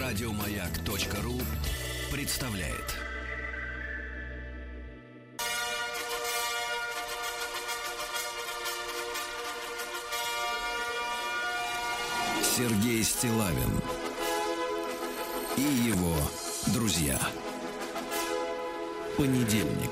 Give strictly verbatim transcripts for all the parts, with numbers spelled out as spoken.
Радиомаяк.ру представляет. Сергей Стиллавин и его друзья. Понедельник.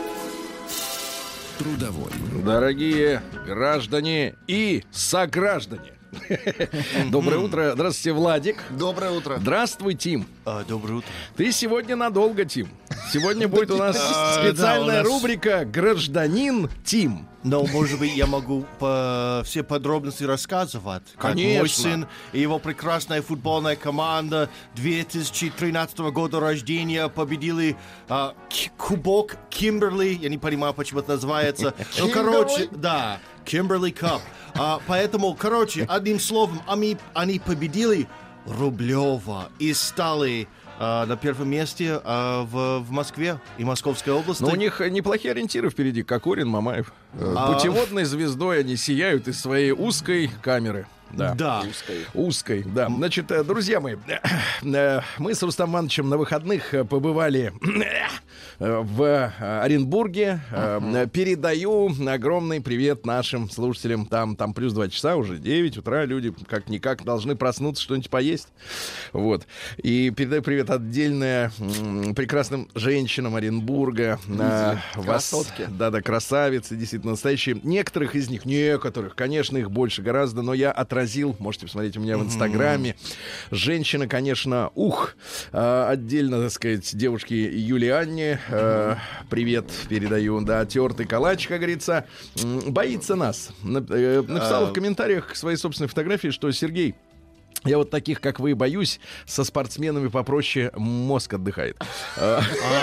Трудовой. Дорогие граждане и сограждане. Доброе утро. Здравствуйте, Владик. Доброе утро. Здравствуй, Тим. А, доброе утро. Ты сегодня надолго, Тим. Сегодня будет у нас специальная рубрика «Гражданин Тим». Но, может быть, я могу по все подробности рассказывать. Как Конечно. мой сын и его прекрасная футбольная команда две тысячи тринадцатого года рождения победили а, к- кубок Кимберли. Я не понимаю, почему это называется. Ну, короче, да, Кимберли Кап. А, поэтому, короче, одним словом, они, они победили Рублево и стали а, на первом месте а, в, в Москве и Московской области. Но у них неплохие ориентиры впереди. Кокорин, Мамаев. А- Путеводной звездой они сияют из своей узкой камеры. Да. Да. Узкой, да. Значит, э, друзья мои, э, мы с Рустам Ивановичем на выходных э, побывали э, в э, Оренбурге. Э, Передаю огромный привет нашим слушателям. Там, там плюс два часа, уже девять утра. Люди как-никак должны проснуться, что-нибудь поесть. Вот. И передаю привет отдельно м, прекрасным женщинам Оренбурга. Э, вас- красотки. Да-да, красавицы, действительно настоящие. Некоторых из них, некоторых, конечно, их больше гораздо, но я отразил, можете посмотреть у меня в Инстаграме. Женщина, конечно, ух, э, отдельно, так сказать, девушке Юлианне э, привет передаю, да, тертый калач, как говорится, м, боится нас. Нап- э, Написала в комментариях к своей собственной фотографии, что Сергей, я вот таких, как вы, боюсь, со спортсменами попроще мозг отдыхает. Э,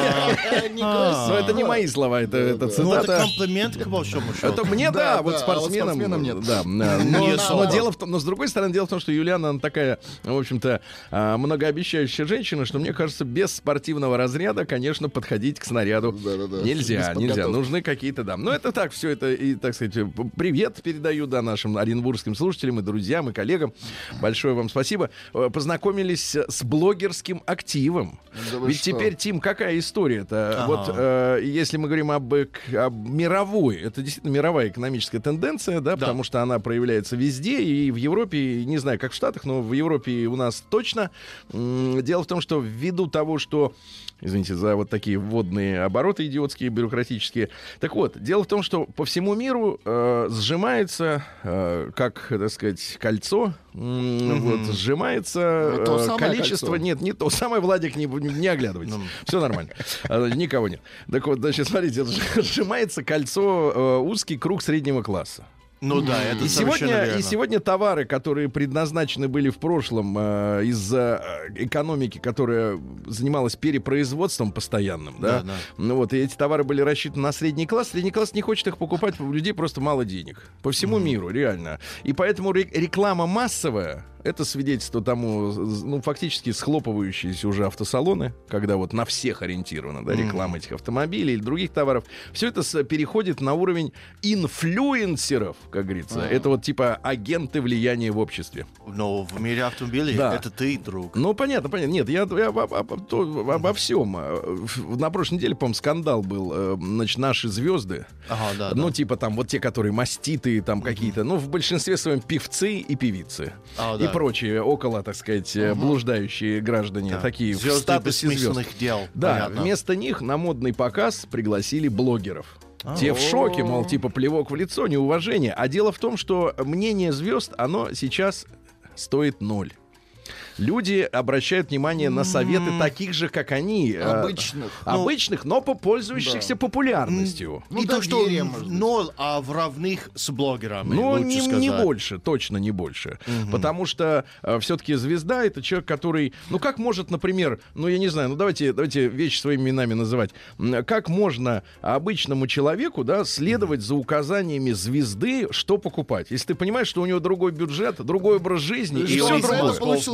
Но это не мои слова, это это Ну, это цитата. комплимент, к большому счету. Это мне, Да, да, вот да, спортсменам, а вот спортсменам нет. Да, да. Но, Не но особо. дело в том, но с другой стороны, дело в том, что Юлиана, она такая, в общем-то, а, многообещающая женщина, что мне кажется, без спортивного разряда, конечно, подходить к снаряду Да-да-да. нельзя, Без нельзя. подготовки. Нужны какие-то, да. Но это так, все это, и, так сказать, привет передаю, да, нашим оренбургским слушателям и друзьям, и коллегам. Большое вам спасибо. Э, Познакомились с блогерским активом. Да вы Ведь что? теперь, Тим, какая история-то? Ага. Вот э, если мы говорим об, эк- об мировой, это действительно мировая экономическая тенденция, да, потому что она проявляется везде, и в Европе, и не знаю, как в Штатах, но в Европе и у нас точно. М, Дело в том, что ввиду того, что, извините за вот такие вводные обороты идиотские, бюрократические. Так вот, дело в том, что по всему миру э, сжимается, э, как, так сказать, кольцо, м, вот, сжимается Ну, то э, самое количество... кольцо. Нет, не то самое, Владик, не, не оглядывайтесь. Все нормально. А, Никого нет. Так вот, значит, смотрите, сжимается кольцо, э, узкий круг среднего класса. Ну да, это И совершенно сегодня, верно. и сегодня товары, которые предназначены были в прошлом э, из-за э, экономики, которая занималась перепроизводством постоянным, да, Да, да. ну вот, и эти товары были рассчитаны на средний класс, средний класс не хочет их покупать, у людей просто мало денег. По всему миру, реально. И поэтому ре- реклама массовая, это свидетельство тому, ну, фактически схлопывающиеся уже автосалоны, когда вот на всех ориентирована, да, реклама этих автомобилей или других товаров. Все это с- переходит на уровень инфлюенсеров, как говорится. Это вот типа агенты влияния в обществе. Но в мире автомобилей Да. это ты, друг. Ну, понятно, понятно. Нет, я, я обо, обо- то- обо всем. На прошлой неделе, по-моему, скандал был. э, Значит, наши звезды. Ага, да, Ну, да. типа там вот те, которые маститые, там какие-то, ну, в большинстве своем певцы и певицы. А, И да. прочие около, так сказать, э, блуждающие граждане, Да. такие в Звезды статусе звезд. бессмысленных дел. Да, Понятно. вместо них на модный показ пригласили блогеров. Те в шоке, мол, типа плевок в лицо, неуважение. А дело в том, что мнение звезд, оно сейчас стоит ноль. Люди обращают внимание на советы таких же, как они. э, Обычных. Обычных, но по- пользующихся Да. популярностью. Ну, И то, что доверие, может быть. ноль, а в равных с блогерами, Ну, лучше не, сказать. не больше, точно не больше. Потому что все-таки звезда — это человек, который... Ну, как может, например, ну, я не знаю, ну, давайте, давайте вещи своими именами называть. М, Как можно обычному человеку, да, следовать за указаниями звезды, что покупать? Если ты понимаешь, что у него другой бюджет, другой образ жизни, и Что все он за это другое. получил Нет.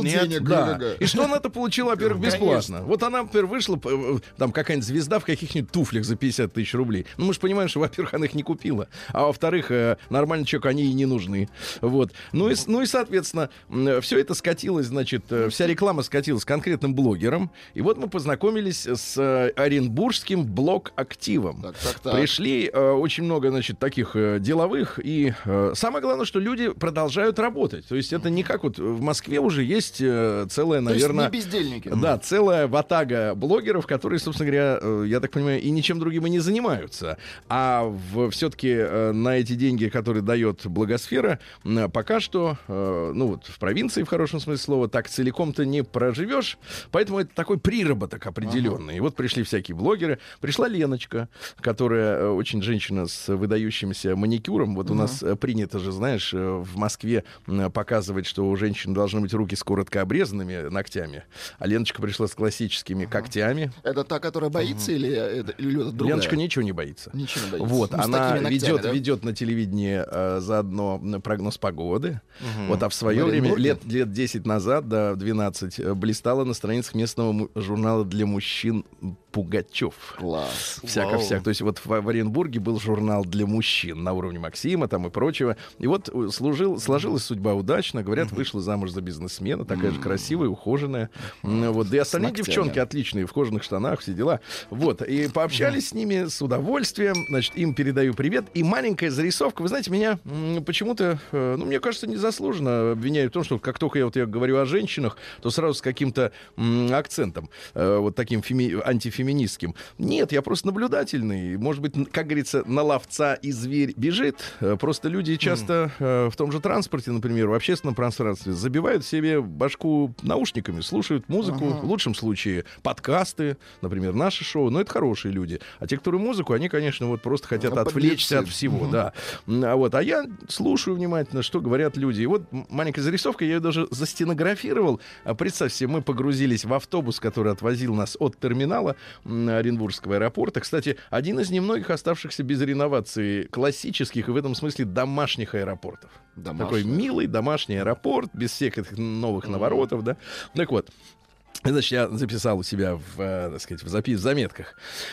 нет. денег. Да. Га-га-га. И что она-то получила, во-первых, бесплатно. Вот она, например, вышла, э, там какая-нибудь звезда в каких-нибудь туфлях за пятьдесят тысяч рублей. Ну, мы же понимаем, что, во-первых, она их не купила, а во-вторых, э, нормальный человек, они ей не нужны. Вот. Ну и, ну и соответственно, все это скатилось, значит, э, вся реклама скатилась к конкретным блогерам. И вот мы познакомились с э, оренбургским блог-активом. Так, так, так. Пришли э, очень много, значит, таких э, деловых. И э, самое главное, что люди продолжают работать. То есть это не как вот в Москве уже есть э, целая, наверное... То есть не бездельники. Да, целая ватага блогеров, которые, собственно говоря, э, я так понимаю, и ничем другим и не занимаются. А в, все-таки э, на эти деньги, которые дает благосфера, э, пока что, э, ну вот в провинции, в хорошем смысле слова, так целиком-то не проживешь. Поэтому это такой приработок определенный. Ага. И вот пришли всякие блогеры. Пришла Леночка, которая э, очень женщина с выдающимся маникюром. Вот ага. у нас э, принято же, знаешь, э, в Москве э, показывать, что у женщин должны быть руки с коротко обрезанными ногтями. А Леночка пришла с классическими ага. когтями. Это та, которая боится, ага. или, это, или это другая? Леночка ничего не боится. Ничего не боится. Вот, ну, она ногтями, ведет, да? ведет на телевидении э, заодно прогноз погоды. Угу. Вот, а в свое в время, лет, лет десять назад, да, двенадцать, блистала на страницах местного му- журнала для мужчин Пугачев. Класс. Всяко-всяко. То есть вот в, в Оренбурге был журнал для мужчин на уровне Максима там и прочего. И вот служил, сложилась судьба удачно. Говорят, вышла замуж за бизнесмена. Такая же красивая, ухоженная. Вот. Да и остальные девчонки отличные, в кожаных штанах, все дела. Вот. И пообщались с ними с удовольствием. Значит, им передаю привет. И маленькая зарисовка. Вы знаете, меня м, почему-то, э, ну, мне кажется, незаслуженно обвиняют в том, что как только я, вот, я говорю о женщинах, то сразу с каким-то м, акцентом, э, вот таким феми- антифеминистским. Нет, я просто наблюдательный. Может быть, как говорится, на ловца и зверь бежит. Э, просто люди часто э, в том же транспорте, например, в общественном пространстве забивают себе башку наушниками, слушают музыку, ага. в лучшем случае подкасты, например, наше шоу. Но это хорошие люди. А те, которые музыку, они, конечно, вот просто хотят а отвлечься от всего. Угу. Да. А, вот, а я слушаю внимательно, что говорят люди. И вот маленькая зарисовка, я ее даже застенографировал. А представь себе, мы погрузились в автобус, который отвозил нас от терминала Оренбургского аэропорта. Кстати, один из немногих оставшихся без реновации классических и в этом смысле домашних аэропортов. Домашний. Такой милый домашний аэропорт, без всех этих новых mm-hmm. наворотов, да. Так вот, значит, я записал у себя в, так сказать, в запис в заметках.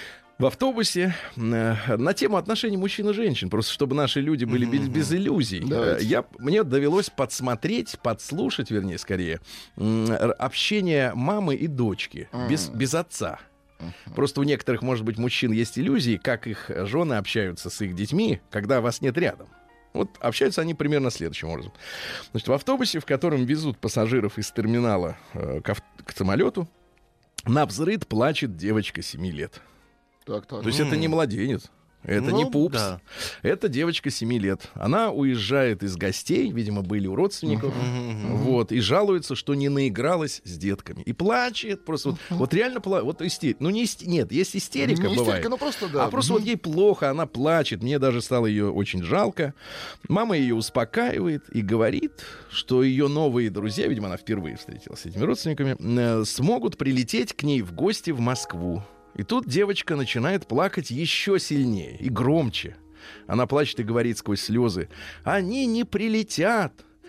В автобусе э, на тему отношений мужчин и женщин, просто чтобы наши люди были без, без иллюзий. Э, я, мне довелось подсмотреть, подслушать, вернее, скорее, э, общение мамы и дочки без, без отца. Просто у некоторых, может быть, мужчин есть иллюзии, как их жены общаются с их детьми, когда вас нет рядом. Вот общаются они примерно следующим образом. Значит, в автобусе, в котором везут пассажиров из терминала э, к, ав- к самолету, навзрыд плачет девочка семи лет. Так, так. То есть mm. это не младенец. Это ну, не пупс. Да. Это девочка семи лет. Она уезжает из гостей, видимо, были у родственников, uh-huh, uh-huh. вот, и жалуется, что не наигралась с детками. И плачет. Просто uh-huh. вот, вот реально плачет. Вот истерика. Ну, не исти... Нет, есть истерика, не бывает. Истерика, ну, просто, да. А просто uh-huh. вот ей плохо, она плачет. Мне даже стало ее очень жалко. Мама ее успокаивает и говорит, что ее новые друзья, видимо, она впервые встретилась с этими родственниками, э, смогут прилететь к ней в гости в Москву. И тут девочка начинает плакать еще сильнее и громче. Она плачет и говорит сквозь слезы: «Они не прилетят,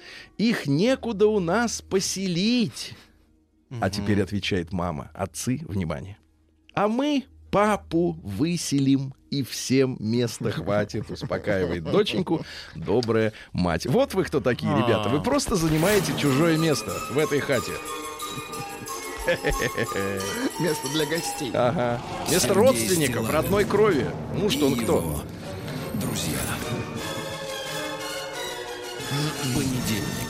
их некуда у нас поселить». Mm-hmm. А теперь отвечает мама: «Отцы, внимание, а мы папу выселим, и всем места хватит», успокаивает доченьку добрая мать. Вот вы кто такие, ребята. Вы просто занимаете чужое место в этой хате. Место для гостей. Ага. Место родственников, родной крови. Ну что, он кто? Друзья. Понедельник.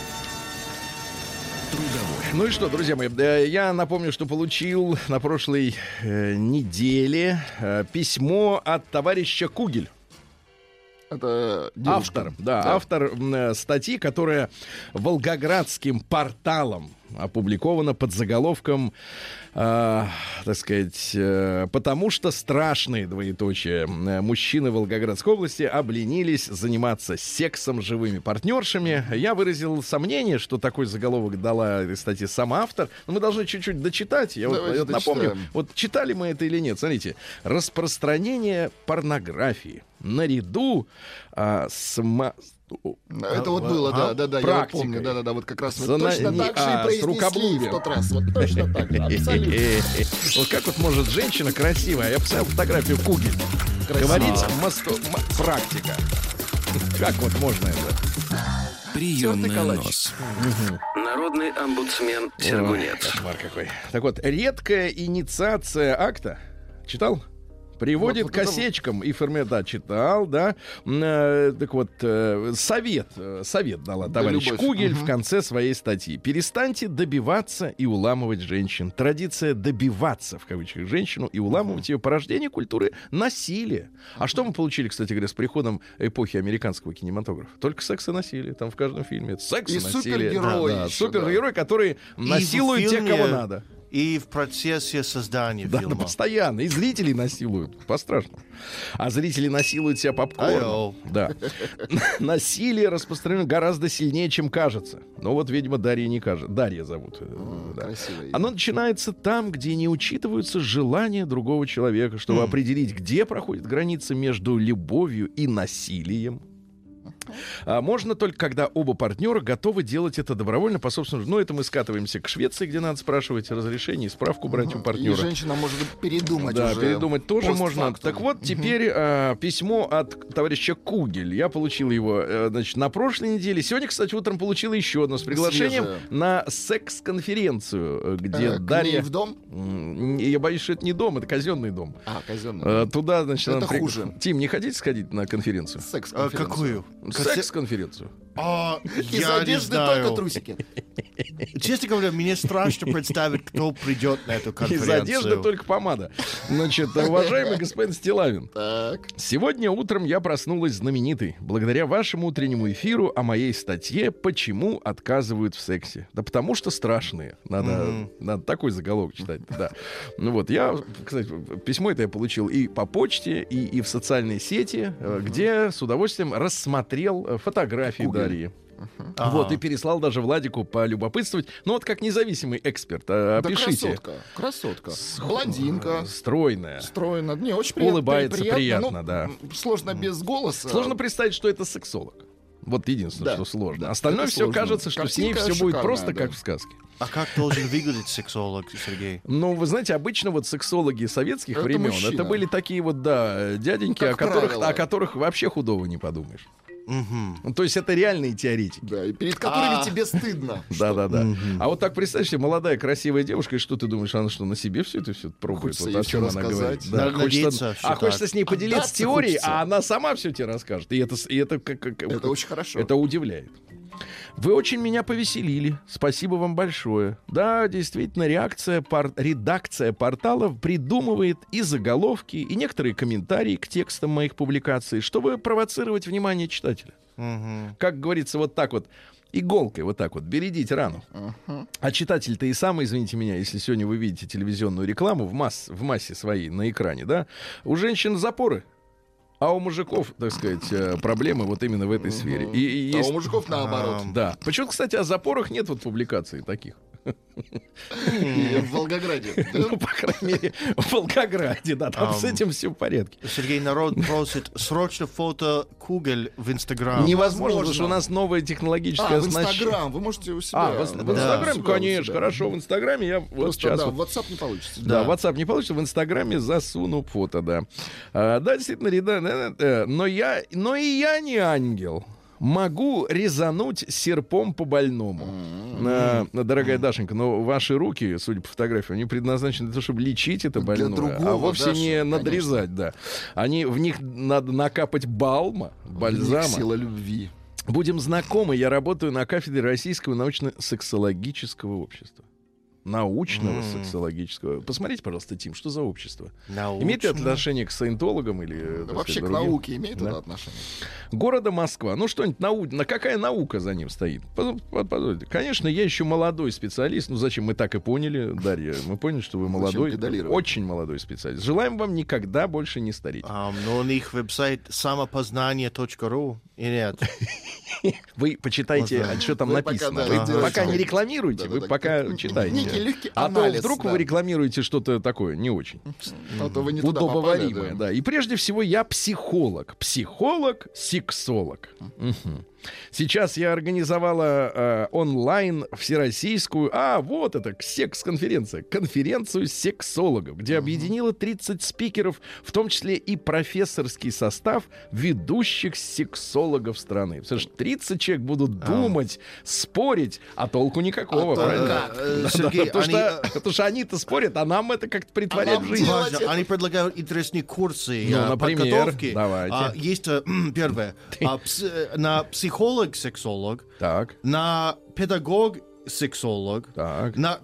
Трудовой. Ну и что, друзья мои, я напомню, что получил на прошлой э, неделе э, письмо от товарища Кугель. Это автор, да, да. автор э, статьи, которая волгоградским порталом опубликована под заголовком, э, так сказать, э, «Потому что страшные, двоеточие, мужчины Волгоградской области обленились заниматься сексом с живыми партнершами». Я выразил сомнение, что такой заголовок дала этой статье сам автор. Но мы должны чуть-чуть дочитать. Я вот, я напомню, вот читали мы это или нет. Смотрите. «Распространение порнографии наряду а, с, ма- Это вот было, да, да, да, я вот Практикой. помню, да, да, да, вот как раз мы За на- точно не- так же а, и с произнесли рукоблудием. в тот раз, вот точно так же, абсолютно. Вот как вот может женщина красивая, я посмотрел фотографию Кугель, говорить масто- м- практика. Как вот можно это? Приемная калач. нос. Народный омбудсмен Сергунец. Кошмар какой. Так вот, редкая инициация акта. Читал? Приводит Вот, к вот это осечкам и форме... Да, читал, да. М, э, так вот, э, совет, э, совет дала Да, товарищ любовь. Кугель Мгм. в конце своей статьи. Перестаньте добиваться и уламывать женщин. Традиция добиваться, в кавычках, женщину и уламывать ее порождение культуры насилия. А что мы получили, кстати говоря, с приходом эпохи американского кинематографа? Только секс и насилие. Там в каждом фильме это секс и, И насилие. супергерой Да, да, еще, супергерой, который насилует тех, фильме- кого надо. И в процессе создания Да, фильма. да, постоянно. И зрителей насилуют. По-страшному. А зрители насилуют себя попкорном. Айо. Да. Насилие распространено гораздо сильнее, чем кажется. Но вот, видимо, Дарья не кажется. Дарья зовут. э, да. Красивое имя. Оно начинается там, где не учитываются желания другого человека, чтобы определить, где проходит граница между любовью и насилием. А можно только, когда оба партнера готовы делать это добровольно по собственному. Ну, это мы скатываемся к Швеции, где надо спрашивать разрешение и справку брать у И партнера. женщина может передумать Да, уже передумать тоже можно. постфактум. Так вот, теперь а, письмо от товарища Кугель. Я получил его, э, значит, на прошлой неделе. Сегодня, кстати, утром получил еще одно с приглашением Свежее. на секс-конференцию, э, где Э, к ней Дарья... в дом? М, Я боюсь, что это не дом, это казенный дом. А, казенный. Э, Туда, значит, Это она при- хуже. Тим, не хотите сходить на конференцию? Секс. А, какую? Косе- Секс-конференцию. А, Из я не одежды знаю. только трусики. Честно говоря, мне страшно представить, кто придет на эту Из конференцию. одежды только помада. Значит, уважаемый господин Стилавин, Так. сегодня утром я проснулась знаменитой благодаря вашему утреннему эфиру о моей статье «Почему отказывают в сексе». Да потому что страшные. Надо, надо такой заголовок читать. Да. Ну вот, я, кстати, письмо это я получил и по почте, и, и в социальной сети, э, где с удовольствием рассмотрел э, фотографии Кугель. Дарьи. Ага. Вот, и переслал даже Владику полюбопытствовать. Ну вот как независимый эксперт, а, Да опишите. красотка. Красотка. Блондинка. Стройная. Стройно. Не, очень приятно. Улыбается приятно. приятно, Ну, да. м, Сложно без голоса. Сложно представить, что это сексолог. Вот единственное, Да. что сложно. Да, Остальное это все сложно. кажется, что с ней Картинка все будет шикарная, просто да. как в сказке. А как должен выглядеть сексолог, Сергей? Ну, вы знаете, обычно вот сексологи советских Это времен, мужчина. это были такие вот, да, дяденьки, Как о которых, правило. о которых вообще худого не подумаешь. Мгм. Ну, то есть это реальные теоретики. Да, и перед которыми А. тебе стыдно. Да-да-да. А вот так представь себе, молодая красивая девушка, и что ты думаешь, она что, на себе все это все пробует? Хочется Вот ей о всё чем она рассказать. говорит. Надо хочется- надеяться, что а так. хочется с ней поделиться Отдаться теорией, хочется. а она сама все тебе расскажет. И это, с- и это, как, как- Это очень хорошо. это удивляет. Вы очень меня повеселили. Спасибо вам большое. Да, действительно, реакция пор- редакция порталов придумывает и заголовки, и некоторые комментарии к текстам моих публикаций, чтобы провоцировать внимание читателя. Мгм. Как говорится, вот так вот, иголкой вот так вот, бередите рану. А читатель-то и сам, извините меня, если сегодня вы видите телевизионную рекламу в, масс, в массе своей на экране, да, у женщин запоры, а у мужиков, так сказать, э, проблемы вот именно в этой сфере. И, и А есть... у мужиков наоборот. Да. Почему, кстати, о запорах нет вот публикаций таких? И в Волгограде. Да? Ну, по крайней мере, в Волгограде, да, там Ам. с этим все в порядке. Сергей, народ просит срочно фото Кугель в Инстаграм. Невозможно, потому Возможно. что у нас новое технологическое А, в оснащение. Инстаграм. Вы можете у себя. А, в, в Да, Инстаграме, у себя, у конечно, себя. хорошо, в Инстаграме я вот Просто, сейчас... да, вот- в WhatsApp не получится. Да, Да. в WhatsApp не получится, в Инстаграме засуну фото, да. А, да, действительно, реда- э, э, но я, но и я не ангел. Могу резануть серпом по больному. А, дорогая Дашенька, но ваши руки, судя по фотографии, они предназначены для того, чтобы лечить это Для больное, другого, а вовсе Даша, не конечно. надрезать, да. Они, в них надо накапать балма, В них бальзама. Сила любви. Будем знакомы, я работаю на кафедре Российского научно-сексологического общества. Научного М. сексологического. Посмотрите, пожалуйста, Тим, что за общество? Научно. Имеет ли отношение к саентологам или Да, так вообще сказать, к другим? науке имеет Да. это отношение? Города Москва. Ну что-нибудь нау... на какая наука за ним стоит? Под- под- под- Конечно, я еще молодой специалист. Ну зачем? Мы так и поняли, Дарья. Мы поняли, что вы молодой, педалировать? очень молодой специалист. Желаем вам никогда больше не стареть. Ам, но у них веб-сайт самопознание точка ру и нет. Вы почитайте, Можно. а что там Вы пока, написано. да, Вы делайте. пока не рекламируете, вы Да-да-да, пока как- читайте. некий легкий А то анализ, вдруг да. вы рекламируете что-то такое не очень. А то вы не туда попали, Удобоваримое, да. да. И прежде всего я психолог. Психолог, сексолог. Мгм. Сейчас я организовала э, онлайн всероссийскую, а вот это, секс-конференция, конференцию сексологов, где объединила тридцать спикеров, в том числе и профессорский состав ведущих сексологов страны. Потому что тридцать человек будут думать, спорить, а толку никакого, А правильно? Э, Да, Сергей, да, потому, они, что, потому что они-то спорят, а нам это как-то притворять А в нам жизнь. делать Важно, они предлагают интересные курсы, Ну, а, например, подготовки. давайте. А, есть э, первое, а, пс- э, на психолог-сексолог, Так, на педагог-сексолог, так. на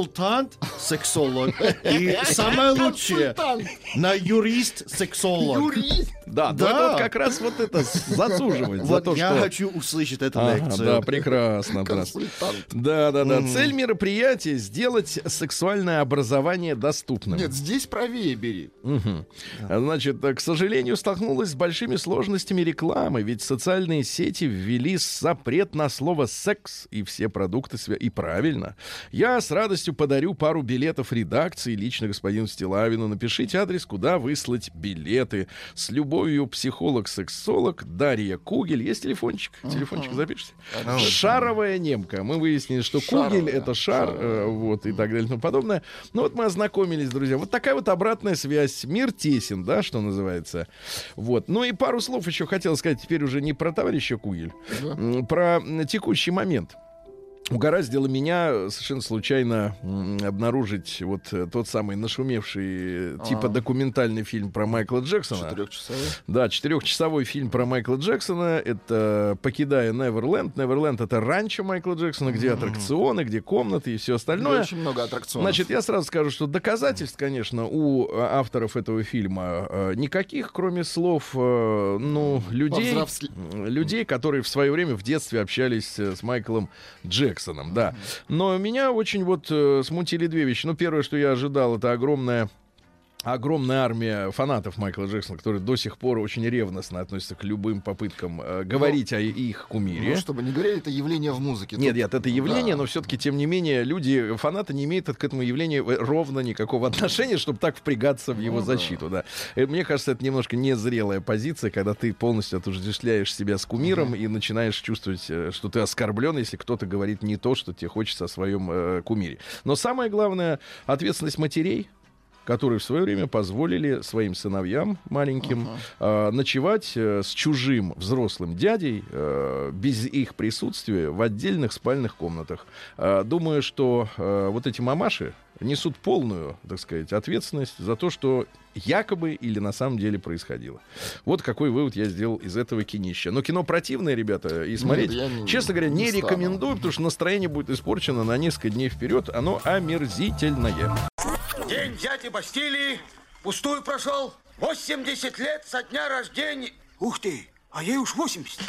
консультант-сексолог и самое лучшее, на юрист-сексолог. Юрист. Да, Да. да. Вот как раз вот это засуживать за Вот то, я что... хочу услышать эту Ага, лекцию. да, прекрасно. прекрасно. Консультант. Да, да, да. Цель мероприятия — сделать сексуальное образование доступным. Нет, здесь правее бери. Мгм. Значит, к сожалению, столкнулась с большими сложностями рекламы, ведь социальные сети ввели запрет на слово «секс» и все продукты свя... И правильно. Я с радостью подарю пару билетов редакции лично господину Стилавину. Напишите адрес, куда выслать билеты. С любовью, психолог-сексолог Дарья Кугель. Есть телефончик? Телефончик запишите. Шаровая немка. Мы выяснили, что Шаровая. Кугель — это шар, э, вот, и так далее и тому подобное. Ну вот мы ознакомились, друзья. Вот такая вот обратная связь. Мир тесен, да, что называется. Вот. Ну и пару слов еще хотел сказать, теперь уже не про товарища Кугель, м, про м, текущий момент. Угораздило меня совершенно случайно м, обнаружить вот э, тот самый нашумевший э, типа А. документальный фильм про Майкла Джексона. Четырехчасовой. Да, четырехчасовой фильм про Майкла Джексона. Это «Покидая Неверленд». Неверленд — это ранчо Майкла Джексона, где аттракционы, где комнаты и все Ну, остальное. очень много аттракционов. Значит, я сразу скажу, что доказательств, конечно, у э, авторов этого фильма э, никаких, кроме слов, э, ну, людей, Повзросле- м, людей, которые в свое время в детстве общались э, с Майклом Джексоном, да. Но меня очень вот э, смутили две вещи. Ну, первое, что я ожидал, это огромная огромная армия фанатов Майкла Джексона, которые до сих пор очень ревностно относятся к любым попыткам э, говорить о их кумире. Ну, чтобы не говорили, это явление в музыке. Нет, Тут- нет, это явление, Да. но все-таки, тем не менее, люди, фанаты не имеют к этому явлению ровно никакого отношения, чтобы так впрягаться в его Ну да. защиту, да. И мне кажется, это немножко незрелая позиция, когда ты полностью отождествляешь себя с кумиром и начинаешь чувствовать, э, что ты оскорблен, если кто-то говорит не то, что тебе хочется о своем э, кумире. Но самое главное — ответственность матерей, которые в свое время позволили своим сыновьям маленьким э, ночевать э, с чужим взрослым дядей э, без их присутствия в отдельных спальных комнатах. Э, думаю, что э, вот эти мамаши несут полную, так сказать, ответственность за то, что якобы или на самом деле происходило. Вот какой вывод я сделал из этого кинища. Но кино противное, ребята, и смотреть, я не- честно говоря, не, не стану. рекомендую, потому что настроение будет испорчено на несколько дней вперед. Оно омерзительное. День дяди Бастилии пустую прошел. восемьдесят лет со дня рождения. Ух ты, а ей уж восемьдесят.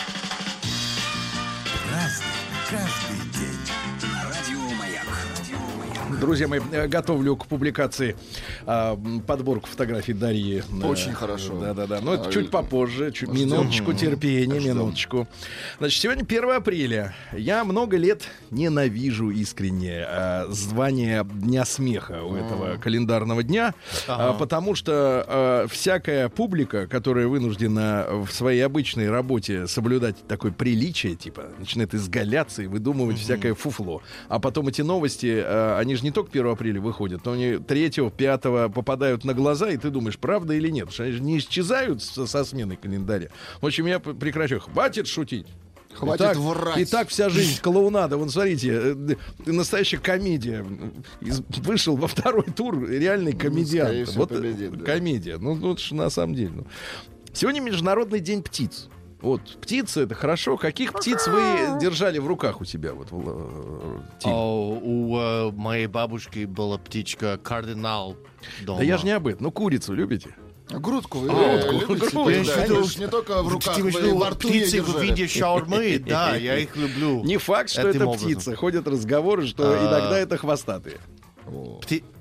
Разный, каждый день. Радио Маяк. Друзья мои, э, готовлю к публикации а, м, подборку фотографий Дарьи. Э, Очень хорошо. Да-да-да. Но это А, чуть и- попозже. Чуть, ждем. минуточку терпения, Ждем. минуточку. Значит, сегодня первое апреля. Я много лет ненавижу искренне э, звание Дня смеха у этого календарного дня, а, потому что э, всякая публика, которая вынуждена в своей обычной работе соблюдать такое приличие, типа, начинает изгаляться и выдумывать всякое фуфло. А потом эти новости, э, они же не только первого апреля выходят, но они третьего, пятого попадают на глаза, и ты думаешь, правда или нет. Потому что они же не исчезают со, со смены календаря. В общем, я п- прекращу. Хватит шутить. Хватит и так, врать. И так вся жизнь клоунада. Вон, смотрите, э, э, настоящая комедия. Из- вышел во второй тур реальный комедиант. скорее всего, Вот, победит, э, да. комедия. Ну, ну, это ж на самом деле. ну. Сегодня Международный день птиц. Вот, птицы — это хорошо. Каких птиц вы держали в руках у себя? Вот, в- э, Тим? А у э, моей бабушки была птичка кардинал дома. Да я же не об этом. Ну, курицу любите? А грудку вы А, э, грудку, любите? грудку. Да, Я они считаю, ж не только в руках, Ты имеешь в вы и виду во рту ее птицы в держали. виде шаурмы? Да, я их люблю. Не факт, что Этим это образом. птица. Ходят разговоры, что А. иногда это хвостатые. Пти-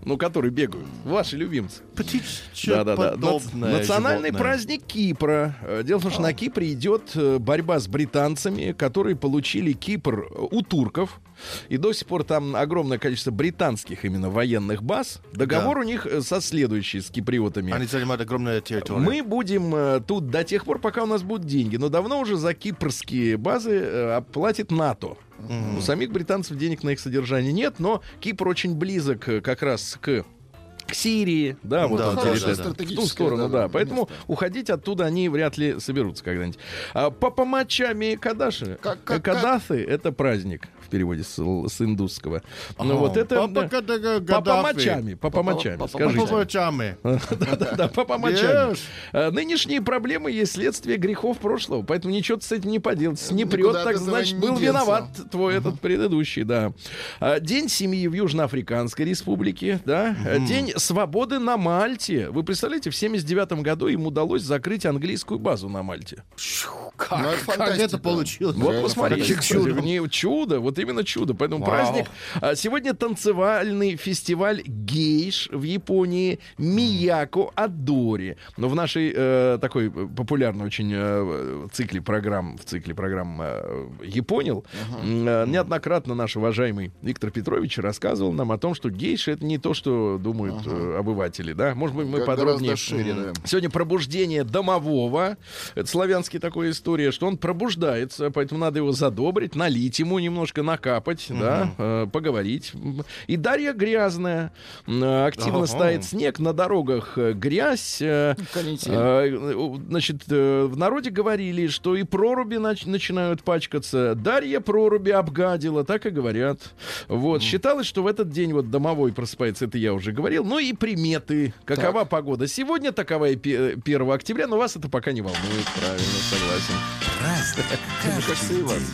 ну, которые бегают, ваши любимцы. Птичеподобное Да-да-да. Национальный животное. праздник Кипра. Э, Дело в том, что на Кипре идет э, борьба с британцами, которые получили Кипр у турков. И до сих пор там огромное количество британских именно военных баз. Договор Да. у них э, со следующий, с киприотами. Они занимают огромную территорию. Мы будем э, тут до тех пор, пока у нас будут деньги. Но давно уже за кипрские базы э, оплатит НАТО. У самих британцев денег на их содержание нет, но Кипр очень близок э, как раз к к Сирии, да, вот Да, он да, территория, да, да. в ту Стратегическое, сторону, да, да. Поэтому место. уходить оттуда они вряд ли соберутся когда-нибудь. А, Папамачами Кадаши, Как- как- Кадасы, это праздник в переводе с, с индусского. Ну Ага. вот это Папа да, Кадага- Гаддафи. Папамачами, Папамачами, Папа- скажите. Папамачами. Да-да-да, Папамачами. Yes. А, Нынешние проблемы есть следствие грехов прошлого, поэтому ничего ты с этим не поделать. Не Никуда прет, от так этого значит, не был деться. виноват твой этот предыдущий, да. А, День семьи в Южноафриканской республике, да. А, День свободы на Мальте. Вы представляете, в семьдесят девятом году им удалось закрыть английскую базу на Мальте. Как, Ну, это как фантастика. это получилось? Вот Реально посмотрите, фантастика. чудо. Не чудо, вот именно чудо. Поэтому Вау. праздник. А, Сегодня танцевальный фестиваль гейш в Японии Мияко Адори. Но в нашей э, такой популярной очень э, цикле программ, в цикле программ э, Японил, э, неоднократно наш уважаемый Виктор Петрович рассказывал нам о том, что гейши — это не то, что думают э, обыватели, да. Может быть, мы Г- подробнее. гораздо шире, да. Сегодня пробуждение домового. Это славянский такая история, что он пробуждается, поэтому надо его задобрить, налить ему немножко, накапать, да, э, поговорить. И Дарья грязная. Э, Активно Ага. стает снег, на дорогах э, грязь. э, Канитель. э, Значит, э, в народе говорили, что и проруби нач- начинают пачкаться. Дарья проруби обгадила, так и говорят. Вот. Считалось, что в этот день вот домовой просыпается, это я уже говорил. Ну и приметы. Какова погода сегодня, такова и пе- первого октября, но вас это пока не волнует. Правильно, согласен. Праздник Мне кажется, и вас.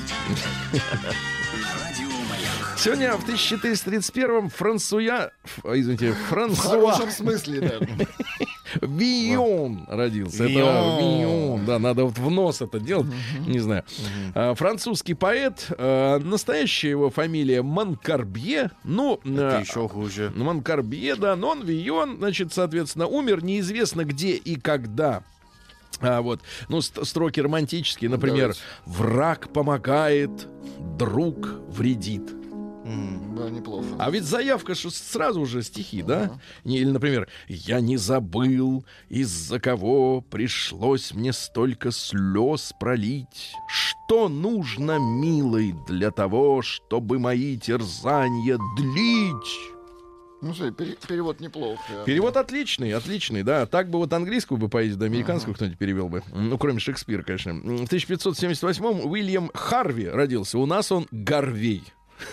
на радио Маяк. Сегодня в тысяча четыреста тридцать первом Франсуя... ф- Извините, В Франсуа хорошем смысле, да. Вийон родился. Это Вийон. Вийон. Да, надо вот в нос это делать. Не знаю. А, Французский поэт. а, Настоящая его фамилия Монкарбье. Ну, Это а, еще хуже. ну, Монкарбье, да, но он Вийон, значит, соответственно, умер неизвестно где и когда. А вот, ну, ст- строки романтические, например, «Враг помогает, друг вредит». Да, неплохо. А ведь заявка что сразу же стихи, да? Не, или, например, «Я не забыл, из-за кого пришлось мне столько слез пролить. Что нужно, милый, для того, чтобы мои терзания длить?» Ну, смотри, пере- перевод неплох. да. Перевод отличный, отличный, да. Так бы вот английскую бы поэзию, да американскую кто-нибудь перевел бы. Ну, кроме Шекспира, конечно. В тысяча пятьсот семьдесят восьмом Уильям Харви родился. У нас он Гарвей.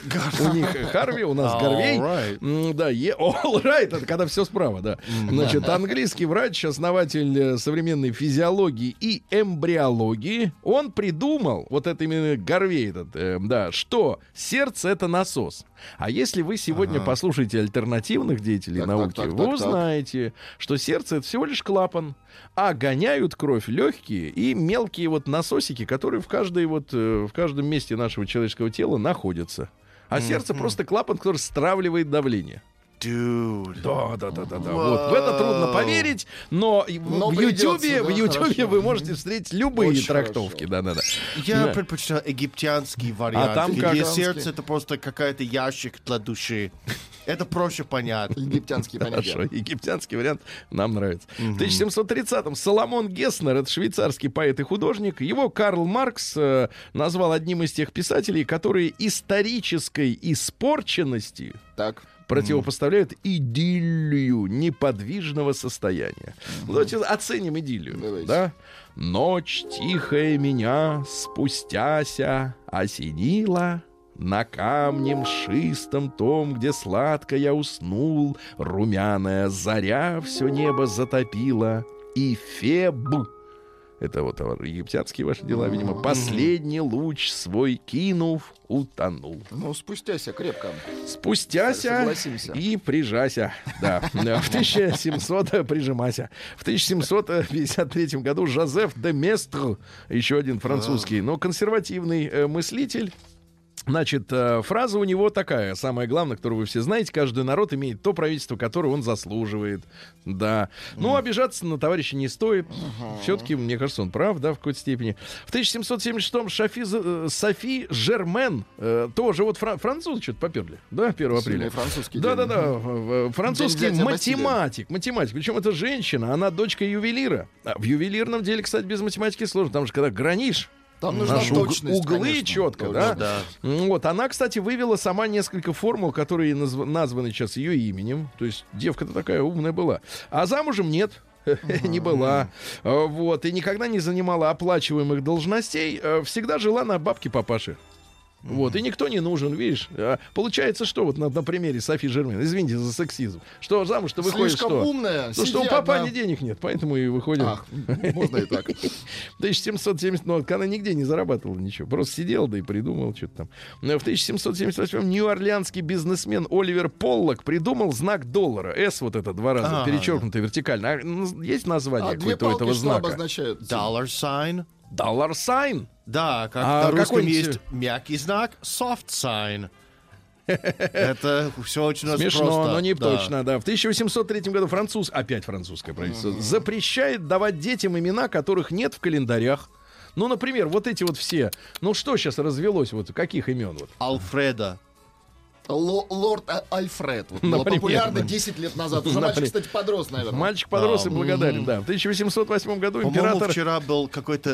У них Харви, у нас All Гарвей. right. М, Да, е- all right, это когда все справа, да. Значит, английский врач, основатель э, современной физиологии и эмбриологии, он придумал, вот это именно Гарвей этот, э, да, что сердце — это насос. А если вы сегодня послушаете альтернативных деятелей Так, науки, так, так, вы так, так. узнаете, что сердце — это всего лишь клапан, а гоняют кровь легкие и мелкие вот насосики, которые в каждой вот э, в каждом месте нашего человеческого тела находятся. А сердце просто клапан, который стравливает давление. Dude. Да, да, да, да, да. Вот в это трудно поверить, но, и в- Но в придется, Ютубе, да, в Ютубе хорошо. вы можете встретить любые Очень трактовки. хорошо. Да, да, да. Я Да. предпочитаю египтянский вариант, там где как? сердце — это просто какая-то ящик для души. Это проще понять. Египтянские Хорошо, понятия. египтянский вариант нам нравится. В тысяча семьсот тридцатом Соломон Гесснер, это швейцарский поэт и художник, его Карл Маркс э, назвал одним из тех писателей, которые исторической испорченности Так. противопоставляют идиллию неподвижного состояния. Ну, давайте оценим идиллию. Давайте. Да? Ночь тихая меня спустяся осенила, на камне мшистом том, где сладко я уснул, румяная заря все небо затопила, и Феб, это вот а, египтянские ваши дела, видимо, последний луч свой кинув, утонул. Ну, спустяся крепко. Спустяся Согласимся. и прижася. Да. В тысяча семьсот прижимася. В тысяча семьсот пятьдесят третьем году Жозеф де Местр, еще один французский, но консервативный э, мыслитель, Значит, э, фраза у него такая, самая главная, которую вы все знаете: каждый народ имеет то правительство, которое он заслуживает. Да. Ну, обижаться на товарища не стоит. Все-таки, мне кажется, он прав, да, в какой-то степени. В тысяча семьсот семьдесят шестом Шафи, э, Софи Жермен, э, тоже вот фра- французы что-то поперли, да, первого апреля. Французский день. Да-да-да, французский День дяди математик, математик. Причем это женщина, она дочка ювелира. А в ювелирном деле, кстати, без математики сложно, потому что когда гранишь, Там нужна наши уг- точность, углы конечно. четко, Точно. да? Да. М, Вот, она, кстати, вывела сама несколько формул, которые назв- названы сейчас ее именем. То есть девка-то такая умная была. А замужем нет. Не была. А, Вот. И никогда не занимала оплачиваемых должностей. а, Всегда жила на бабке папаши. Вот, и никто не нужен, видишь. А, Получается, что вот на, на примере Софи Жермен, извините за сексизм, что замуж-то выходит, Слишком что? умная. Ну, что у сиди папа одна. ни денег нет, поэтому и выходит. Ах, можно и так. тысяча семьсот семьдесят, ну, она нигде не зарабатывала ничего, просто сидел, да и придумал что-то там. Но в тысяча семьсот семьдесят восьмом нью-орлеанский бизнесмен Оливер Поллок придумал знак доллара. S вот это два раза, Ага, перечеркнутый вертикально. А, ну, есть название А две какое-то у палки этого что знака? обозначают? Dollar sign. Dollar sign. Да, как А на русском какой-нибудь- есть мягкий знак soft sign. Это все очень Смешно, просто. но не Да. точно, да. В тысяча восемьсот третьем году француз, опять французское правительство, запрещает давать детям имена, которых нет в календарях. Ну, например, вот эти вот все. Ну, что сейчас развелось? Вот каких имен? Вот? Альфреда. Ло- Лорд А- Альфред. Вот было Например. популярно десять лет назад. Уже мальчик, Например. кстати, подрос, наверное. Мальчик подрос Да. и благодарен, да. В тысяча восемьсот восьмом году По-моему, император вчера был какой-то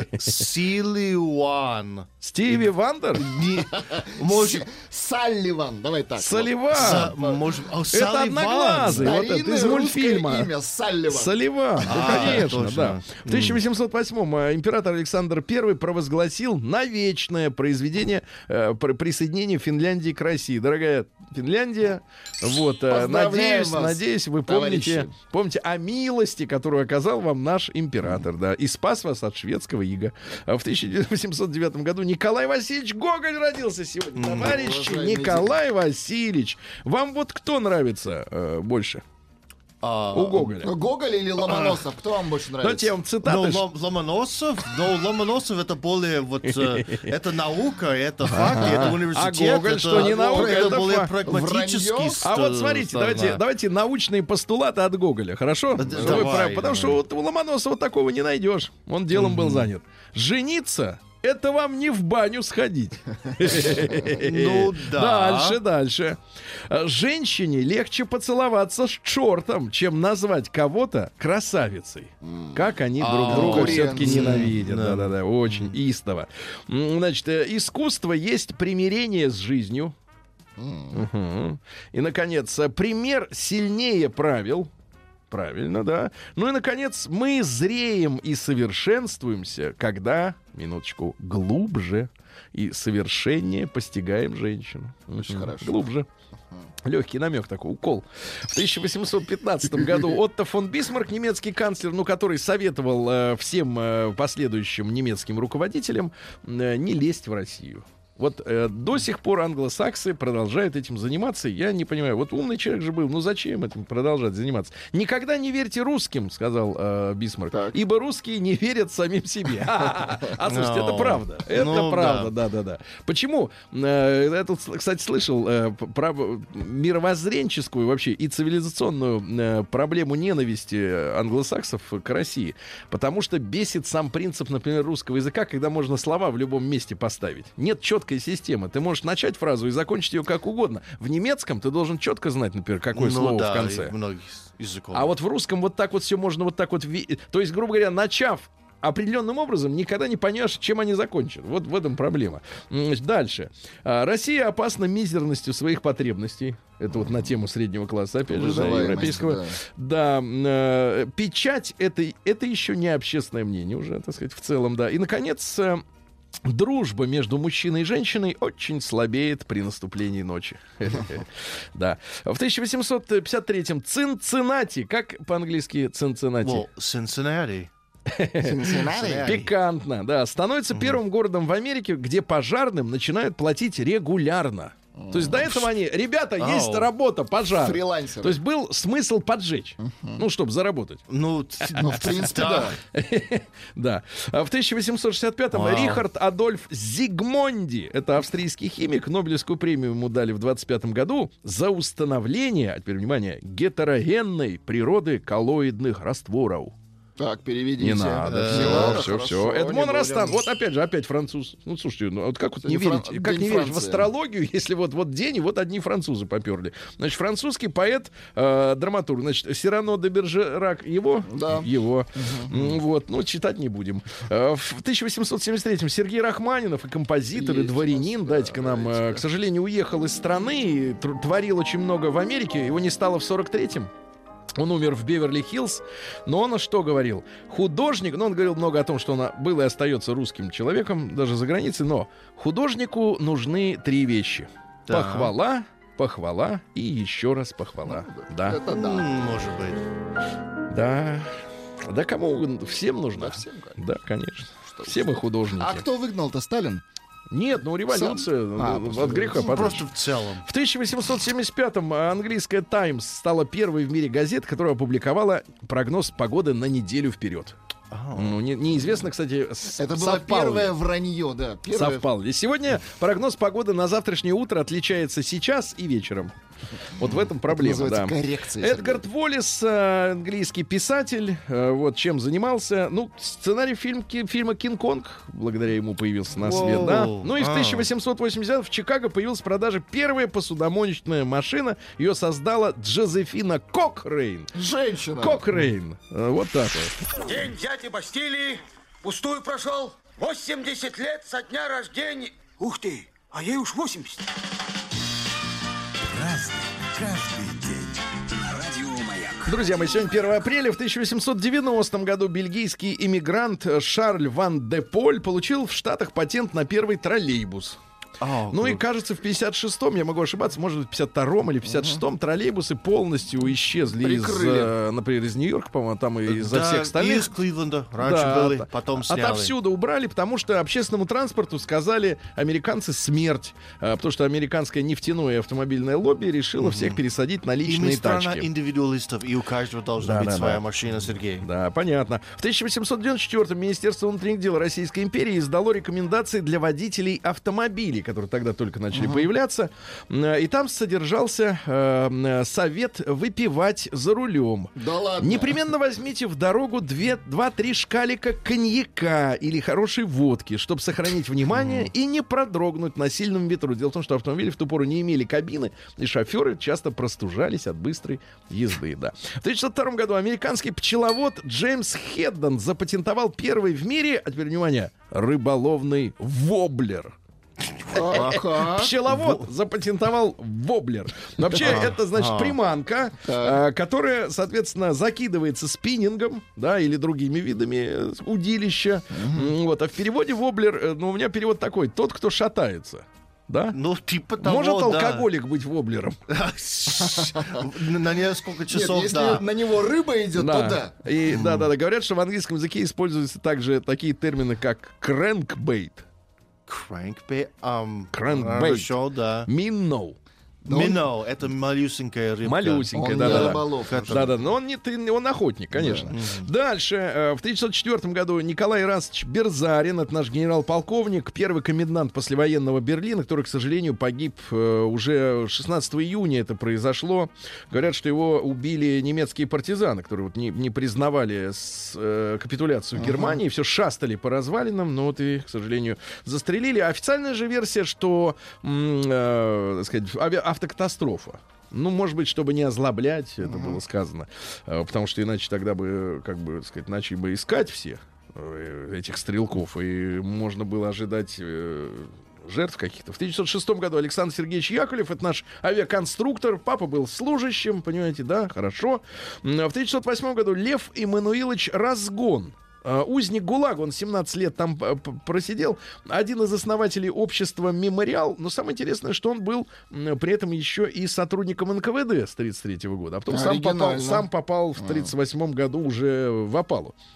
Силиуан. Стиви Вандер, Не- Может, Салливан. Давай так. Салливан. Са- может, о, Это Салливан. одноглазый. Вот это Старинное из русское мультфильма. имя Салливан. Салливан, ну, А, конечно, точно. да. В тысяча восемьсот восьмом э, император Александр Первый провозгласил навечное произведение э, пр- присоединения Финляндии к России. Дорогая Финляндия, вот, э, Поздравляем надеюсь, вас, надеюсь, вы помните, товарищи. помните о милости, которую оказал вам наш император, да, и спас вас от шведского ига. А в тысяча восемьсот девятом году Николай Васильевич Гоголь родился сегодня. Товарищи, Уважаемый Николай Васильевич, вам вот кто нравится э, больше? А, У Гоголя. Гоголь или Ломоносов? Кто вам больше Давайте нравится? я вам Но цитаты. ш- Лом- Ломоносов, но Ломоносов это более вот э, это наука, это факты, это университет. А Гоголь, это, что не наука, это это более факт. прагматический. Вранье? А вот ст- смотрите, сторона. давайте, давайте научные постулаты от Гоголя, хорошо? Да, Что вы давай, правы, потому давай. что вот у Ломоносова такого не найдешь. Он делом был занят. Жениться — это вам не в баню сходить. Ну да. Дальше, дальше. Женщине легче поцеловаться с чертом, чем назвать кого-то красавицей. Как они друг А, друга конкуренция. все-таки ненавидят. Да. Да-да-да, очень истово. М, Значит, э, искусство есть примирение с жизнью. Мгм. И, наконец, э, пример сильнее правил. Правильно, да. Ну и, наконец, мы зреем и совершенствуемся, когда, минуточку, глубже и совершеннее постигаем женщину. Очень Мгм. хорошо. Глубже. Легкий намек такой, укол. В тысяча восемьсот пятнадцатом году Отто фон Бисмарк, немецкий канцлер, ну, который советовал э, всем э, последующим немецким руководителям э, не лезть в Россию. Вот э, до сих пор англосаксы продолжают этим заниматься. Я не понимаю, вот умный человек же был, ну зачем этим продолжать заниматься? Никогда не верьте русским, сказал э, Бисмарк, Так. ибо русские не верят самим себе. А слушайте, это Ну, правда. Это ну, правда, да-да-да. Почему? Э, Я тут, кстати, слышал э, п- про мировоззренческую вообще и цивилизационную э, проблему ненависти англосаксов к России. Потому что бесит сам принцип, например, русского языка, когда можно слова в любом месте поставить. Нет четкой системы. Ты можешь начать фразу и закончить ее как угодно. В немецком ты должен четко знать, например, какое Ну слово да, в конце. и многих языков. А вот в русском вот так вот все можно вот так вот... ви- То есть, грубо говоря, начав определенным образом, никогда не поймешь, чем они закончат. Вот в этом проблема. М, Дальше. А, Россия опасна мизерностью своих потребностей. Это вот на тему среднего класса, опять же, да, Выживаемость, европейского. Да. э, Печать это, это еще не общественное мнение уже, так сказать, в целом, да. И, наконец, э, дружба между мужчиной и женщиной очень слабеет при наступлении ночи. Да. В тысяча восемьсот пятьдесят третьем Цинциннати, как по-английски Цинциннати? Well, Cincinnati. Пикантно, да. Становится первым городом в Америке, где пожарным начинают платить регулярно. То есть до этого они, ребята, есть Ау. работа, пожар. Фрилансеры. То есть был смысл поджечь, ну, чтобы заработать. Ну, Ну, в принципе, да. Да. А в тысяча восемьсот шестьдесят пятом Вау. Рихард Адольф Зигмонди, это австрийский химик, Нобелевскую премию ему дали в двадцать пятом году за установление, а теперь внимание, гетерогенной природы коллоидных растворов. Так, переведите. Не надо, Не все, надо, все, хорошо, все. не Эдмон будем. Растан, вот опять же, опять француз. Ну, слушайте, ну вот как вот не Сегодня верить, Фран- как День не верить в Франции. астрологию, если вот, вот день, и вот одни французы поперли. Значит, французский поэт, э, драматург, значит, Сирано де Бержерак, его? Да. Его. М, Вот, ну, читать не будем. Э, в тысяча восемьсот семьдесят третьем Сергей Рахманинов, и композитор, и Есть дворянин, у нас, дайте-ка да, нам, э, дайте-ка. к сожалению, уехал из страны, и тр- творил очень много в Америке, его не стало в сорок третьем. Он умер в Беверли-Хиллз, но он что говорил? Художник, ну, он говорил много о том, что он был и остается русским человеком, даже за границей, но художнику нужны три вещи. Да. Похвала, похвала и еще раз похвала. Да, Это м, да. может быть. да. Да кому? Всем нужно? Да, всем, конечно. Да, конечно. Все мы художники. А кто выгнал-то, Сталин? Нет, ну революция Сам? А, э, просто от греха Ну, подальше. просто в целом. В тысяча восемьсот семьдесят пятом английская «Таймс» стала первой в мире газетой, которая опубликовала прогноз погоды на неделю вперед. Ну, не- неизвестно, кстати, с- Это было совпало ли. первое вранье, да. Первое... Совпал ли. Сегодня прогноз погоды на завтрашнее утро отличается сейчас и вечером. Вот в этом проблема, Называется да. коррекция, Эдгард Уоллес, э, английский писатель, э, вот чем занимался. Ну, сценарий фильм, ки- фильма «Кинг-Конг», благодаря ему появился на свет, да. Воу. Ну и в А. тысяча восемьсот восьмидесятом в Чикаго появилась в продаже первая посудомоечная машина. Ее создала Джозефина Кокрейн. Женщина. Кокрейн. Э, Вот так вот. День дяди Бастилии пустую прошел. восемьдесят лет со дня рождения. Ух ты, а ей уж восемьдесят. Разный, каждый день. Радио Маяк. Друзья мои, сегодня первое апреля. В тысяча восемьсот девяностом году бельгийский иммигрант Шарль ван де Поль получил в Штатах патент на первый троллейбус. О, Ну и круто. кажется, в пятьдесят шестом, я могу ошибаться, может быть, в пятьдесят втором или пятьдесят шестом троллейбусы полностью исчезли из, Прикрыли. э, например, из Нью-Йорка, по-моему, там и изо Да, всех остальных. из Кливленда раньше Да, были, от- потом сняли. Отовсюду убрали, потому что общественному транспорту сказали американцы смерть. А, потому что американское нефтяное и автомобильное лобби решило всех пересадить на И мы личные страна тачки. индивидуалистов, и у каждого должна Да, быть да, своя да. машина, Сергей. Да, понятно. В тысяча восемьсот девяносто четвёртом Министерство внутренних дел Российской империи издало рекомендации для водителей автомобилей, которые тогда только начали появляться. Э, И там содержался э, э, совет выпивать за рулем. Да ладно. Непременно возьмите в дорогу две- два-три шкалика коньяка или хорошей водки, чтобы сохранить внимание и не продрогнуть на сильном ветру. Дело в том, что автомобили в ту пору не имели кабины, и шоферы часто простужались от быстрой езды. Да. В тысяча девятьсот шестьдесят втором году американский пчеловод Джеймс Хеддон запатентовал первый в мире, а теперь внимание, рыболовный воблер. Ага. Пчеловод запатентовал воблер. Вообще, это, значит, а. приманка, э, которая, соответственно, закидывается спиннингом, да, или другими видами э, удилища. М, Вот. А в переводе воблер, э, ну, у меня перевод такой: тот, кто шатается. Да? Ну, типа того, Может да. алкоголик быть воблером? На несколько Нет, часов, если да. на него рыба идет, то да. И, да, да, да. Говорят, что в английском языке используются также такие термины, как crankbait, Crankbait. Um, Crankbait. Хорошо, да. minnow. Но он- Миноу, это малюсенькая рыбка. Малюсенькая, Он да, не да, да. рыболов. Да, да, но он не ты, он охотник, конечно. Дальше, э, в тысяча девятьсот четвёртом году Николай Ирасович Берзарин, это наш генерал-полковник, первый комендант послевоенного Берлина, который, к сожалению, погиб э, уже шестнадцатого июня это произошло. Говорят, что его убили немецкие партизаны, которые вот не, не признавали с, э, капитуляцию Германии, все шастали по развалинам, но вот и, к сожалению, застрелили. А официальная же версия, что, м, э, так сказать, авиа- автокатастрофа. Ну, может быть, чтобы не озлоблять, это было сказано. Э, Потому что иначе тогда бы, как бы, так сказать, начали бы искать всех э, этих стрелков. И можно было ожидать э, жертв каких-то. В тысяча девятьсот шестом году Александр Сергеевич Яковлев, это наш авиаконструктор. Папа был служащим, понимаете, да, хорошо. М, В тысяча девятьсот восьмом году Лев Эммануилович Разгон, Uh, узник ГУЛАГа, он семнадцать лет там п- п- просидел. Один из основателей общества «Мемориал». Но самое интересное, что он был м, при этом еще и сотрудником эн ка вэ дэ с тридцать третьего года. А потом сам попал, Оригинально. сам попал в тридцать восьмом году уже в опалу.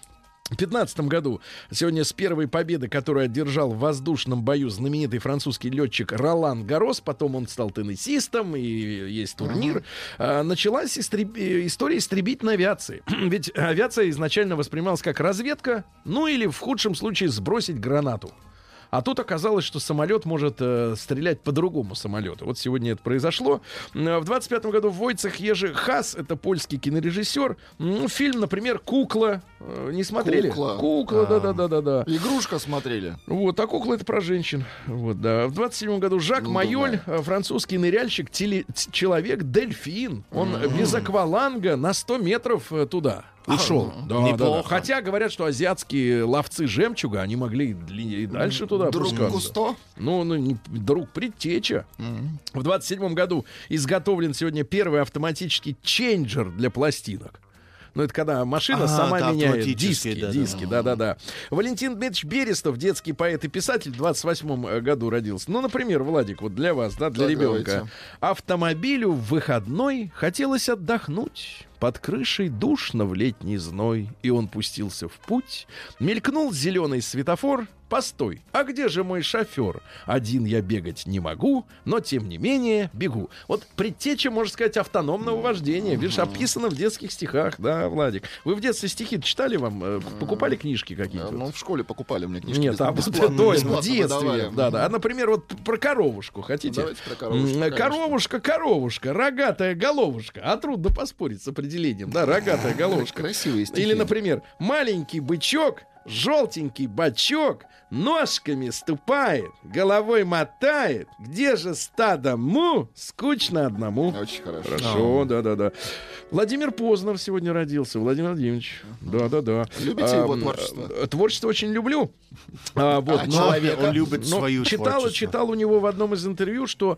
В пятнадцатом году, сегодня с первой победы, которую одержал в воздушном бою знаменитый французский летчик Ролан Гаррос, потом он стал теннисистом, и есть турнир, uh-huh. началась истреб... история истребительной авиации. Ведь авиация изначально воспринималась как разведка, ну или в худшем случае сбросить гранату. А тут оказалось, что самолет может э, стрелять по другому самолету. Вот сегодня это произошло. В двадцать пятом году Войцех Ежи Хас, это польский кинорежиссер. Ну, фильм, например, «Кукла». Э, не смотрели? «Кукла». «Кукла», да-да-да-да. «Игрушка» смотрели. Вот, а «Кукла» — это про женщин. Вот, да. В двадцать седьмом году Жак ну, Майоль, да. французский ныряльщик, теле- человек-дельфин. Он mm-hmm. без акваланга на сто метров туда ушел. А, да, неплохо. Да, да. Хотя говорят, что азиатские ловцы жемчуга, они могли и дальше туда друг опускаться. Кусто? Ну, ну не, друг предтеча. Mm-hmm. В двадцать седьмом году изготовлен сегодня первый автоматический чейнджер для пластинок. Ну, это когда машина а, сама да, меняет диски, да, диски, да-да-да. Валентин Дмитриевич Берестов, детский поэт и писатель, в двадцать восьмом году родился. Ну, например, Владик, вот для вас, да, для так, ребенка. Давайте. Автомобилю в выходной хотелось отдохнуть. Под крышей душно в летний зной, и он пустился в путь. Мелькнул зеленый светофор. Постой, а где же мой шофер? Один я бегать не могу, но тем не менее бегу. Вот предтеча, можно сказать, автономного вождения. Видишь, описано в детских стихах, да, Владик? Вы в детстве стихи читали вам? Покупали книжки какие-то? Ну, в школе покупали мне книжки. Нет, а то есть в детстве. Да, да. А, например, вот про коровушку хотите? Давайте про коровушку. Коровушка, коровушка, рогатая головушка. А трудно поспорить с определением, да, рогатая головушка. Красивые стихи. Или, например, маленький бычок, желтенький бачок, ножками ступает, головой мотает. Где же стадо му? Скучно одному. Очень хорошо. Хорошо, да-да-да. Владимир Познер сегодня родился. Владимир Владимирович. Да-да-да. Любите его творчество? Творчество очень люблю. А, вот, а но, человек, он любит свою читал, творчество. Читал у него в одном из интервью, что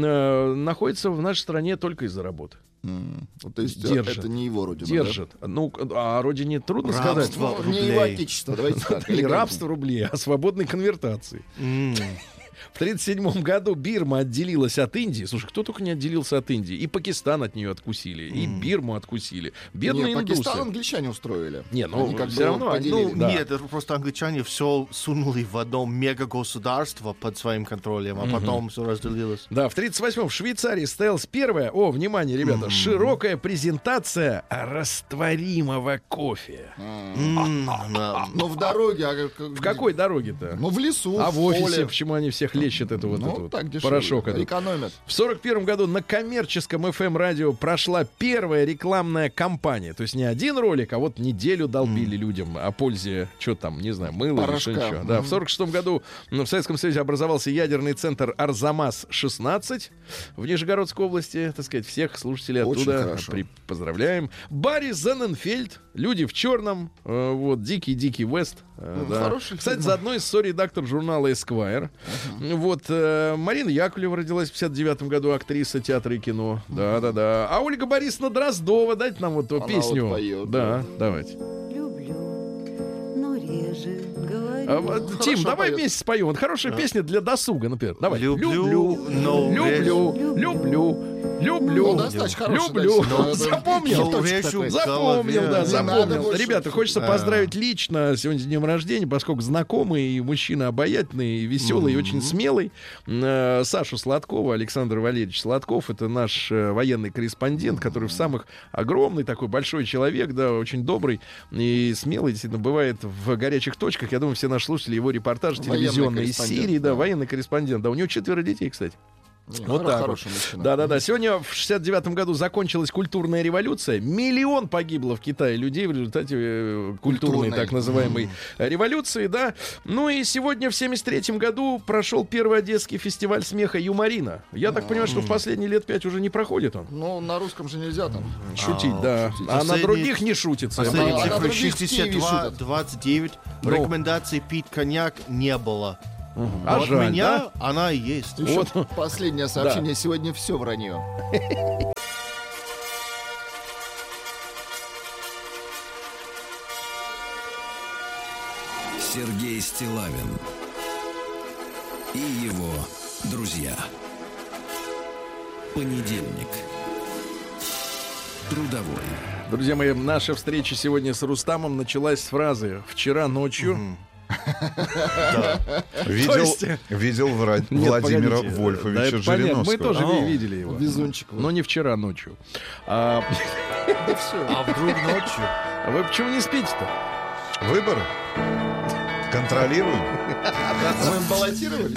э, находится в нашей стране только из-за работы. Mm. То есть держит. Это не его родина. Держит. Да? Ну, а о родине трудно рабство сказать. Ну, не его отечество. Давайте так. Не рабство рублей, а свободной конвертации. Mm. В тридцать седьмом году Бирма отделилась от Индии. Слушай, кто только не отделился от Индии? И Пакистан от нее откусили, mm. и Бирму откусили. Бедные Нет, индусы. Пакистан англичане устроили. Не, ну они как все бы равно. поделили. Ну, да. Нет, это просто англичане все сунули в одно мегагосударство под своим контролем, а mm-hmm. потом все разделилось. Да, в тридцать восьмом в Швейцарии состоялась первая, о, внимание, ребята, mm-hmm. широкая презентация растворимого кофе. Mm-hmm. Ну, в дороге. А как, в какой дороге-то? Ну, в лесу, а в в офисе, поле. Почему они всех лещат это вот, ну, это вот так порошок этот? Экономят. В сорок первом году на коммерческом эф эм-радио прошла первая рекламная кампания. То есть не один ролик, а вот неделю долбили mm. людям о пользе, что там, не знаю, мыла или что еще. Да, mm. в сорок шестом году в Советском Союзе образовался ядерный центр Арзамас шестнадцать в Нижегородской области. Так сказать, всех слушателей оттуда при... поздравляем. Барри Зенненфельд, «Люди в черном», э, вот, «Дикий-дикий Вест». Э, mm, да. Кстати, фильм. Заодно и со-редактор журнала «Эсквайр». Uh-huh. Вот, э, Марина Яковлева родилась в пятьдесят девятом году, актриса театра и кино. Да-да-да. А Ольга Борисовна Дроздова, дайте нам вот эту песню. Вот поет, да, да, давайте. Люблю, но реже говорю. А, вот, Тим, давай поет. Вместе споем. Вот хорошая а? песня для досуга, например. Давай. Люблю, люблю, но люблю, люблю, люблю. Люблю, ну, люблю, да, запомнил, да, запомнил, да, запомнил. Ребята, хочется а. поздравить лично сегодня с днем рождения, поскольку знакомый и мужчина обаятельный, и веселый, mm-hmm. и очень смелый. Э, Сашу Сладкова, Александр Валерьевич Сладков, это наш э, военный корреспондент, mm-hmm. который в самых огромный такой большой человек, да, очень добрый и смелый, действительно, бывает в горячих точках. Я думаю, все наши слушатели его репортажи телевизионные из Сирии, да, да, военный корреспондент. Да, у него четверо детей, кстати. Не, вот так вот. Да-да-да. Сегодня в шестьдесят девятом году закончилась культурная революция. Миллион погибло в Китае людей в результате э, культурной, культурной так называемой mm. революции, да. Ну и сегодня в семьдесят третьем году прошел первый одесский фестиваль смеха «Юморина». Я mm. так понимаю, что в последние лет пять уже не проходит он. Ну, на русском же нельзя там шутить, а, да. шутить. А Последний, на других не шутится. Последние а, цифры а шестьдесят два двадцать девять. Ну. Рекомендаций пить коньяк не было. Угу. А вот жаль, меня да? она и есть. Вот. Последнее сообщение. Да. Сегодня все вранье. Сергей Стиллавин и его друзья. Понедельник. Трудовой. Друзья мои, наша встреча сегодня с Рустамом началась с фразы «Вчера ночью». Видел, есть- видел Вра- Нет, Владимира погодите. Вольфовича Да, это понятно. Мы Жириновского. тоже О, видели его. Везунчик. Но не вчера ночью. А, Да все. А вдруг ночью? вы почему не спите-то? Выборы? Контролируем? Мы баллотировали?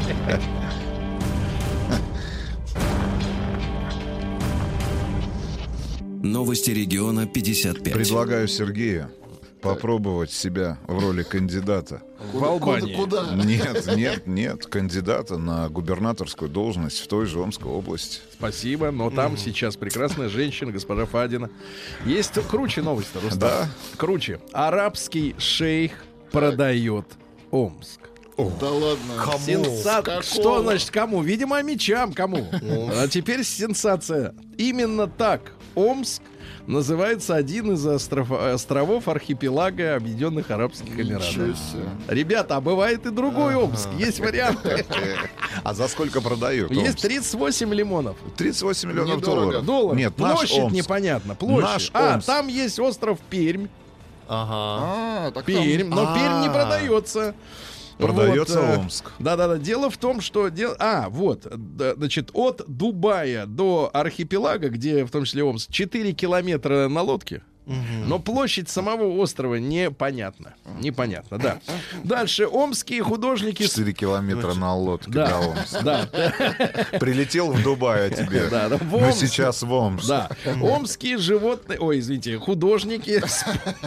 Новости региона пятьдесят пять. Предлагаю Сергею попробовать себя в роли кандидата. В Албании. Куда? Нет, нет, нет, кандидата на губернаторскую должность в той же Омской области. Спасибо, но там сейчас прекрасная женщина, госпожа Фадина. Есть круче новость-то, Рустам. Да? Круче. Арабский шейх продает Омск. Да ладно. Кому? Сенса- Какого? Что значит кому? Видимо, мечам кому. А теперь сенсация. Именно так Омск называется один из остров- островов архипелага Объединенных Арабских Ничего Эмиратов. себе. Ребята, а бывает и другой Омск. Есть варианты. А за сколько продают? Есть Омск? тридцать восемь лимонов. тридцать восемь миллионов Недорого. долларов. Долларов. Нет, наш Площадь Омск. непонятно. Площадь. Наш а, Омск. там есть остров Пермь. Ага. А, так там- Пермь. Но Пермь не А. продается. Продается Вот, э, Омск. Да-да-да. Дело в том, что... дел- А, вот. да, Значит, от Дубая до архипелага, где в том числе Омск, четыре километра на лодке. Но площадь самого острова непонятна. Непонятно, да. Дальше. Омские художники... с- четыре километра на лодке до Да, Омска. да, Прилетел в Дубай, а тебе? Да, да, в Мы Омск. сейчас в Омск. да. Омские животные... Ой, извините, художники... с-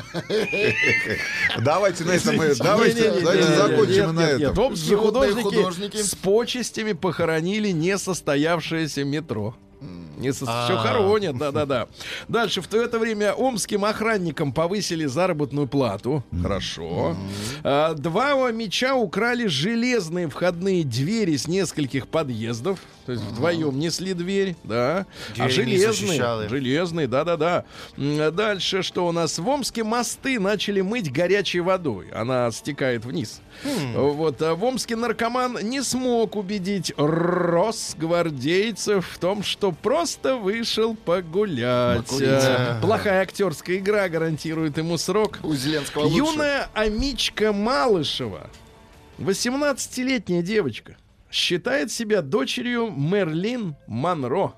Давайте на этом мы... Давайте, Не-не-не, давайте не-не-не, закончим нет, на нет, этом. нет. Омские Животные художники, художники. с почестями похоронили несостоявшееся метро. Не со... Все А. хоронят, да-да-да. Дальше, в это время омским охранникам повысили заработную плату. Хорошо. А, два меча украли железные входные двери с нескольких подъездов. То есть вдвоем несли дверь, да. А Двери не железные, защищали. железные, да-да-да. М, Дальше, что у нас? В Омске мосты начали мыть горячей водой. Она стекает вниз. Вот. А в Омске наркоман не смог убедить росгвардейцев в том, что просто вышел погулять. Покурить. А, Плохая актерская игра гарантирует ему срок. У Зеленского лучше. Юная Амичка Малышева, восемнадцатилетняя девочка, считает себя дочерью Мерлин Монро.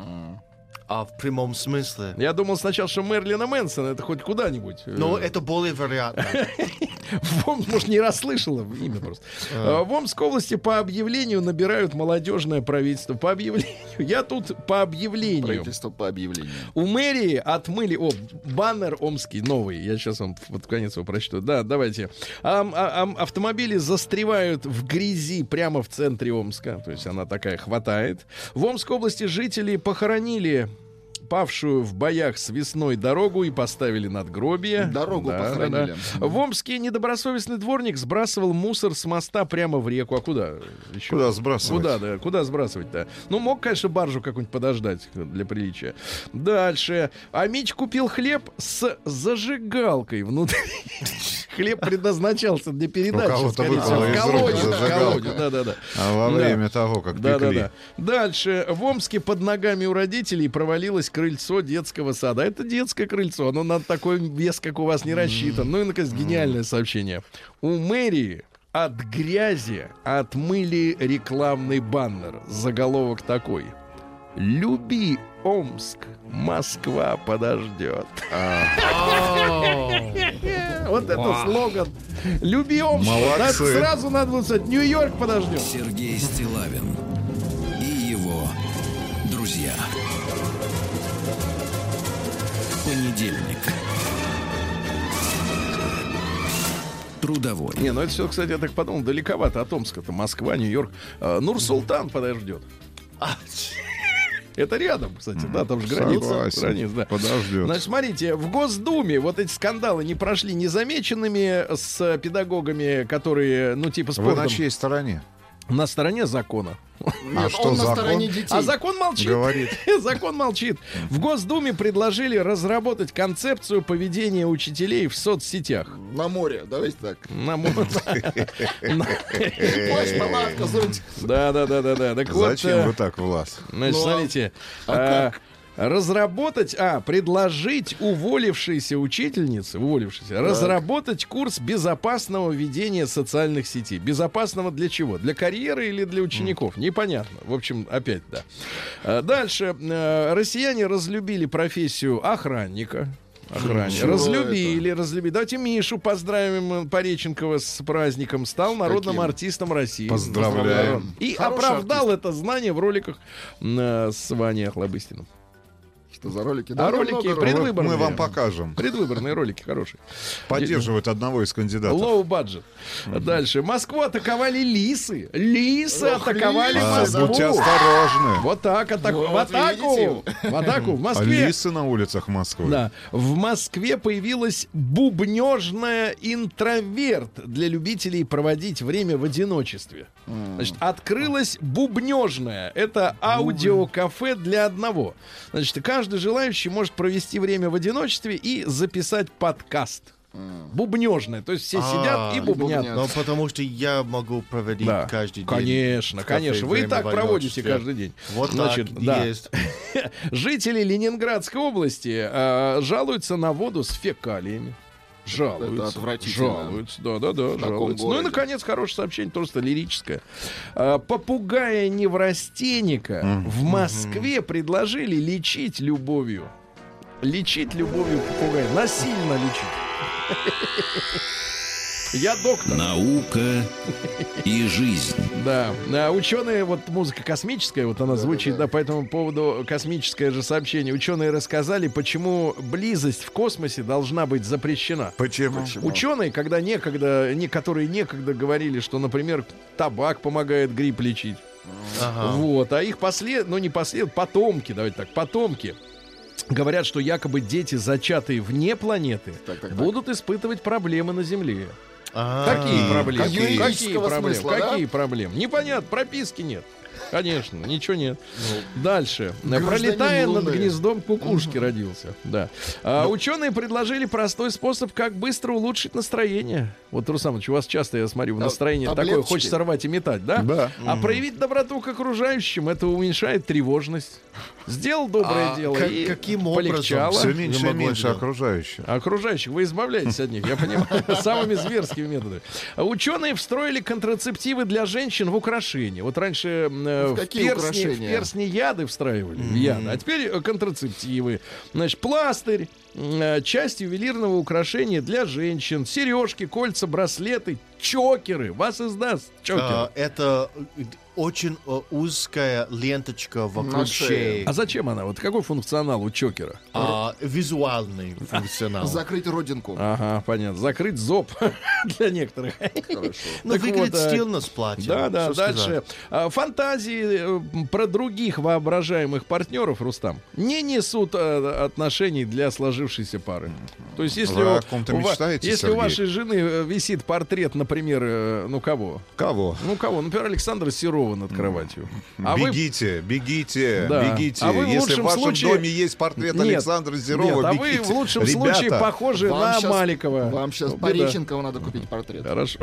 А в прямом смысле? Я думал сначала, что Мерлина Мэнсона это хоть куда-нибудь. Но Э, это более вероятно. В Омск, может, не расслышала имя просто. Э, В Омской области по объявлению набирают молодежное правительство. По объявлению. Я тут по объявлению. Правительство по объявлению. У мэрии отмыли... О, баннер омский новый. Я сейчас вам под конец его прочту. Да, давайте. Ам- а- ам- автомобили застревают в грязи прямо в центре Омска. То есть она такая хватает. В Омской области жители похоронили павшую в боях с весной дорогу и поставили надгробие. Дорогу Да, похоронили. да, да. В Омске недобросовестный дворник сбрасывал мусор с моста прямо в реку. А куда? Еще? Куда сбрасывать? Куда, да? Куда сбрасывать-то? Ну, мог, конечно, баржу какую-нибудь подождать для приличия. Дальше. А Мич купил хлеб с зажигалкой внутри. Хлеб предназначался для передачи, кого-то скорее всего. выпала В из рук колодец, в зажигалка. колодец, да-да-да. А во Да. время того, как Да, да, пекли. да. Дальше. В Омске под ногами у родителей провалилось крыльцо детского сада. Это детское крыльцо. Оно на такой вес, как у вас, не рассчитано. Ну и, наконец, гениальное сообщение. У мэрии от грязи отмыли рекламный баннер. Заголовок такой. «Люби Омск, Москва подождет». Вот это слоган. «Люби Омск». Молодцы. Да, сразу надо было сказать, Нью-Йорк подождет. Сергей Стиллавин и его друзья. Понедельник. Трудовой. Не, ну это все, кстати, я так подумал, далековато от Омска-то. Москва, Нью-Йорк. А, Нур-Султан подождет. Это рядом, кстати, да, там же граница. Согласен. граница, да. Подождет. Значит, смотрите, в Госдуме вот эти скандалы не прошли незамеченными с педагогами, которые, ну, типа, Вы спортом на чьей стороне? на стороне закона. Нет, что, он на закон? стороне детей. А закон молчит. Говорит. Закон молчит. В Госдуме предложили разработать концепцию поведения учителей в соцсетях. На море, давайте так. На мо- Плащ, палатка, зонтик. Да, да, да, да, да. Так вот, Зачем э, вы так, Влас? значит, Ну, а- смотрите. а э, как? разработать, а, предложить уволившейся учительнице, уволившейся, разработать курс безопасного ведения социальных сетей. Безопасного для чего? Для карьеры или для учеников? Непонятно. В общем, опять, да. А, дальше. А, россияне разлюбили профессию охранника. Охране. Чего Разлюбили, разлюбили. Давайте Мишу поздравим Пореченкова с праздником. Стал народным Каким? артистом России. Поздравляем. И Хороший оправдал это знание в роликах э, с Ваней Охлобыстиным. Что за ролики? А ролики много пред- Мы, Предвыборные. мы вам покажем. Предвыборные ролики хорошие. Поддерживают одного из кандидатов. Low budget. Дальше. Москву атаковали лисы. Лисы Ох, атаковали лисы, А, Москву. будьте осторожны. Вот так, атаку... Вот в атаку. видите? В атаку. В А Москве. лисы на улицах Москвы. Да. В Москве появилась бубнежная интроверт для любителей проводить время в одиночестве. Значит, открылась бубнежная. Это аудиокафе для одного. Значит, каждый желающий может провести время в одиночестве и записать подкаст. Бубнежная. То есть все А, сидят и и бубнят. бубнят. Ну, потому что я могу проводить Да. каждый день. Конечно, в кафе конечно. Вы и время так в проводите одиночестве. каждый день. Вот Значит, так, да. есть. Жители Ленинградской области э, жалуются на воду с фекалиями. Жалуются. Это отвратительно. Жалуются, да, да, да, таком жалуются. Ну и, городе. наконец, хорошее сообщение, просто лирическое. А, попугая-неврастенника в Москве предложили лечить любовью. Лечить любовью попугая. Насильно лечить. Я доктор. Наука и жизнь. Да, а ученые, вот музыка космическая, вот она звучит, да, по этому поводу космическое же сообщение. Ученые рассказали, почему близость в космосе должна быть запрещена. Почему? Ученые, когда некогда, не, которые некогда говорили, что, например, табак помогает грипп лечить. Ага. Вот, а их послед, ну не послед, потомки, давайте так, потомки. Говорят, что якобы дети, зачатые вне планеты, Так, так, так. будут испытывать проблемы на Земле. А, Какие проблемы? Как Какие, юридического проблемы? смысла, да? Какие проблемы? Непонятно, прописки нет. Конечно, ничего нет. Дальше. Гражданин Пролетая над Луны. гнездом кукушки родился. Да. А, ученые предложили простой способ, как быстро улучшить настроение. Вот, Русамович, у вас часто, я смотрю, А, настроение такое, таблеточки? хочется рвать и метать, да? Да. А проявить доброту к окружающим, это уменьшает тревожность. Сделал доброе А дело как- и каким образом? полегчало. Все Не меньше и могу меньше это. окружающих. Окружающих, вы избавляетесь от них, я понимаю, самыми зверскими методами. Ученые встроили контрацептивы для женщин в украшения. Вот раньше э, В в, какие перстни, в украшения? перстни яды встраивали, в яды, а теперь э, контрацептивы. Значит, пластырь, э, часть ювелирного украшения для женщин, сережки, кольца, браслеты, чокеры. Вас издаст чокер. а, это э, очень э, узкая ленточка вокруг На шее. шеи. А зачем она? Вот какой функционал у чокера? А, визуальный функционал. Закрыть родинку. Ага, понятно. Закрыть зоб для некоторых. Хорошо. Ну, Так выглядит вот, а, стильно с платьем. Да, да, Что дальше. сказать? А, Фантазии э, про других воображаемых партнеров, Рустам, не несут э, отношений для сложившейся пары. То есть, если, Вы у, о ком-то у ва- мечтаете, если у Сергей? вашей жены э, висит портрет, например, э, ну кого? Кого? Ну кого? Например, Александра Серова над кроватью. А вы- бегите, бегите, Да. бегите. А вы в Если в лучшем вашем случае- доме есть портрет Нет, Александра Серова, Нет, а вы бегите. в лучшем Ребята, случае похожи Вам на щас- Маликова. Вам сейчас Ну, беда. Пореченкова надо купить портрет. Хорошо.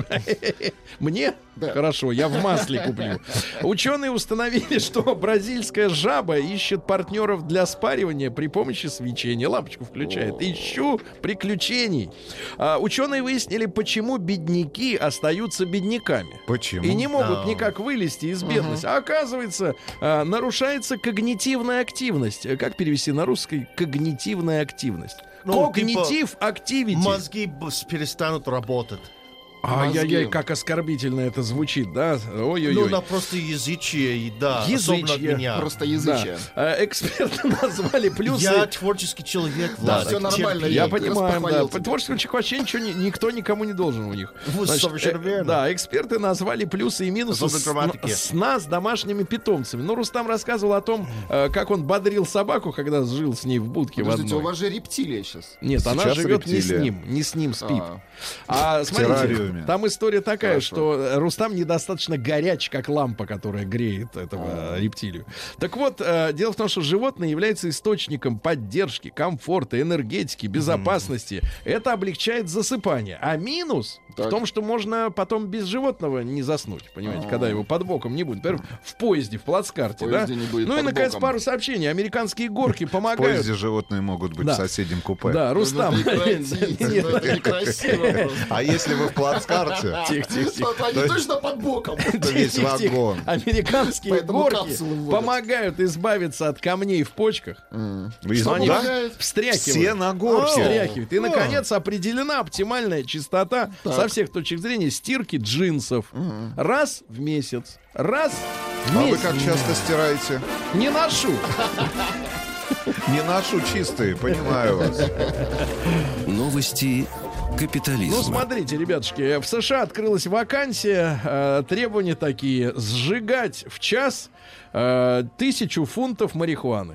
Мне? Да. Хорошо, я в масле куплю. Ученые установили, что бразильская жаба ищет партнеров для спаривания при помощи свечения. Лампочку включает. Ищу приключений. А, ученые выяснили, почему бедняки остаются бедняками. Почему? И не могут Да. никак вылезти из бедности. А оказывается, а, нарушается когнитивная активность. Как перевести на русский? Когнитивная активность. Ну, Когнитив активити. Мозги б- с- перестанут работать. Ай-яй-яй, Мозги. как оскорбительно это звучит, да? Ой-ой-ой. Ну, на просто язычие, и да, особенно от Язычье. меня. Просто Да. язычие. Э, Эксперты назвали плюсы. Я творческий человек, Влад. всё нормально, Я я как раз понимаю, да. похвалил По тебя. творческому человеку вообще ничего ни- никто никому не должен у них. Вы совершенно э, верно. Да, эксперты назвали плюсы и минусы Особенно сна, грамматики. сна с домашними питомцами. Ну, Рустам рассказывал о том, э, как он бодрил собаку, когда жил с ней в будке в Подождите, у одной. вас же рептилия сейчас. Нет, она Сейчас живет не с рептилия. ним, не с ним спит. А. А смотрите, террариуме. там история такая, Хорошо. что Рустам недостаточно горяч, как лампа, которая греет этого рептилию. Так вот, э, дело в том, что животное является источником поддержки, комфорта, энергетики, безопасности. Это облегчает засыпание. А минус, Так. В том, что можно потом без животного не заснуть, понимаете, когда его под боком не будет. Например, в поезде, в плацкарте, В да? поезде не будет Ну и, под наконец, боком. пару сообщений. Американские горки В помогают. поезде животные могут быть Да. в соседнем купе. Да, Рустам. Ну, прекратите, Нет, ну, это некрасиво просто. А если вы в плацкарте, Тихо, тихо, тихо. Вот Они точно под боком. то весь Тихо, тихо. вагон. Американские Поэтому горки капсулы вводят. помогают избавиться от камней в почках. Вы Что они да? встряхивают. Все на горке. Встряхивают. И, наконец, определена оптимальная частота со всех точек зрения стирки джинсов. Раз в месяц. Раз в А вы месяц. как часто стираете? Не ношу. Не ношу чистые, понимаю вас. Новости капитализма. Ну, смотрите, ребятушки, в США открылась вакансия. э, Требования такие. Сжигать в час э, тысячу фунтов марихуаны.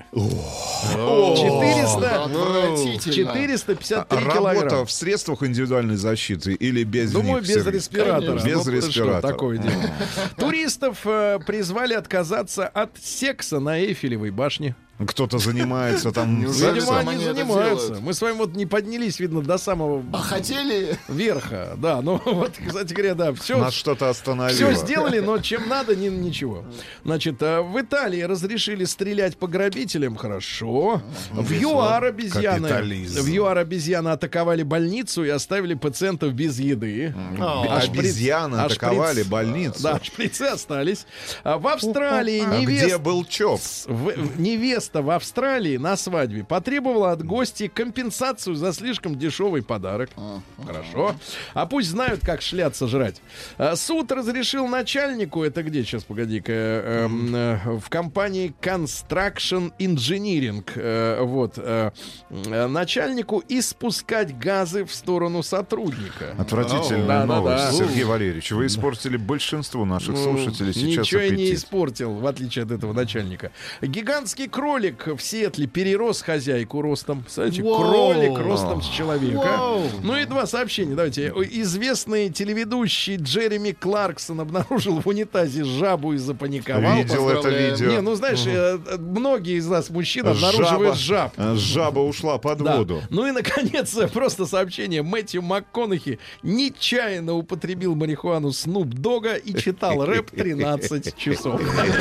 четыреста Отвратительно. четыреста пятьдесят три Работа килограмма. в средствах индивидуальной защиты или без Думаю, них, без Сергей? респиратора. Без Ну, ты что, респиратора. такое дело. Туристов э, призвали отказаться от секса на Эйфелевой башне. Кто-то занимается там Неужели Видимо, сексом. они они это занимаются. делают? Мы с вами вот не поднялись, видно, до самого А хотели? верха. Да, ну вот, кстати говоря, да, все. Нас что-то остановило. Все сделали, но чем надо, ни, ничего. Значит, а, в Италии разрешили стрелять по грабителям. Хорошо. В ЮАР обезьяны, Капитализм. в ЮАР обезьяны атаковали больницу и оставили пациентов без еды. А шприц- Обезьяны а атаковали шприц- больницу. Да, шприцы остались. А в Австралии А невест- где был ЧОП? в- в- невеста в Австралии на свадьбе потребовала от гостей компенсацию за слишком дешевый подарок. Хорошо. А пусть знают, как шляться жрать. А, Суд разрешил начальнику, это где сейчас, погоди-ка, эм, э, в компании Construction Engineering, э, вот, э, э, начальнику испускать газы в сторону сотрудника. Отвратительная Да, да, новость, да. Сергей Валерьевич. Вы испортили большинству наших Ну, слушателей сейчас ничего я не аппетит. испортил, в отличие от этого начальника. Гигантский кролик в Сиэтле перерос хозяйку ростом. Кстати, Воу. кролик ростом с человека. Воу. Ну и два сообщения. Давайте. Известный телеведущий Джереми Кларксон обнаружил в унитазе жабу и запаниковал. Видел это Поздравляем. видео. Не, ну знаешь, э, э, многие из нас, мужчин, обнаруживают жаб. э, Жаба ушла под Да. воду. Ну и, наконец, просто сообщение. Мэтью МакКонахи нечаянно употребил марихуану Снуп Дога и читал рэп тринадцать часов.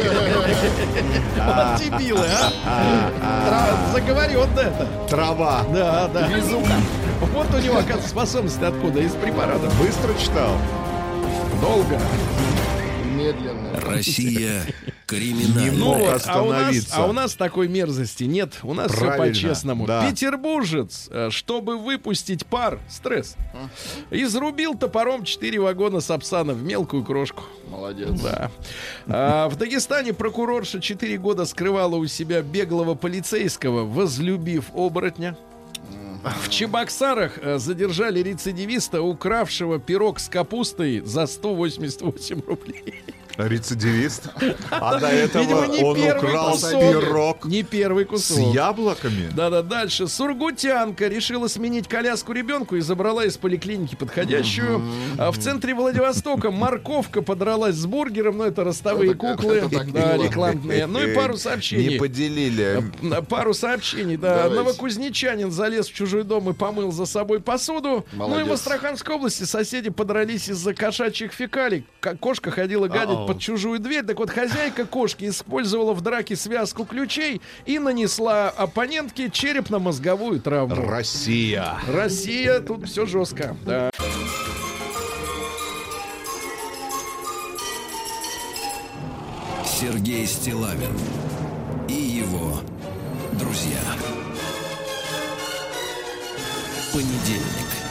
Вот дебилы, а? Тра- Заговорен это. Трава. Да, да. Вот у него, оказывается, способность откуда? Из препаратов. Быстро читал. Долго. Медленно. Россия криминальная. Не Ну мог вот, а у, нас, остановиться. а у нас такой мерзости нет. У нас все Правильно, по-честному. да. Петербуржец, э, чтобы выпустить пар, стресс, изрубил топором четыре вагона сапсана в мелкую крошку. Молодец. Да. А, в Дагестане прокурорша четыре года скрывала у себя беглого полицейского, возлюбив оборотня. В Чебоксарах э, задержали рецидивиста, укравшего пирог с капустой за сто восемьдесят восемь рублей. Рецидивист. А до этого Видимо, не он первый украл кусок. пирог Не первый с кусок. яблоками. Да-да, дальше. Сургутянка решила сменить коляску ребенку и забрала из поликлиники подходящую. А в центре Владивостока морковка подралась с бургером, но это ростовые Это- куклы, это так да, мило. рекламные. Ну и пару сообщений. Не поделили. Э, Пару сообщений, да. Давайте. Новокузнечанин залез в чужой дом и помыл за собой посуду. Ну и Молодец. в Астраханской области соседи подрались из-за кошачьих фекалий. К- Кошка ходила гадить под чужую дверь. Так вот, хозяйка кошки использовала в драке связку ключей и нанесла оппонентке черепно-мозговую травму. Россия. Россия, тут все жестко. Да. Сергей Стиллавин и его друзья. Понедельник.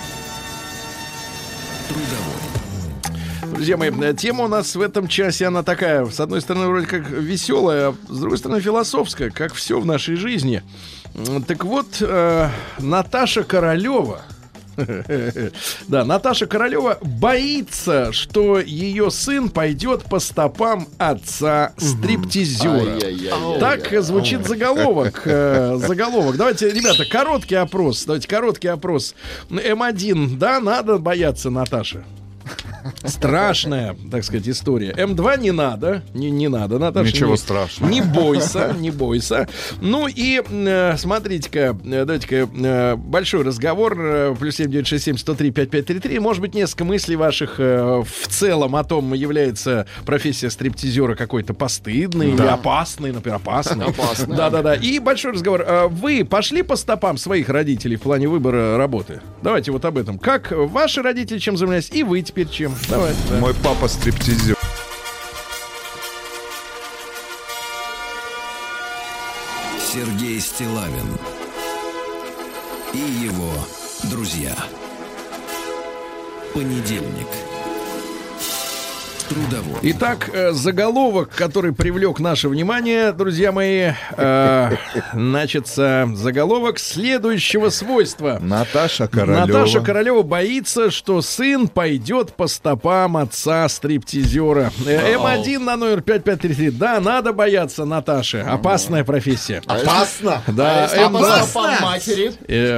Трудовой. Друзья мои, э, тема у нас в этом часе, она такая, с одной стороны, вроде как веселая, а с другой стороны, философская, как все в нашей жизни. М, Так вот, э, Наташа Королева, да, Наташа Королева боится, что ее сын пойдет по стопам отца стриптизера. Ай-яй-яй-яй-яй. Так э, звучит заголовок. э, Заголовок. Давайте, ребята, короткий опрос. Давайте короткий опрос. эм один, да, надо бояться Наташи. Страшная, так сказать, история. эм два не надо, не, не надо, Наташа. Ничего не, страшного. Не бойся, не бойся. Ну и э, смотрите-ка, э, давайте-ка э, большой разговор. Э, плюс семь девять шесть семь сто три пять пять три три. Может быть, несколько мыслей ваших э, в целом о том, является профессия стриптизера какой-то постыдной или опасной, например, опасной. Опасной. Да-да-да. И большой разговор. Э, Вы пошли по стопам своих родителей в плане выбора работы? Давайте вот об этом. Как ваши родители чем занимались, и вы теперь чем? Давайте. Да. Мой папа стриптизер. Сергей Стиллавин и его друзья. Понедельник. Трудовой. Итак, э, заголовок, который привлек наше внимание, друзья мои, э, значится заголовок следующего свойства. Наташа Королева. Наташа Королева боится, что сын пойдет по стопам отца стриптизера. Э, эм один на номер пять пять три три. Да, надо бояться Наташи. Опасная профессия. Опасно. Да, А эм два. по стопам матери. Э,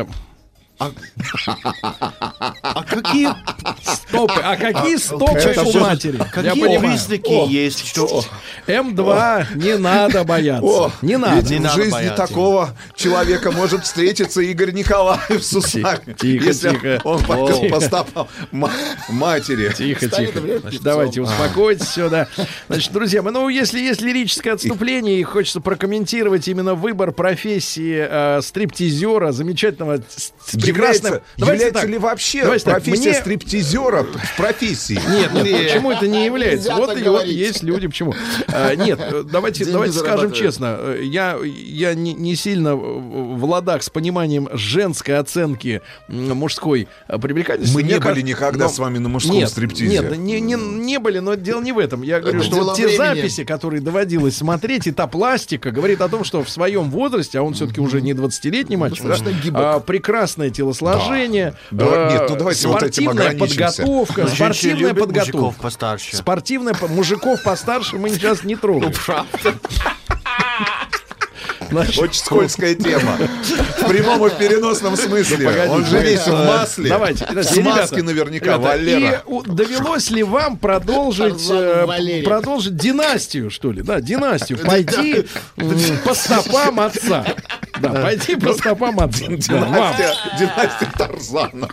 А какие, Стопы. А какие стопы Это у вот- матери? Я какие понимаю. признаки есть, что... эм два не надо бояться. Не надо. Ведь Не в надо жизни бояться. такого человека может встретиться Игорь Николаев с усами. Тихо, если тихо. он пойдет Тихо. по стопам ма- матери. Тихо, Станет тихо. вряд ли Значит, певцом. давайте успокойтесь все, да. Значит, друзья мои, ну, если есть лирическое отступление и хочется прокомментировать именно выбор профессии э, стриптизера, замечательного, с- с прекрасным... Является, Давайте является так. ли вообще Давайте так, профессия мне- стриптизера в профессии? Нет, нет, почему это не является? Нельзя Вот так и вот говорить. есть люди, почему? А, нет, э, давайте, Деньги давайте скажем зарабатывают. честно. э, Я, я не, не сильно в в ладах с пониманием женской оценки м, мужской э, привлекательности. Мы Мне не были кажется- никогда но- с вами на мужском нет, стриптизе. Нет, не, не, не были, но дело не в этом. Я говорю, Это что дело вот те времени. записи, которые доводилось смотреть, и та пластика, говорит о том, что в своем возрасте, а он все-таки уже не двадцатилетний мальчик, да, Достаточно гибок. а, прекрасное телосложение, Да. э, Нет, ну давайте вот этим спортивная ограничимся. подготовка, Женщины спортивная любят мужиков подготовка. постарше. Спортивная, по- мужиков постарше мы сейчас не трогаем. Значит, Очень скользкая тема. В прямом и в переносном смысле. погодите, Он же весь в погодите. масле. Давайте, подождите, Смазки ребята, наверняка, ребята, Валера. И у- довелось ли вам продолжить, Тарзан э, Валерий. продолжить династию, что ли? Да, династию. Пойти м, по стопам отца. Да, пойти по стопам отца. Да, вам. Династия, династия Тарзанов.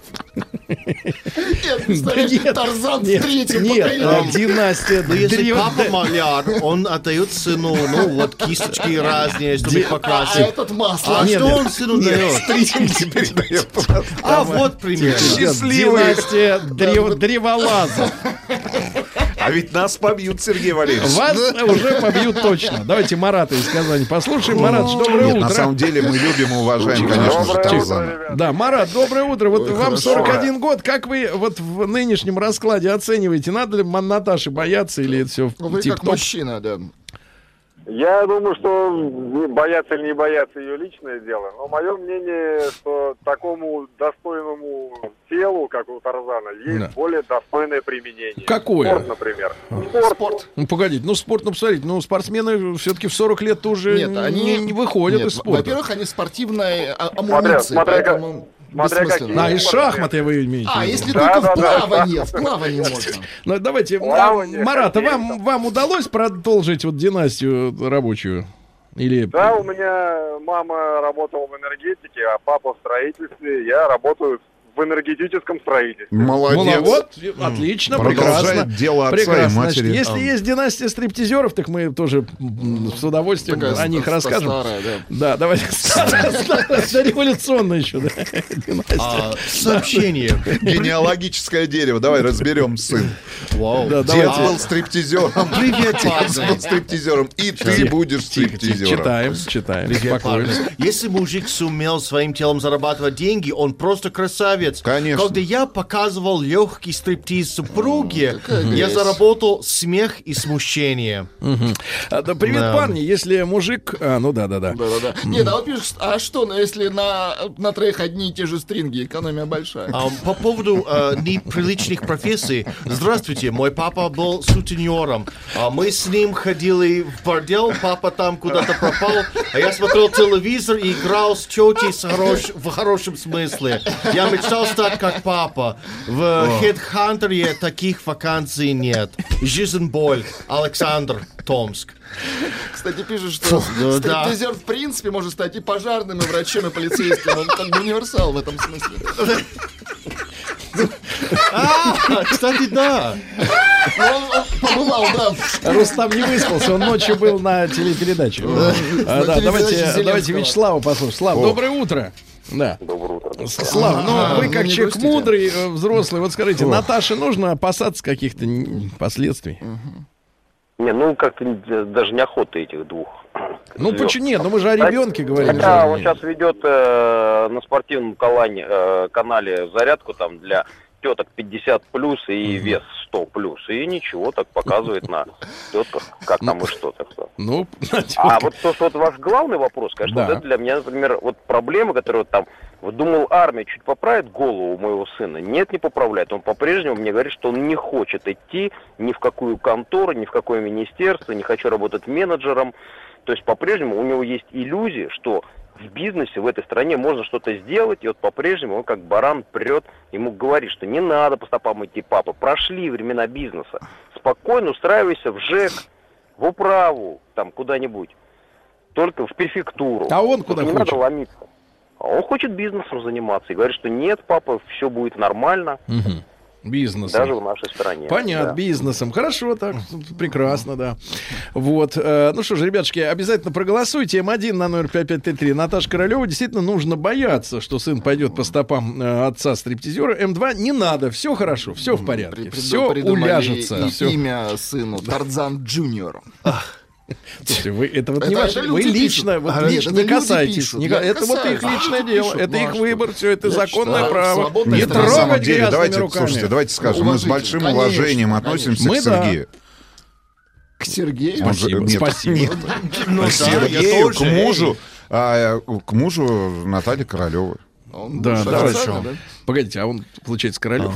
Нет, представляешь, Нет, Тарзан в нет, третьем нет, поколении. э, династия. Ну, если древ- папа маляр, он отдает сыну, ну, вот кисточки разные, чтобы их А покрасить. этот масло. А Нет, что нет. он сыну дает? Стричь теперь дает. А вот пример. Счастливый. Династия древ- древолаза. А ведь нас побьют, Сергей Валерьевич. Вас уже побьют точно. Давайте Марата из Казани послушаем. Марат, доброе Нет, утро. на самом деле мы любим и уважаем, конечно же, Тарзана. Да, Марат, доброе утро. Вот Ой, вам хорошо. сорок один год. Как вы вот в нынешнем раскладе оцениваете? Надо ли Ман- Наташе бояться или это все Ну, Вы как тип-топ? мужчина, да. Я думаю, что бояться или не бояться ее личное дело. Но мое мнение, что такому достойному телу, как у Тарзана, есть Да. более достойное применение. Какое? Спорт, например. Спорт. Спорт. Ну, погодите, ну, спорт, ну, посмотрите, ну, спортсмены все-таки в сорок лет уже Нет, они не, не выходят Нет, из спорта. Во-первых, они в спортивной а- Смотря- амуниции, смотря как- поэтому смотря бессмысленно. А, и спортсмены. шахматы вы имеете в А, виду? если Да, только да, в да. плавание, в плавание можно. Ну, давайте, Плавание, а, Марат, а хоккей, вам, там. вам удалось продолжить вот династию рабочую? Или... Да, у меня мама работала в энергетике, а папа в строительстве. Я работаю в энергетическом строительстве. Ну, Молодец. вот, отлично, Продолжает прекрасно. дело отца и Прекрасно. матери. Значит, если есть династия стриптизеров, так мы тоже м, с удовольствием Такая о них ста- расскажем. старая, да. Да, давайте. Революционная еще, да. Династия. А, сообщение. Генеалогическое дерево. Давай разберем, сын. Вау. Да, Дед давайте. был стриптизером. Привет, Отец парни. был стриптизером. И ты будешь Тихо, тихо, стриптизером. читаем, читаем. Привет, Спокойно. парни. Если мужик сумел своим телом зарабатывать деньги, он просто красавец. Конечно. Когда я показывал легкий стриптиз супруге, какая я грязь. заработал смех и смущение. А, да, привет, Да. парни. Если мужик... А, ну да, да, да. Да-да-да. Нет, а вот пишешь, а что, ну, если на, на троих одни и те же стринги, экономия большая. А, по поводу э, неприличных профессий. Здравствуйте, мой папа был сутенером. А мы с ним ходили в бордел, папа там куда-то пропал, а я смотрел телевизор и играл с тетей с хорош- в хорошем смысле. Я мечтал мечтал стать как папа. В Headhunter таких вакансий нет. Жизнь, боль. Александр, Томск. Кстати, пишут, что да, да. стриптизер в принципе может стать и пожарным, и врачом, и полицейским. Он как бы универсал в этом смысле. А, кстати, да. Он, он побывал, да. Рустам не выспался, он ночью был на телепередаче. А, да, давайте, давайте Вячеслава послушаем. Слав, доброе утро. Да. Доброе утро. Слава, ну А, вы ну, как не человек грустите. мудрый, э, взрослый, вот скажите, Наташе нужно опасаться каких-то н- последствий? Не, ну как-то даже неохота этих двух. Ну звезд. почему нет? Ну мы же о ребенке говорим. Хотя же. он сейчас ведет э, на спортивном канале, э, канале зарядку там для теток пятьдесят плюс и вес сто плюс. И ничего, так показывает на тетках, как там и что. Так что. Ну, А вот то, что вот ваш главный вопрос, конечно, Да. вот это для меня, например, вот проблема, которая вот там, вот думал, армия чуть поправит голову у моего сына. Нет, не поправляет. Он по-прежнему мне говорит, что он не хочет идти ни в какую контору, ни в какое министерство, не хочу работать менеджером. То есть по-прежнему у него есть иллюзия, что в бизнесе в этой стране можно что-то сделать, и вот по-прежнему он как баран прет, ему говорит, что не надо по стопам идти, папа, прошли времена бизнеса, спокойно устраивайся в ЖЭК, в управу, там куда-нибудь, только в префектуру. А он куда не хочет? надо ломиться. А он хочет бизнесом заниматься и говорит, что нет, папа, все будет нормально, Мгм. Бизнесом. даже в нашей стране. Понятно, Да. бизнесом. Хорошо, так, прекрасно, да. Вот. э, Ну что ж, ребятушки, обязательно проголосуйте. Эм один на номер пять пять три три. Наташа Королева. Действительно, нужно бояться, что сын пойдет по стопам э, отца-стриптизера. Эм два не надо, все хорошо, все в порядке. При- Все придумали уляжется. и- всё. имя сыну Тарзан Джуниор. Слушайте, вы, это вот Это- не это ваше, люди вы пишут. лично, вот А, лично нет, не это люди касайтесь. пишут. не Я ка- это вот их касаюсь. личное Люди дело, пишут. это Ну, а их что? выбор, все это Я законное считаю, право. свободная Не Нет, страна. на самом трогать деле, грязными давайте, руками. слушайте, давайте скажем, мы с большим Уважительно, уважением конечно, относимся Мы к да. Сергею. К Сергею? Он же- Спасибо, нет, спасибо. нет. Ну, К да, я Сергею, тоже, к мужу, а, к мужу Натальи Королевой. Он Да, больше давай. официально, да? Погодите, а он, получается, Королев?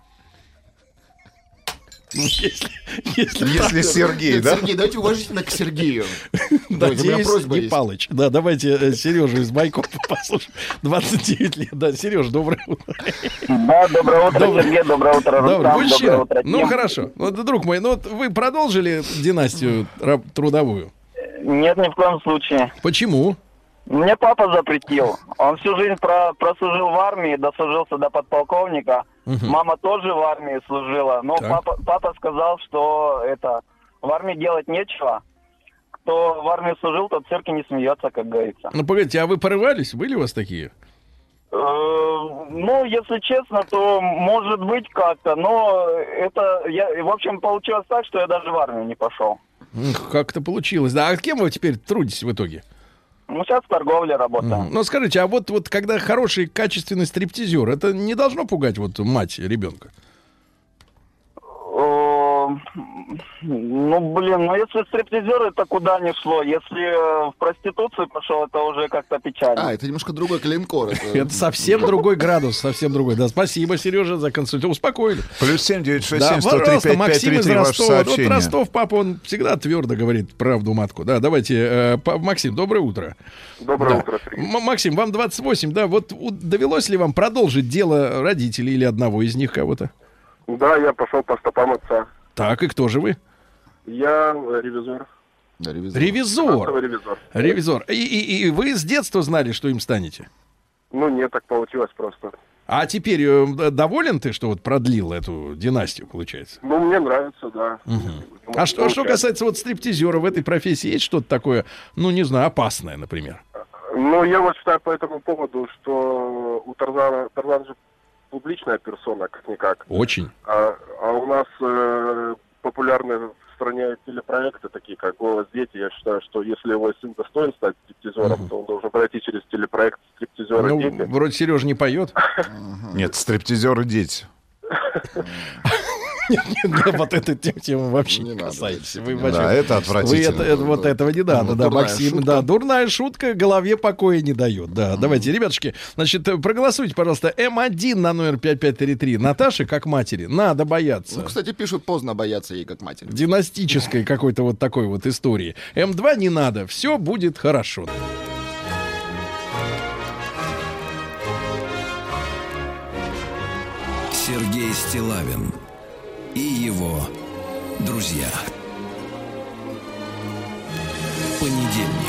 Ну, если, если Если Сергей, Нет, да? Сергей, давайте уважительно к Сергею. Давайте, у меня Надеюсь, просьба не есть. Палыч. Да, давайте Сережу из Майкопа послушаем. двадцать девять лет. Да, Сереж, доброе утро. Да, доброе утро, Доброе. Сергей, доброе утро, Добрый Рустам, мужчина. доброе утро, Ну, Тим. хорошо. Вот, друг мой, ну вот вы продолжили династию раб- трудовую. Нет, ни в коем случае. Почему? Мне папа запретил. Он всю жизнь про- прослужил в армии, дослужился до подполковника. Мгм. Мама тоже в армии служила. Но Так. папа, папа сказал, что это в армии делать нечего. Кто в армии служил, тот в цирке не смеется, как говорится. Ну, погодите, а вы порывались? Были у вас такие? Э, Ну, если честно, то может быть как-то, но это, я, в общем, получилось так, что я даже в армию не пошел. М, Как это получилось? Да, а кем вы теперь трудитесь в итоге? Ну, сейчас в торговле работаю. Ну, скажите, а вот, вот когда хороший, качественный стриптизер, это не должно пугать вот мать ребенка? Э, Ну, блин, ну если стриптизер, это куда ни шло. Если э, в проституцию пошел, это уже как-то печально. А, это немножко другой коленкор. Это... Это совсем другой градус, совсем другой. Да, спасибо, Сережа, за консультацию. Успокоили. Плюс семь девять шесть Да, семь сто три пожалуйста, пять пять Максим три из три ваше Ростова. Вот сообщение. Ростов, папа, он всегда твердо говорит правду матку. Да, давайте, э, па- Максим, доброе утро. Доброе Да. утро, Сергей. М- Максим, вам двадцать восемь, да, вот у- довелось ли вам продолжить дело родителей или одного из них кого-то? Да, я пошел по стопам отца. Так, и кто же вы? Я ревизор. Да, ревизор. Ревизор. ревизор. Ревизор. И, и- и вы с детства знали, что им станете? Ну, нет, так получилось просто. А теперь э, д- доволен ты, что вот продлил эту династию, получается? Ну, мне нравится, да. А что, что касается вот стриптизера в этой профессии, есть что-то такое, ну, не знаю, опасное, например? Ну, я вот считаю по этому поводу, что у Тарзана, Тарзан же публичная персона, как-никак. Очень. А, а у нас э, популярны в стране телепроекты, такие как «Голос дети». Я считаю, что если его сын достоин стать стриптизером, то он должен пройти через телепроект «Стриптизеры Ну, дети». вроде Сережа не поет. Нет, стриптизеры дети. Нет, нет, нет, вот этой тем- темы вообще Не не надо, касаетесь. да, Вы, да, вообще- Да, это вы отвратительно. это, это- вот этого не надо, Ну, да, дурная Максим, шутка. да, дурная шутка голове покоя не дает, да. Давайте, ребятушки, значит, э, проголосуйте, пожалуйста, эм один на номер пять пять три три. Наташе, как матери, надо бояться. Ну, кстати, пишут, поздно бояться ей, как матери. Династической какой-то вот такой вот истории. эм два не надо, все будет хорошо. Сергей Стиллавин и его друзья. Понедельник.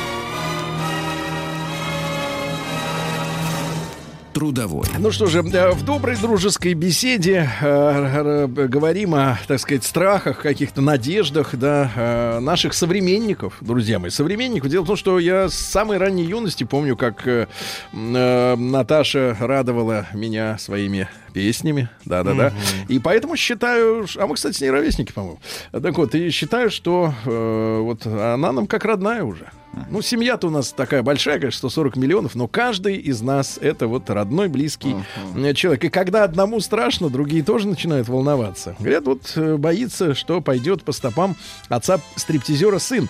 Трудовой. Ну что же, в доброй дружеской беседе э, говорим о, так сказать, страхах, каких-то надеждах, да, э, наших современников, друзья мои, современников. Дело в том, что я с самой ранней юности помню, как э, э, Наташа радовала меня своими песнями, да-да-да. Mm-hmm. И поэтому считаю, а мы, кстати, с ней ровесники, по-моему. Так вот, и считаю, что э, вот она нам как родная уже. Ну, семья-то у нас такая большая, конечно, сто сорок миллионов, но каждый из нас это вот родной, близкий uh-huh. человек. И когда одному страшно, другие тоже начинают волноваться. Говорят, вот боится, что пойдет по стопам отца-стриптизера сын.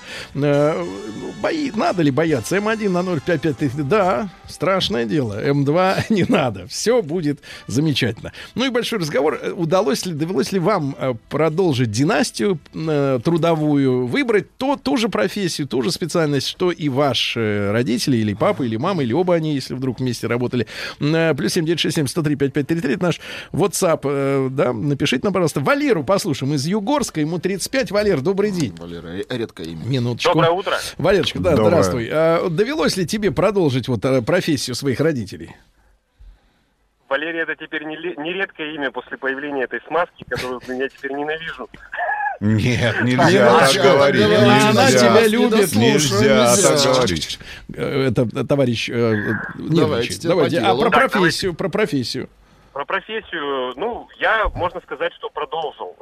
Бои... Надо ли бояться? эм один на ноль пять пять три. Да, страшное дело. эм два не надо. Все будет замечательно. Ну и большой разговор. Удалось ли, довелось ли вам продолжить династию трудовую, выбрать то, ту же профессию, ту же специальность, что и ваши родители, или папа, или мама, или оба они, если вдруг вместе работали. Плюс семь девять шесть семь сто три пять пять три три. Это наш WhatsApp. Да, напишите нам, пожалуйста. Валеру послушаем из Югорска. Ему тридцать пять. Валер, добрый день. Валера, редкое имя. Минуточку. Доброе утро. Валерочка, да, Доброе. Здравствуй. А, довелось ли тебе продолжить вот профессию своих родителей? Валерий, это теперь не, не редкое имя после появления этой смазки, которую я теперь ненавижу. Нет, нельзя так говорить. Она тебя любит. Нельзя так говорить. Это товарищ э, нервничает. Давайте. А про профессию, про профессию. Про профессию, ну, я, можно сказать, что продолжил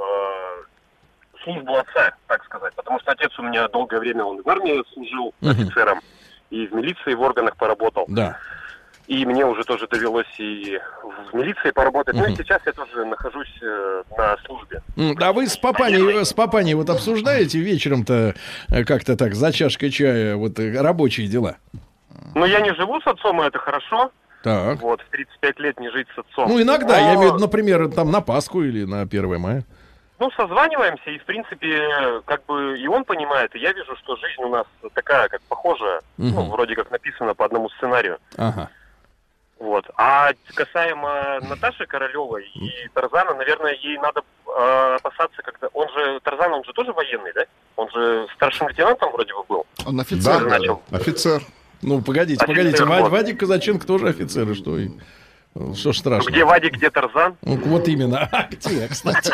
э, службу отца, так сказать. Потому что отец у меня долгое время, он в армии служил офицером, и в милиции, в органах поработал. Да. И мне уже тоже довелось и в милиции поработать. Uh-huh. Ну и сейчас я тоже нахожусь э, на службе. А вы с папаней, с папаней вот обсуждаете вечером-то как-то так, за чашкой чая, вот рабочие дела? Ну, я не живу с отцом, и это хорошо. Так. Вот, в тридцать пять лет не жить с отцом. Ну, иногда, Но... я имею в виду, например, там на Пасху или на первое мая. Ну, созваниваемся, и, в принципе, как бы и он понимает, и я вижу, что жизнь у нас такая, как похожая, uh-huh. ну, вроде как написано по одному сценарию. Ага. Вот. А касаемо Наташи Королевой и Тарзана, наверное, ей надо э, опасаться, когда... Он же, Тарзан, он же тоже военный, да? Он же старшим лейтенантом вроде бы был. Он офицер. Да, начал. Офицер. Ну, погодите, офицер, погодите. вот. Вадик Казаченко тоже офицер, и что? И... Что ж страшно? Ну, где Вадик, где Тарзан? Ну, вот именно. А где, кстати?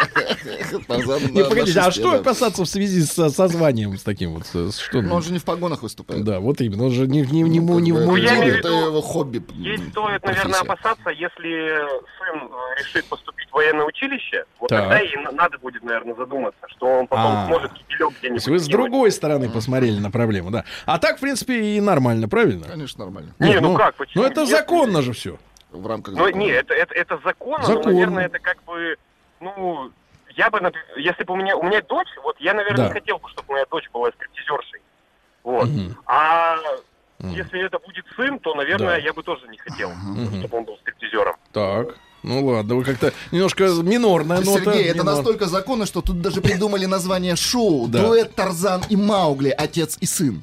Не, погодите, а что опасаться в связи с созванием с таким вот? Ну, он же не в погонах выступает. Да, вот именно. Он же не в мундире. Это его хобби. Ей стоит, наверное, опасаться, если сын решит поступить в военное училище, вот тогда и надо будет, наверное, задуматься, что он потом сможет кипелек где-нибудь. Вы с другой стороны посмотрели на проблему, да. А так, в принципе, и нормально, правильно? Конечно, нормально. Не, ну как, почему? Ну, это законно же все. В рамках ну, не, это, это, это законно, Закон. но, наверное, это как бы, ну, я бы, если бы у меня, у меня дочь, вот я, наверное, да. не хотел бы, чтобы моя дочь была стриптизершей, вот, угу. а угу. если это будет сын, то, наверное, да. я бы тоже не хотел, угу. чтобы он был стриптизером. Так. Ну ладно, вы как-то немножко минорная нота. Сергей, это минор... настолько законно, что тут даже придумали название шоу. Да. Дуэт Тарзан и Маугли, отец и сын.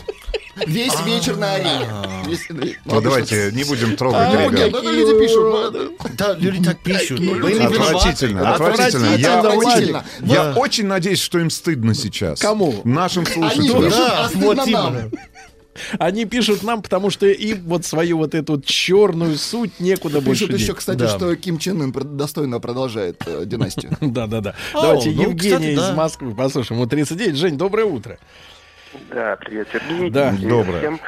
Весь вечер на арене. Ну давайте не будем трогать ребят. Да, люди пишут. Да, люди так пишут. Отвратительно, отвратительно. Я очень, я очень надеюсь, что им стыдно сейчас. Кому? Нашим Они слушателям. пишут, а стыдно нам. Они пишут нам, потому что им вот свою вот эту черную суть некуда больше Пишут еще, деть. кстати, Да. что Ким Чен Ын достойно продолжает э, династию. Да-да-да. О, Давайте ну, Евгения кстати, из да. Москвы послушаем. Вот тридцать девять. Жень, доброе утро. Да, привет, Сергей. Да, Привет доброе. всем.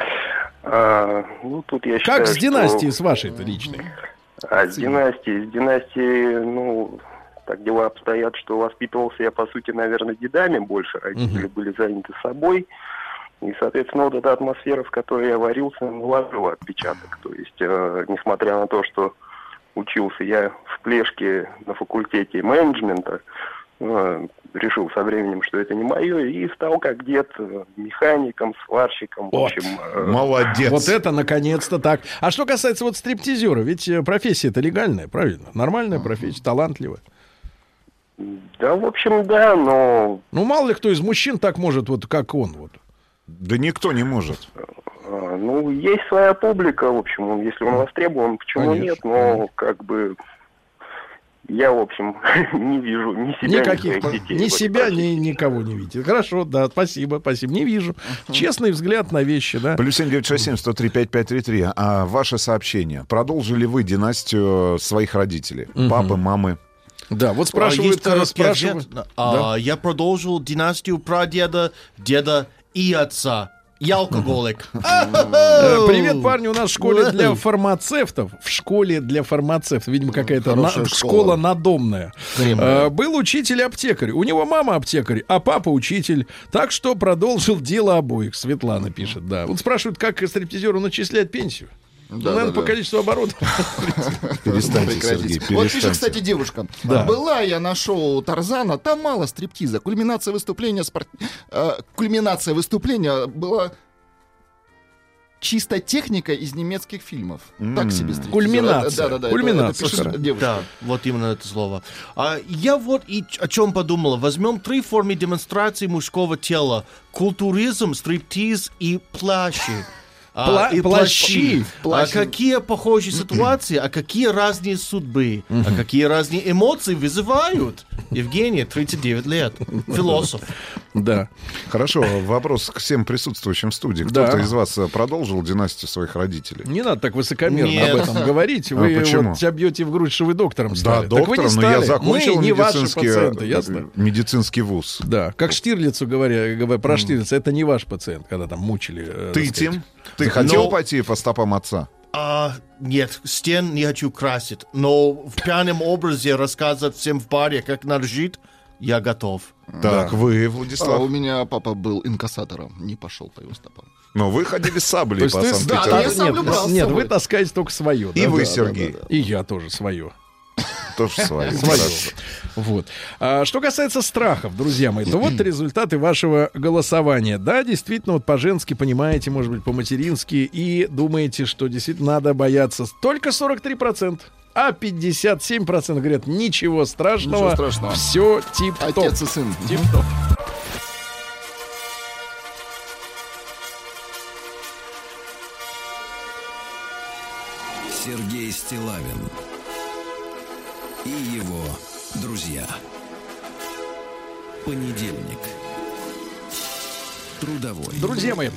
А, ну, тут я считаю, Как с что- династией с вашей-то личной? А, с династией, с династией, ну, так дела обстоят, что воспитывался я, по сути, наверное, дедами больше. Родители Мгм. были заняты собой. И, соответственно, вот эта атмосфера, в которой я варился, наложила отпечаток. То есть, э, несмотря на то, что учился я в Плешке на факультете менеджмента, э, решил со временем, что это не мое, и стал как дед э, механиком, сварщиком. В Вот. общем, э, Молодец. Вот это наконец-то так. А что касается вот стриптизера, ведь э, профессия-то легальная, правильно? Нормальная профессия, талантливая. да, в общем, да, но Ну, мало ли кто из мужчин так может, вот как он. Вот. Да никто не может. А, ну, есть своя публика, в общем, он- если он востребован, почему Конечно, нет, но конечно. как бы я, в общем, не вижу ни себя, Никаких, ни своих детей. ни в этом себя, проекте. ни никого не видите. Хорошо, да, спасибо, спасибо. Не вижу. Честный взгляд на вещи, да. Плюс семь девять шесть семь сто три пять пять три три. А ваше сообщение. Продолжили вы династию своих родителей? Мгм. Папы, мамы? Да, вот А, спрашивают, есть короткий спрашивают. ответ. А, Я продолжил династию прадеда, деда и отца. Я алкоголик. Э, Привет, парни, у нас в школе для фармацевтов. В школе для фармацевтов. Видимо, какая-то на- Хорошая школа. школа. надомная. Кремовая. Э, Был учитель-аптекарь. У него мама аптекарь, а папа учитель. Так что продолжил дело обоих. Светлана пишет, да. Вот спрашивают, как стриптизеру начислять пенсию. Ну, Да, наверное, да, по да. количеству оборотов. Перестаньте, Прекратите. Сергей, Вот пишет, перестаньте. кстати, девушка. Да. Была я на шоу Тарзана, там мало стриптиза. Кульминация выступления, спорт... э, кульминация выступления была чисто техника из немецких фильмов. Так себе стриптизер. Кульминация. Да, да, да. Кульминация, Это, это хорошо. пишет девушка. Да, вот именно это слово. А, я вот и ч- о чем подумал. Возьмем три формы демонстрации мужского тела. Культуризм, стриптиз и плащи. А, Пла- и плащи. А Плащи. какие похожие ситуации, а какие разные судьбы, а какие разные эмоции вызывают. Евгений, тридцать девять лет, философ. Да. Хорошо, вопрос к всем присутствующим в студии. Да. Кто-то из вас э, продолжил династию своих родителей? Не надо так высокомерно Нет. об этом говорить. А Вы почему? вот себя бьете в грудь, что вы доктором стали. Да, Так вы не доктор, но я стали. закончил Мы не ваши медицинский, пациенты, э, ясно? медицинский вуз. Да, как Штирлицу говоря, говоря про Штирлица, это не ваш пациент, когда там мучили. э, Ты, так сказать. Тим, ты хотел Но- пойти по стопам отца? А, нет, стен не хочу красить, но в пьяном образе рассказывать всем в баре, как надо жить, я готов. Так, вы, А Владислав. у меня папа был инкассатором, не пошел по его стопам. Но вы ходили с То саблей есть по ты- Да, Санкт-Петербургу. да, я нет, саблю брал с нет, собой. вы таскаете только свое. И да? вы, да, Сергей, да, да. И я тоже свое. тоже свои. Свое. Хорошо. Вот. А, что касается страхов, друзья мои, то вот результаты вашего голосования. Да, действительно, вот по-женски понимаете, может быть, по-матерински, и думаете, что действительно надо бояться. Только сорок три процента. А пятьдесят семь процентов говорят, ничего страшного, Ничего страшного. все тип-топ. Отец и сын. Тип-топ. Сергей Стиллавин и его друзья. Понедельник. Трудовой. Друзья мои,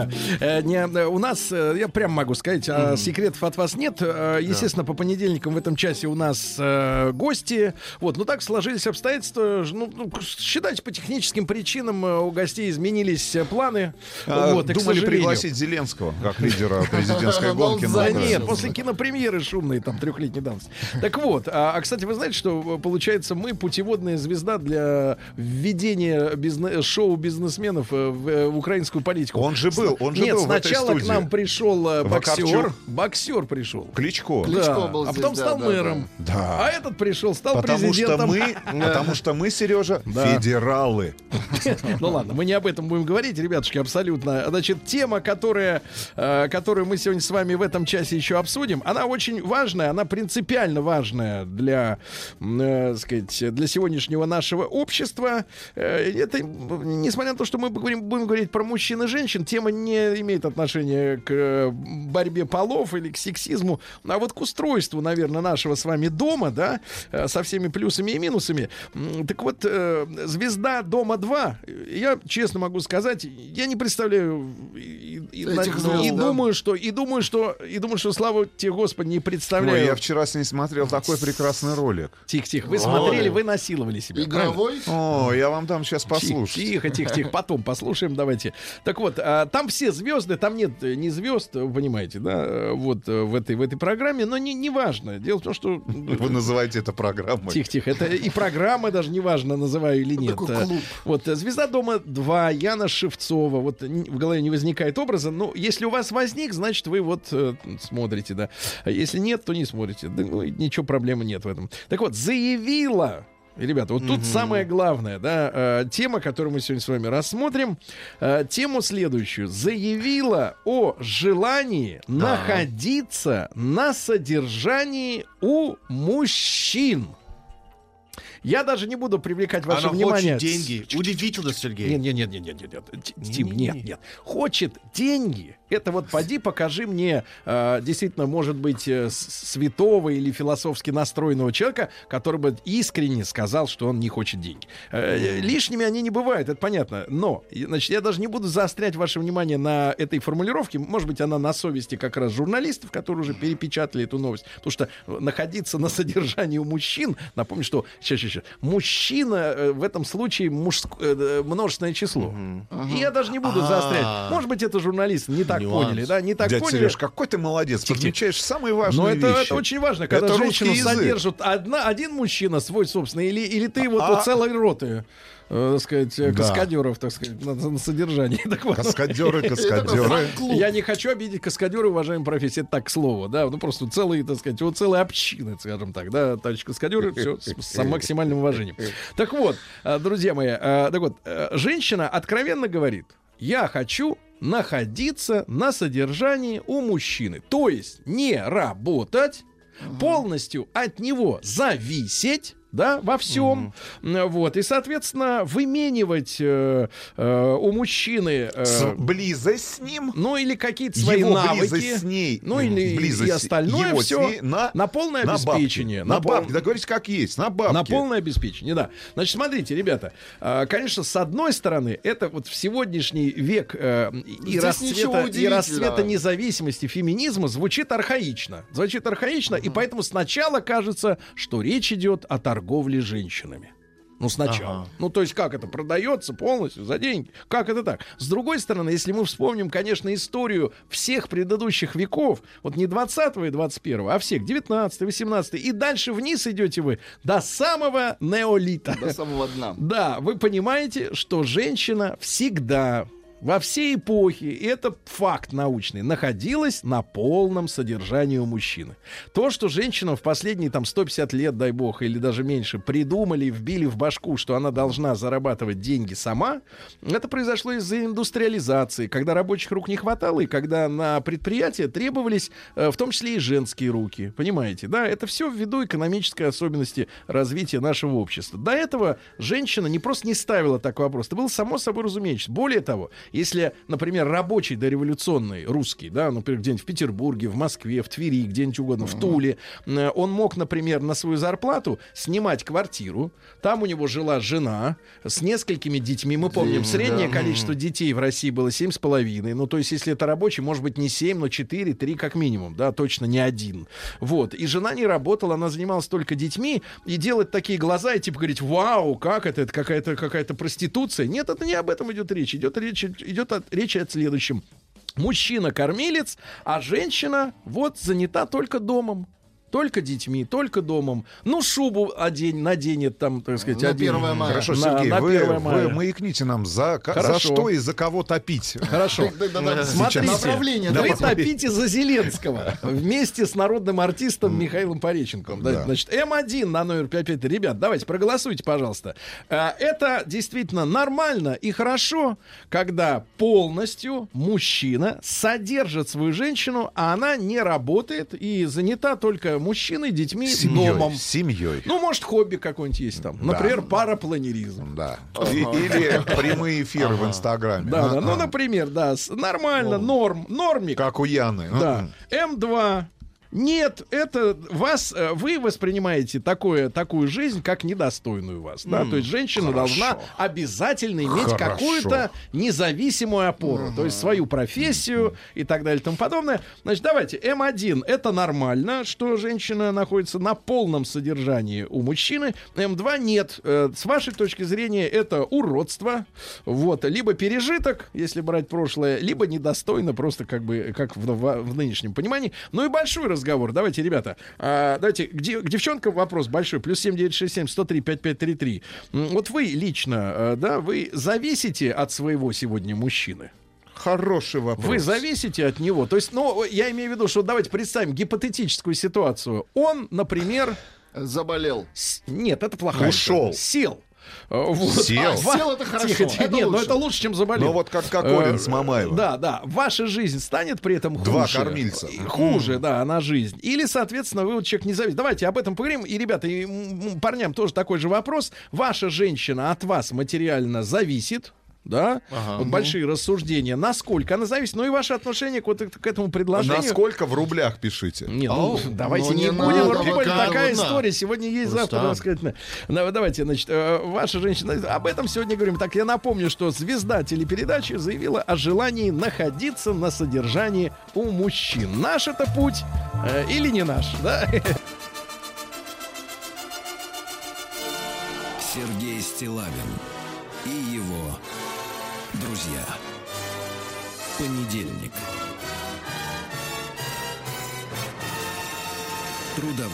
э, не, э, у нас, э, я прям могу сказать, а, секретов от вас нет. Э, Естественно, по понедельникам в этом часе у нас э, гости. Вот, но так сложились обстоятельства. ж- Ну, ну, считайте, по техническим причинам э, у гостей изменились э, планы. А, Вот, и, к думали сожалению- пригласить Зеленского как лидера президентской Ну, гонки. на Да Украине. нет, после кинопремьеры шумной, там, трехлетней давности. Так вот, а, а, кстати, вы знаете, что, э, получается, мы путеводная звезда для введения бизнес- шоу бизнесменов э, в, э, в украинскую политику. Он же был, он же Нет, был в этой сначала к студии. нам пришел э, боксер, Вакарчук. боксер пришел. Кличко. Да, Кличко был а здесь, потом да, стал да, мэром. Да. А этот пришел, стал Потому что президентом. мы, потому что мы, Сережа, Да. федералы. Ну ладно, мы не об этом будем говорить, ребятушки, абсолютно. Значит, тема, которая, э, которую мы сегодня с вами в этом часе еще обсудим, она очень важная, она принципиально важная для, м, э, сказать, для сегодняшнего нашего общества. Э, это, несмотря на то, что мы говорим, будем говорить про мужчин и женщин, тема не имеет отношения к э, борьбе полов или к сексизму, а вот к устройству, наверное, нашего с вами дома, да, э, со всеми плюсами и минусами. М, Так вот, э, звезда Дома два, я честно могу сказать, я не представляю и, и- Этих на- звезд, и да. думаю, что и думаю, что и думаю, что слава тебе, Господи, не Ой, представляю. я вчера с ней смотрел такой прекрасный ролик. Тихо, тихо. Вы смотрели, вы насиловали себя. правильно? Игровой? О, я вам там сейчас послушаю. Тихо, тихо, тихо. Потом послушаем, давайте. Так вот, а, там все звезды, там нет э, не звезд, вы понимаете, да, э, вот э, в этой в этой программе, но не не важно. Дело в том, что Вы называете это программой. Тихо, тихо. Это и программа даже неважно, называю или нет. Такой клуб. Вот э, «Звезда Дома два», Яна Шевцова. Вот н- в голове не возникает образа. Ну, если у вас возник, значит, вы вот э, смотрите, да. А если нет, то не смотрите. Да, ну, и ничего, проблемы нет в этом. Так вот, заявила... Ребята, вот тут самое главное, да, э, тема, которую мы сегодня с вами рассмотрим, э, тему следующую. Заявила о желании находиться на содержании у мужчин. Я даже не буду привлекать ваше Она внимание. хочет деньги. Удивительно, Сергей. Нет, нет, нет, нет, нет, нет, нет. Тим, нет, нет. Хочет деньги Это вот поди покажи мне э, действительно, может быть, э, святого или философски настроенного человека, который бы искренне сказал, что он не хочет деньги. Э, лишними они не бывают, это понятно. Но, значит, я даже не буду заострять ваше внимание на этой формулировке. Может быть, она на совести как раз журналистов, которые уже перепечатали эту новость. Потому что находиться на содержании у мужчин, напомню, что сейчас, сейчас, сейчас, мужчина э, в этом случае мужск, э, множественное число. Uh-huh. И я даже не буду заострять. Может быть, это журналисты не так Нюанс. поняли, да, не так Дядя поняли. Сереж, какой ты молодец, подмечаешь самые важные Но это, вещи. это очень важно, когда это женщину содержит одна, один мужчина свой собственный, или, или ты вот, а... вот целой роты, э, так сказать, да. каскадеров, так сказать, на, на содержании. Так вот. Каскадеры, каскадеры. Я не хочу обидеть каскадеры, уважаемая профессия, это так, к слову, да, ну просто целые, так сказать, вот целые общины, скажем так, да, товарищ каскадеры, все с максимальным уважением. Так вот, друзья мои, так вот, женщина откровенно говорит: я хочу находиться на содержании у мужчины. То есть не работать, uh-huh. полностью от него зависеть, да, во всем. Mm-hmm. Вот. И, соответственно, выменивать э, э, у мужчины э, с, близость с ним, ну или какие-то свои его навыки, близость с ней, ну или близость и остальное все ней на, на полное на обеспечение. Бабки. На, на бабки, пол... да говорите как есть, на бабки. На полное обеспечение, да. Значит, смотрите, ребята, э, конечно, с одной стороны, это вот в сегодняшний век э, и, расцвета, и расцвета независимости, феминизма звучит архаично. Звучит архаично, uh-huh. и поэтому сначала кажется, что речь идет о торговле торговли женщинами. Ну, сначала. Ага. Ну, то есть, как это? Продается полностью за деньги? Как это так? С другой стороны, если мы вспомним, конечно, историю всех предыдущих веков, вот не двадцатого и двадцать первого, а всех, девятнадцатый, восемнадцатый, и дальше вниз идете вы до самого неолита. До самого дна. Да, вы понимаете, что женщина всегда... во все эпохи, и это факт научный, находилась на полном содержании у мужчины. То, что женщинам в последние там сто пятьдесят лет, дай бог, или даже меньше, придумали и вбили в башку, что она должна зарабатывать деньги сама, это произошло из-за индустриализации, когда рабочих рук не хватало, и когда на предприятия требовались э, в том числе и женские руки. Понимаете, да? Это все ввиду экономической особенности развития нашего общества. До этого женщина не просто не ставила такой вопрос, это было само собой разумеется. Более того, если, например, рабочий дореволюционный русский, да, например, где-нибудь в Петербурге, в Москве, в Твери, где-нибудь угодно, в Туле, он мог, например, на свою зарплату снимать квартиру. Там у него жила жена с несколькими детьми. Мы помним, среднее да. количество детей в России было семь с половиной. Ну, то есть, если это рабочий, может быть, не семь, но четыре, три как минимум, да, точно не один. Вот. И жена не работала, она занималась только детьми, и делать такие глаза и типа говорить: вау, как это, это какая-то, какая-то проституция. Нет, это не об этом идет речь. Идет речь идет от, речь о следующем. Мужчина кормилец, а женщина вот занята только домом. Только детьми, только домом. Ну, шубу одень, наденет там, так сказать, на один. первое мая. Хорошо, на, Сергей, на вы, вы маякните нам, за, за что и за кого топить. Хорошо. Смотрите, направление, вы топите за Зеленского вместе с народным артистом Михаилом Пореченковым. Да. Значит, эм один на номер пять пять. Ребят, давайте, проголосуйте, пожалуйста. Это действительно нормально и хорошо, когда полностью мужчина содержит свою женщину, а она не работает и занята только мужчиной, детьми, семьей, домом. Семьей. Ну, может, хобби какое-нибудь есть там. Да. Например, парапланеризм. Да. И, или прямые эфиры ага. в Инстаграме. Да, а, да. а. Ну, например, да, нормально, норм, нормик. Как у Яны. Да. эм два. Нет, это вас, вы воспринимаете такое, такую жизнь как недостойную вас. Да? Mm, то есть женщина хорошо. должна обязательно иметь хорошо. какую-то независимую опору. Mm-hmm. То есть свою профессию mm-hmm. и так далее и тому подобное. Значит, давайте, эм один это нормально, что женщина находится на полном содержании у мужчины. эм два нет. С вашей точки зрения это уродство. Вот. Либо пережиток, если брать прошлое, либо недостойно, просто как бы как в, в, в нынешнем понимании. Ну и большой разговор. Разговор. Давайте, ребята, а, давайте к, к девчонкам вопрос большой. Плюс семь девять шесть семь сто три пять пять три три. Вот вы лично, а, да, вы зависите от своего сегодня мужчины? Хороший вопрос. Вы зависите от него? То есть, ну, я имею в виду, что давайте представим гипотетическую ситуацию. Он, например... Заболел. С... Нет, это плохая. Ушел. Сел. Вот. Сел. А, Сел это хорошо. Тихо, тихо. Это Нет, лучше. но это лучше, чем заболел. Ну вот как Кокорин с Мамаевым. Да, да. Ваша жизнь станет при этом хуже. Два кормильца. Хуже, да, она жизнь. Или, соответственно, вы вот человек не зависит. Давайте об этом поговорим. И, ребята, и парням тоже такой же вопрос. Ваша женщина от вас материально зависит. да, Ага, вот ну. большие рассуждения. Насколько она зависит, ну и ваше отношение к, вот, к этому предложению. Насколько в рублях пишите? Не, ну, Ау, давайте ну, не, не будем. надо, Рубль, вот такая вот, история. Сегодня есть, завтра, Рустам. так сказать. на- на- Давайте, значит, э, ваша женщина. Об этом сегодня говорим. Так, я напомню, что звезда телепередачи заявила о желании находиться на содержании у мужчин. Наш это путь э, или не наш, да? Сергей Стиллавин и его друзья. Понедельник. Трудовой.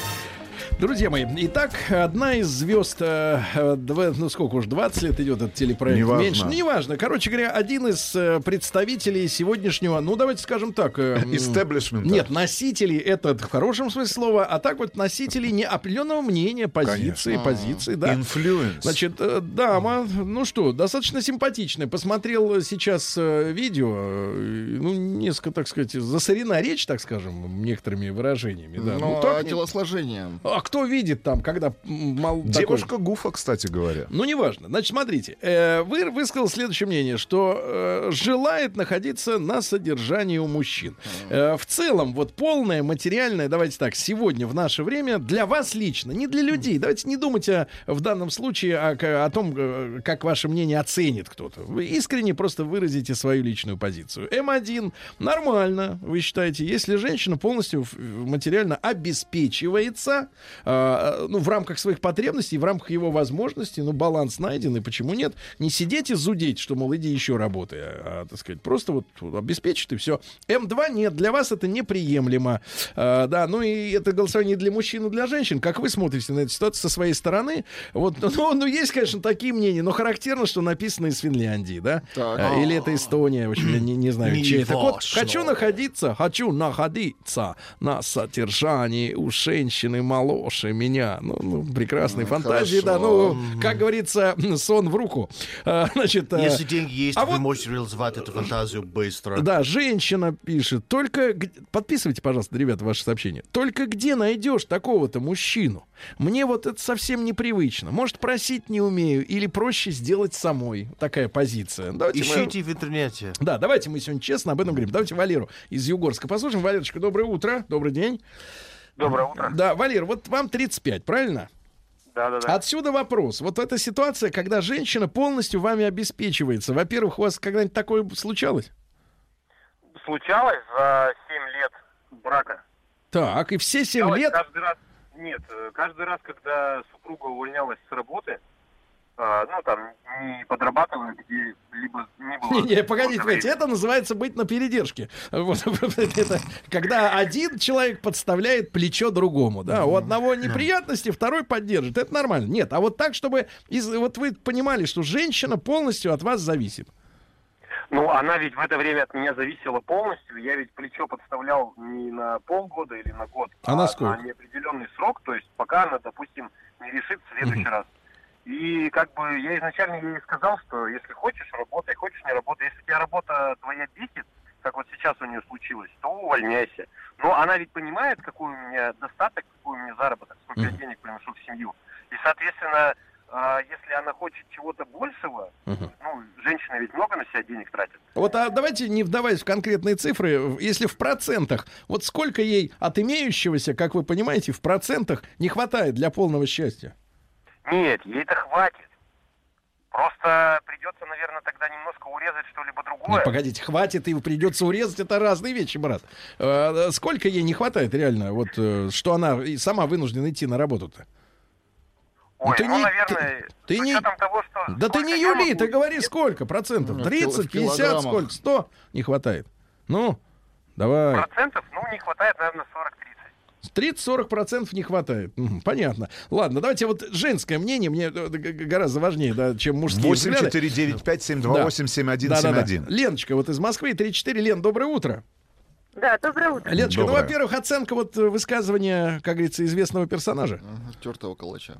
Друзья мои, итак, одна из звезд, э, э, дв- ну сколько уж, двадцать лет идет этот телепроект, Неважно. меньше, ну неважно. Короче говоря, один из э, представителей сегодняшнего, ну давайте скажем так... э, м, Истеблишмента. Нет, носителей, это в хорошем смысле слова, а так вот носителей неопределенного мнения, позиции, Конечно. позиции, да. Инфлюенс. Значит, э, дама, ну что, достаточно симпатичная. Посмотрел сейчас э, видео, э, ну, несколько, так сказать, засорена речь, так скажем, некоторыми выражениями. Да. Ну, Ну, так а не- телосложение? а кто видит там, когда м, мал... такой- Девушка Гуфа, кстати говоря. Ну, неважно. Значит, смотрите. Э, вы высказал следующее мнение, что э, желает находиться на содержании у мужчин. Э, в целом, вот полное материальное, давайте так, сегодня, в наше время, для вас лично, не для людей. Давайте не думать о, в данном случае о, к- о том, э, как ваше мнение оценит кто-то. Вы искренне просто выразите свою личную позицию. эм один. Нормально, вы считаете, если женщина полностью ф- материально обеспечивается, э, ну, в рамках своих потребностей, в рамках его возможностей, ну, баланс найден, и почему нет? Не сидеть и зудеть, что, мол, иди еще работай, а, а, так сказать, просто вот, вот обеспечит и все. эм два нет, для вас это неприемлемо. А, да, ну и это голосование для мужчин и для женщин. Как вы смотрите на эту ситуацию со своей стороны? Вот, ну, ну, есть, конечно, такие мнения, но характерно, что написано из Финляндии, да? Так. А, или это Эстония, в общем, я не, не знаю, чей. Так вот, Неважно. хочу находиться, хочу находиться на содержании у женщины моложе меня. Ну, ну, прекрасные Ну, фантазии, да. хорошо. Ну, как говорится, сон в руку. А, значит, а, Если деньги есть, а вы вот- можете реализовать эту фантазию быстро. да, женщина пишет. Только г- подписывайте, пожалуйста, ребята, ваше сообщение. Только где найдешь такого-то мужчину? Мне вот это совсем непривычно. Может, просить не умею, или проще сделать самой. Такая позиция. Давайте мы- Ищите в интернете. Да, давайте мы сегодня честно об этом говорим. Давайте Валеру из Югорска послушаем. Валерочка, доброе утро. Добрый день. Доброе утро. Да, Валер, вот вам тридцать пять, правильно? Да, да, да. Отсюда вопрос. Вот эта ситуация, когда женщина полностью вами обеспечивается. Во-первых, у вас когда-нибудь такое случалось? Случалось за семь лет брака. Так, и все семь Случалось лет... Каждый раз, нет, э, каждый раз, когда супруга увольнялась с работы, а, ну, там, не подрабатывая, где либо не было... Не, не, погодите, какого-то погодите, это называется быть на передержке. Вот, это, когда один человек подставляет плечо другому, да, у одного неприятности, второй поддержит, это нормально. Нет, а вот так, чтобы из, вот вы понимали, что женщина полностью от вас зависит. Ну, она ведь в это время от меня зависела полностью. Я ведь плечо подставлял не на полгода или на год, А на сколько? на неопределенный срок. То есть пока она, допустим, не решит в следующий Мгм. раз. И как бы я изначально ей сказал, что если хочешь, работай, хочешь, не работай. Если тебя работа твоя бесит, как вот сейчас у нее случилось, то увольняйся. Но она ведь понимает, какой у меня достаток, какой у меня заработок, сколько я Мгм. денег приношу в семью. И, соответственно, а, если она хочет чего-то большего, Мгм. ну, женщина ведь много на себя денег тратит. Вот а давайте не вдаваясь в конкретные цифры, в- если в процентах, вот сколько ей от имеющегося, как вы понимаете, в процентах не хватает для полного счастья? Нет, ей-то хватит. Просто придется, наверное, тогда немножко урезать что-либо другое. Нет, погодите, хватит и придется урезать, это разные вещи, брат. Э, Сколько ей не хватает реально, вот э, что она и сама вынуждена идти на работу-то? Ой, ты ну, не- наверное, ты с не- учетом того, что... Да ты сколько не я юли, могу- ты говори сколько процентов? Ну, тридцать, в пятьдесят, килограммах. сколько? сто не хватает. Ну, давай. Процентов, ну, не хватает, наверное, сорок-тридцать. тридцать-сорок процентов не хватает. Мгм, понятно. Ладно, давайте вот женское мнение мне э, г- г- гораздо важнее, да, чем мужские восемь взгляды. четыре девять пять семь два восемь семь один семь Да-да-да. один. Леночка, вот из Москвы, тридцать четыре. Лен, доброе утро. Да, доброе утро. Леночка, ну, Доброе. во-первых, оценка вот э, высказывания, как говорится, известного персонажа. Тертого калача.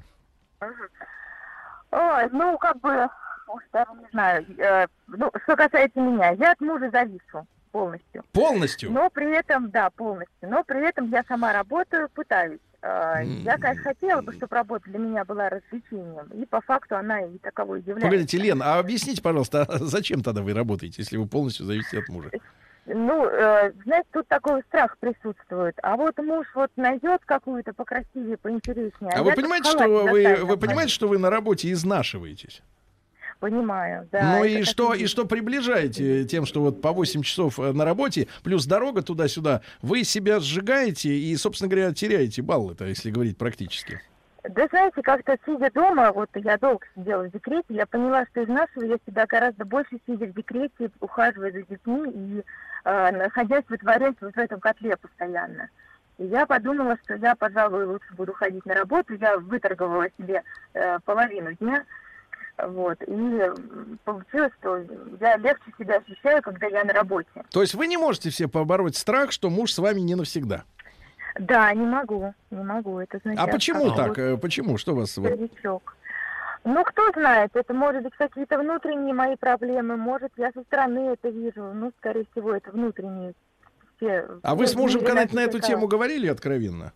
Ой, ну, как бы, уж даже не знаю. э, ну, что касается меня, я от мужа завишу полностью. Полностью. Но при этом, да, полностью. Но при этом я сама работаю, пытаюсь Э, Я, конечно, хотела бы, чтобы работа для меня была развлечением. И по факту она и таковой является. Погодите, Лен, а объясните, пожалуйста, а зачем тогда вы работаете, если вы полностью зависите от мужа? Ну, э, знаете, тут такой страх присутствует. А вот муж вот найдет какую-то покрасивее, поинтереснее. А я вы тут понимаете, халате что вы, достаточно вы понимаете, что вы на работе изнашиваетесь? Понимаю, да. Ну это и так что, и и есть. что приближаете тем, что вот по восемь часов э, на работе, плюс дорога туда-сюда, вы себя сжигаете и, собственно говоря, теряете баллы-то, если говорить практически. Да знаете, как-то сидя дома, вот я долго сидела в декрете, я поняла, что изнашиваю я себя гораздо больше, сидя в декрете, ухаживая за детьми и э, находясь, вытворяясь вот в этом котле постоянно. И я подумала, что я, пожалуй, лучше буду ходить на работу. Я выторговала себе э, половину дня. Вот. И м, получилось, что я легче себя ощущаю, когда я на работе. То есть вы не можете все побороть страх, что муж с вами не навсегда? Да, не могу, не могу. Это значит, А почему как так? вот Э, Почему? Что вас... вот- червячок. Ну, кто знает, это может быть какие-то внутренние мои проблемы, может, я со стороны это вижу, ну, скорее всего, это внутренние. Все, А вы с мужем внутри когда-нибудь на наши эту зеркала. тему говорили откровенно?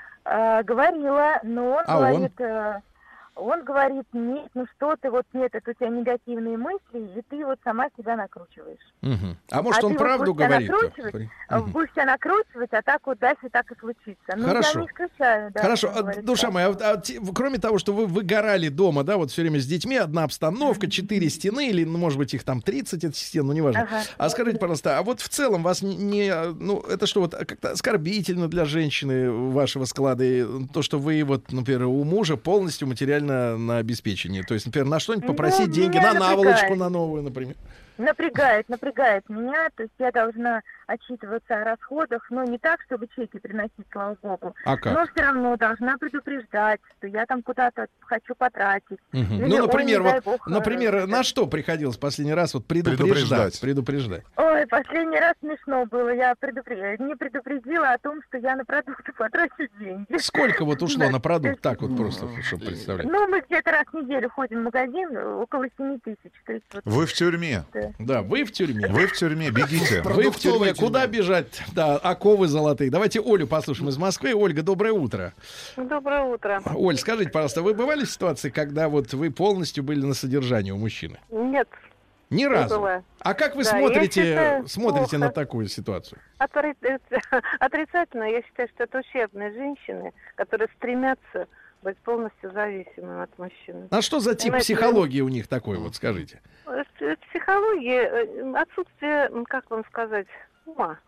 А, говорила, но он А он? говорит, э, он говорит, нет, ну что ты, вот нет, это у тебя негативные мысли, и ты вот сама себя накручиваешь. Мгм. А может, а он ты вот правду будешь себя говорит? накручивать, а будешь себя накручивать, а так вот дальше так и случится. Ну, Хорошо. я не исключаю, да. Хорошо, он а, говорит, душа да. моя, а вот, а те- кроме того, что вы выгорали дома, да, вот все время с детьми, одна обстановка, четыре стены, или, ну, может быть, их там тридцать, этих стен, ну, неважно. Ага. А скажите, пожалуйста, а вот в целом вас не, не, ну, это что, вот как-то оскорбительно для женщины вашего склада, и то, что вы, вот, например, у мужа полностью материально на обеспечении, то есть, например, на что-нибудь Ну, попросить деньги, меня на наволочку, напрягает. на новую, например? Напрягает, напрягает меня, то есть я должна отчитываться о расходах, но не так, чтобы чеки приносить, слава богу. А как? Но все равно должна предупреждать, что я там куда-то хочу потратить. Мгм. Или, Ну, ой, например, не дай вот, бог, например, э, на что приходилось последний раз вот предупреждать? Предупреждать. Предупреждать. Ой, последний раз смешно было. Я предупр- не предупредила о том, что я на продукты потрачу деньги. Сколько вот ушло Да. на продукт? Так вот просто, чтобы представлять. Ну, мы где-то раз в неделю ходим в магазин, около семи тысяч. То есть, вот, Вы в тюрьме. э, Да, вы в тюрьме. Вы в тюрьме, бегите. Вы в тюрьме. Куда бежать? Да, оковы золотые. Давайте Олю послушаем из Москвы. Ольга, доброе утро. Доброе утро. Оль, скажите, пожалуйста, вы бывали в ситуации, когда вот вы полностью были на содержании у мужчины? Нет. Ни не разу. было. А как вы Да, смотрите, я считаю, смотрите плохо. на такую ситуацию? Отри- Отрицательно, я считаю, что это ущербные женщины, которые стремятся быть полностью зависимыми от мужчины. А что за тип Понимаете, психологии у них такой, вот скажите? э, э, Психология, э, отсутствие, м, как вам сказать, ума.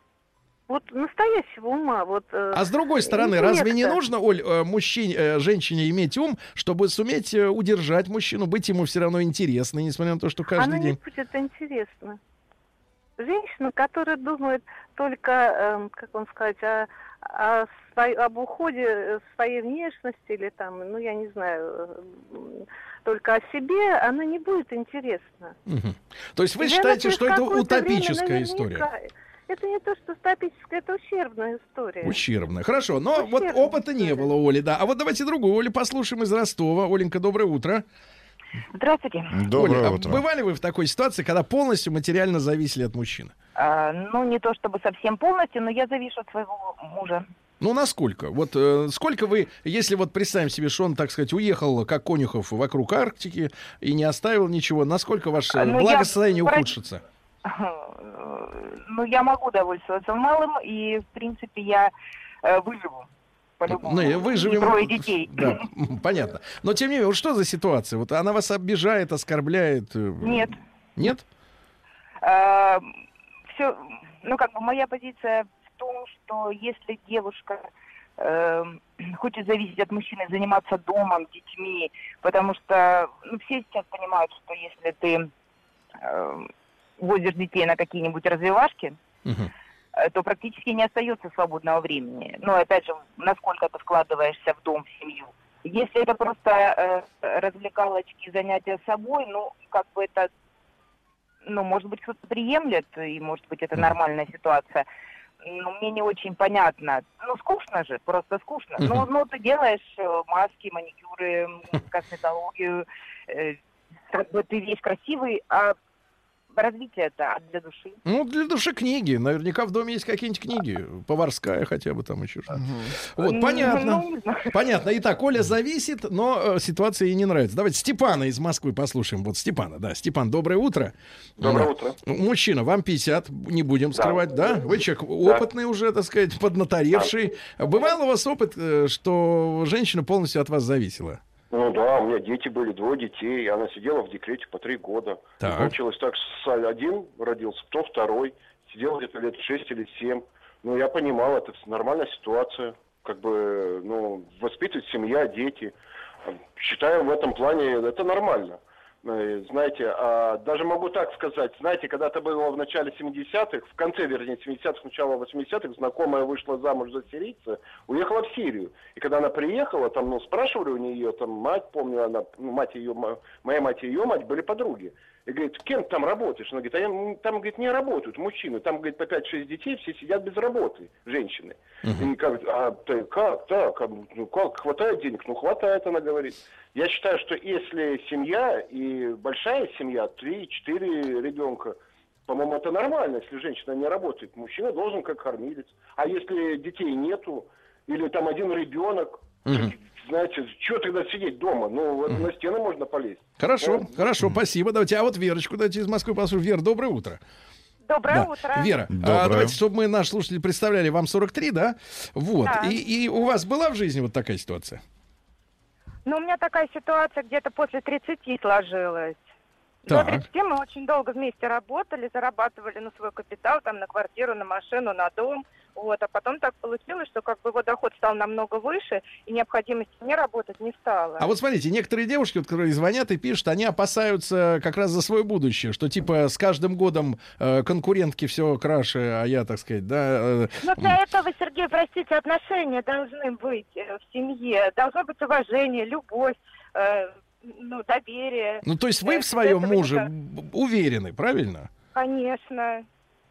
Вот настоящего ума. Вот, э, А с другой стороны, разве не интеллекта. нужно, Оль, э, мужчине, э, женщине иметь ум, чтобы суметь э, удержать мужчину, быть ему все равно интересной, несмотря на то, что каждый Она день... не будет интересна. Женщина, которая думает только, эм, как вам сказать, о, о свой- об уходе э, своей внешности или там, ну я не знаю, э, только о себе, она не будет интересна. Мгм. То есть вы И считаете, она что через это какое-то время утопическая наверняка- история? Это не то, что утопическая, это ущербная история. Ущербная. Хорошо, но вот Ущербная опыта не было, Оли, да. А вот давайте другую Олю послушаем из Ростова. Оленька, доброе утро. Здравствуйте. Доброе Оля, а утро. бывали вы в такой ситуации, когда полностью материально зависели от мужчины? А, ну, не то чтобы совсем полностью, но я завишу от своего мужа. Ну, насколько? Вот э, сколько вы, если вот представим себе, что он, так сказать, уехал, как Конюхов, вокруг Арктики и не оставил ничего, насколько ваше Ну, я благосостояние про- ухудшится? Ну, я могу довольствоваться малым, и, в принципе, я э, выживу. По-любому. Ну, и выживем. И трое детей. Да, м, понятно. Но, тем не менее, вот что за ситуация? Вот она вас обижает, оскорбляет? э, Нет. Нет? Все, ну, как бы моя позиция в том, что если девушка э, хочет зависеть от мужчины, заниматься домом, детьми, потому что ну, все сейчас понимают, что если ты э, возишь детей на какие-нибудь развивашки, Мгм. э, то практически не остается свободного времени. Но опять же, насколько ты вкладываешься в дом, в семью. Если это просто э, развлекалочки, занятия собой, ну, как бы это, ну, может быть, кто-то приемлет, и, может быть, это нормальная ситуация. Но мне не очень понятно. Ну, скучно же, просто скучно. Мгм. Ну, ну, ты делаешь э, маски, маникюры, м, косметологию, э, как бы ты весь красивый, а развитие-то, а для души. Ну, для души книги. Наверняка в доме есть какие-нибудь книги. Поварская хотя бы там еще что-то. Вот, Ну, понятно. ну, не знаю. Понятно. Итак, Оля зависит, но э, ситуация ей не нравится. Давайте Степана из Москвы послушаем. Вот Степана, да. Степан, доброе утро. Доброе Да. утро. Мужчина, вам пятьдесят, не будем Да. скрывать, да? Вы человек опытный уже, так сказать, поднаторевший. Бывал у вас опыт, э, что женщина полностью от вас зависела? Ну да, у меня дети были, двое детей. Она сидела в декрете по три года. Так. И получилось так, что один родился, потом второй. Сидел где-то лет шесть или семь. Ну, я понимал, это нормальная ситуация. Как бы, ну, воспитывать семья, дети. Считаю, в этом плане это нормально. Э, Знаете, а даже могу так сказать, знаете, когда-то было в начале семидесятых, в конце, вернее, семидесятых, начало восьмидесятых, знакомая вышла замуж за сирийца, уехала в Сирию. И когда она приехала, там, ну, спрашивали у нее, там, мать, помню, она, ну, мать ее, мо- моя мать и ее мать были подруги. И говорит, кем ты там работаешь? Она говорит, а я, м, там, говорит, не работают мужчины, там, говорит, по пять-шесть детей, все сидят без работы, женщины. И как, а, ты, как так? А, ну, как, хватает денег? Ну, хватает, она говорит. Я считаю, что если семья и большая семья, три-четыре ребенка, по-моему, это нормально, если женщина не работает. Мужчина должен как кормилец. А если детей нету, или там один ребенок, знаете, что тогда сидеть дома? Ну, это на стены можно полезть. Хорошо, Ну, хорошо, спасибо. Давайте, а вот Верочку дайте из Москвы послушаем. Вера, доброе утро. Доброе Да. утро. Вера, Доброе. а, давайте, чтобы мы наши слушатели представляли, вам сорок три, да? Вот. Да. И, и у вас была в жизни вот такая ситуация? Ну, у меня такая ситуация где-то после тридцати сложилась. Так. До тридцати мы очень долго вместе работали, зарабатывали на свой капитал, там, на квартиру, на машину, на дом. Вот. А потом так получилось, что как бы его доход стал намного выше, и необходимости мне работать не стало. А вот смотрите, некоторые девушки, вот, которые звонят и пишут, они опасаются как раз за свое будущее, что типа с каждым годом э, конкурентки все краше, а я, так сказать, да... э, Но для этого, Сергей, простите, отношения должны быть э, в семье. Должно быть уважение, любовь, э, ну, доверие. Ну, то есть вы Э, в своем этого муже никак- б- уверены, правильно? Конечно.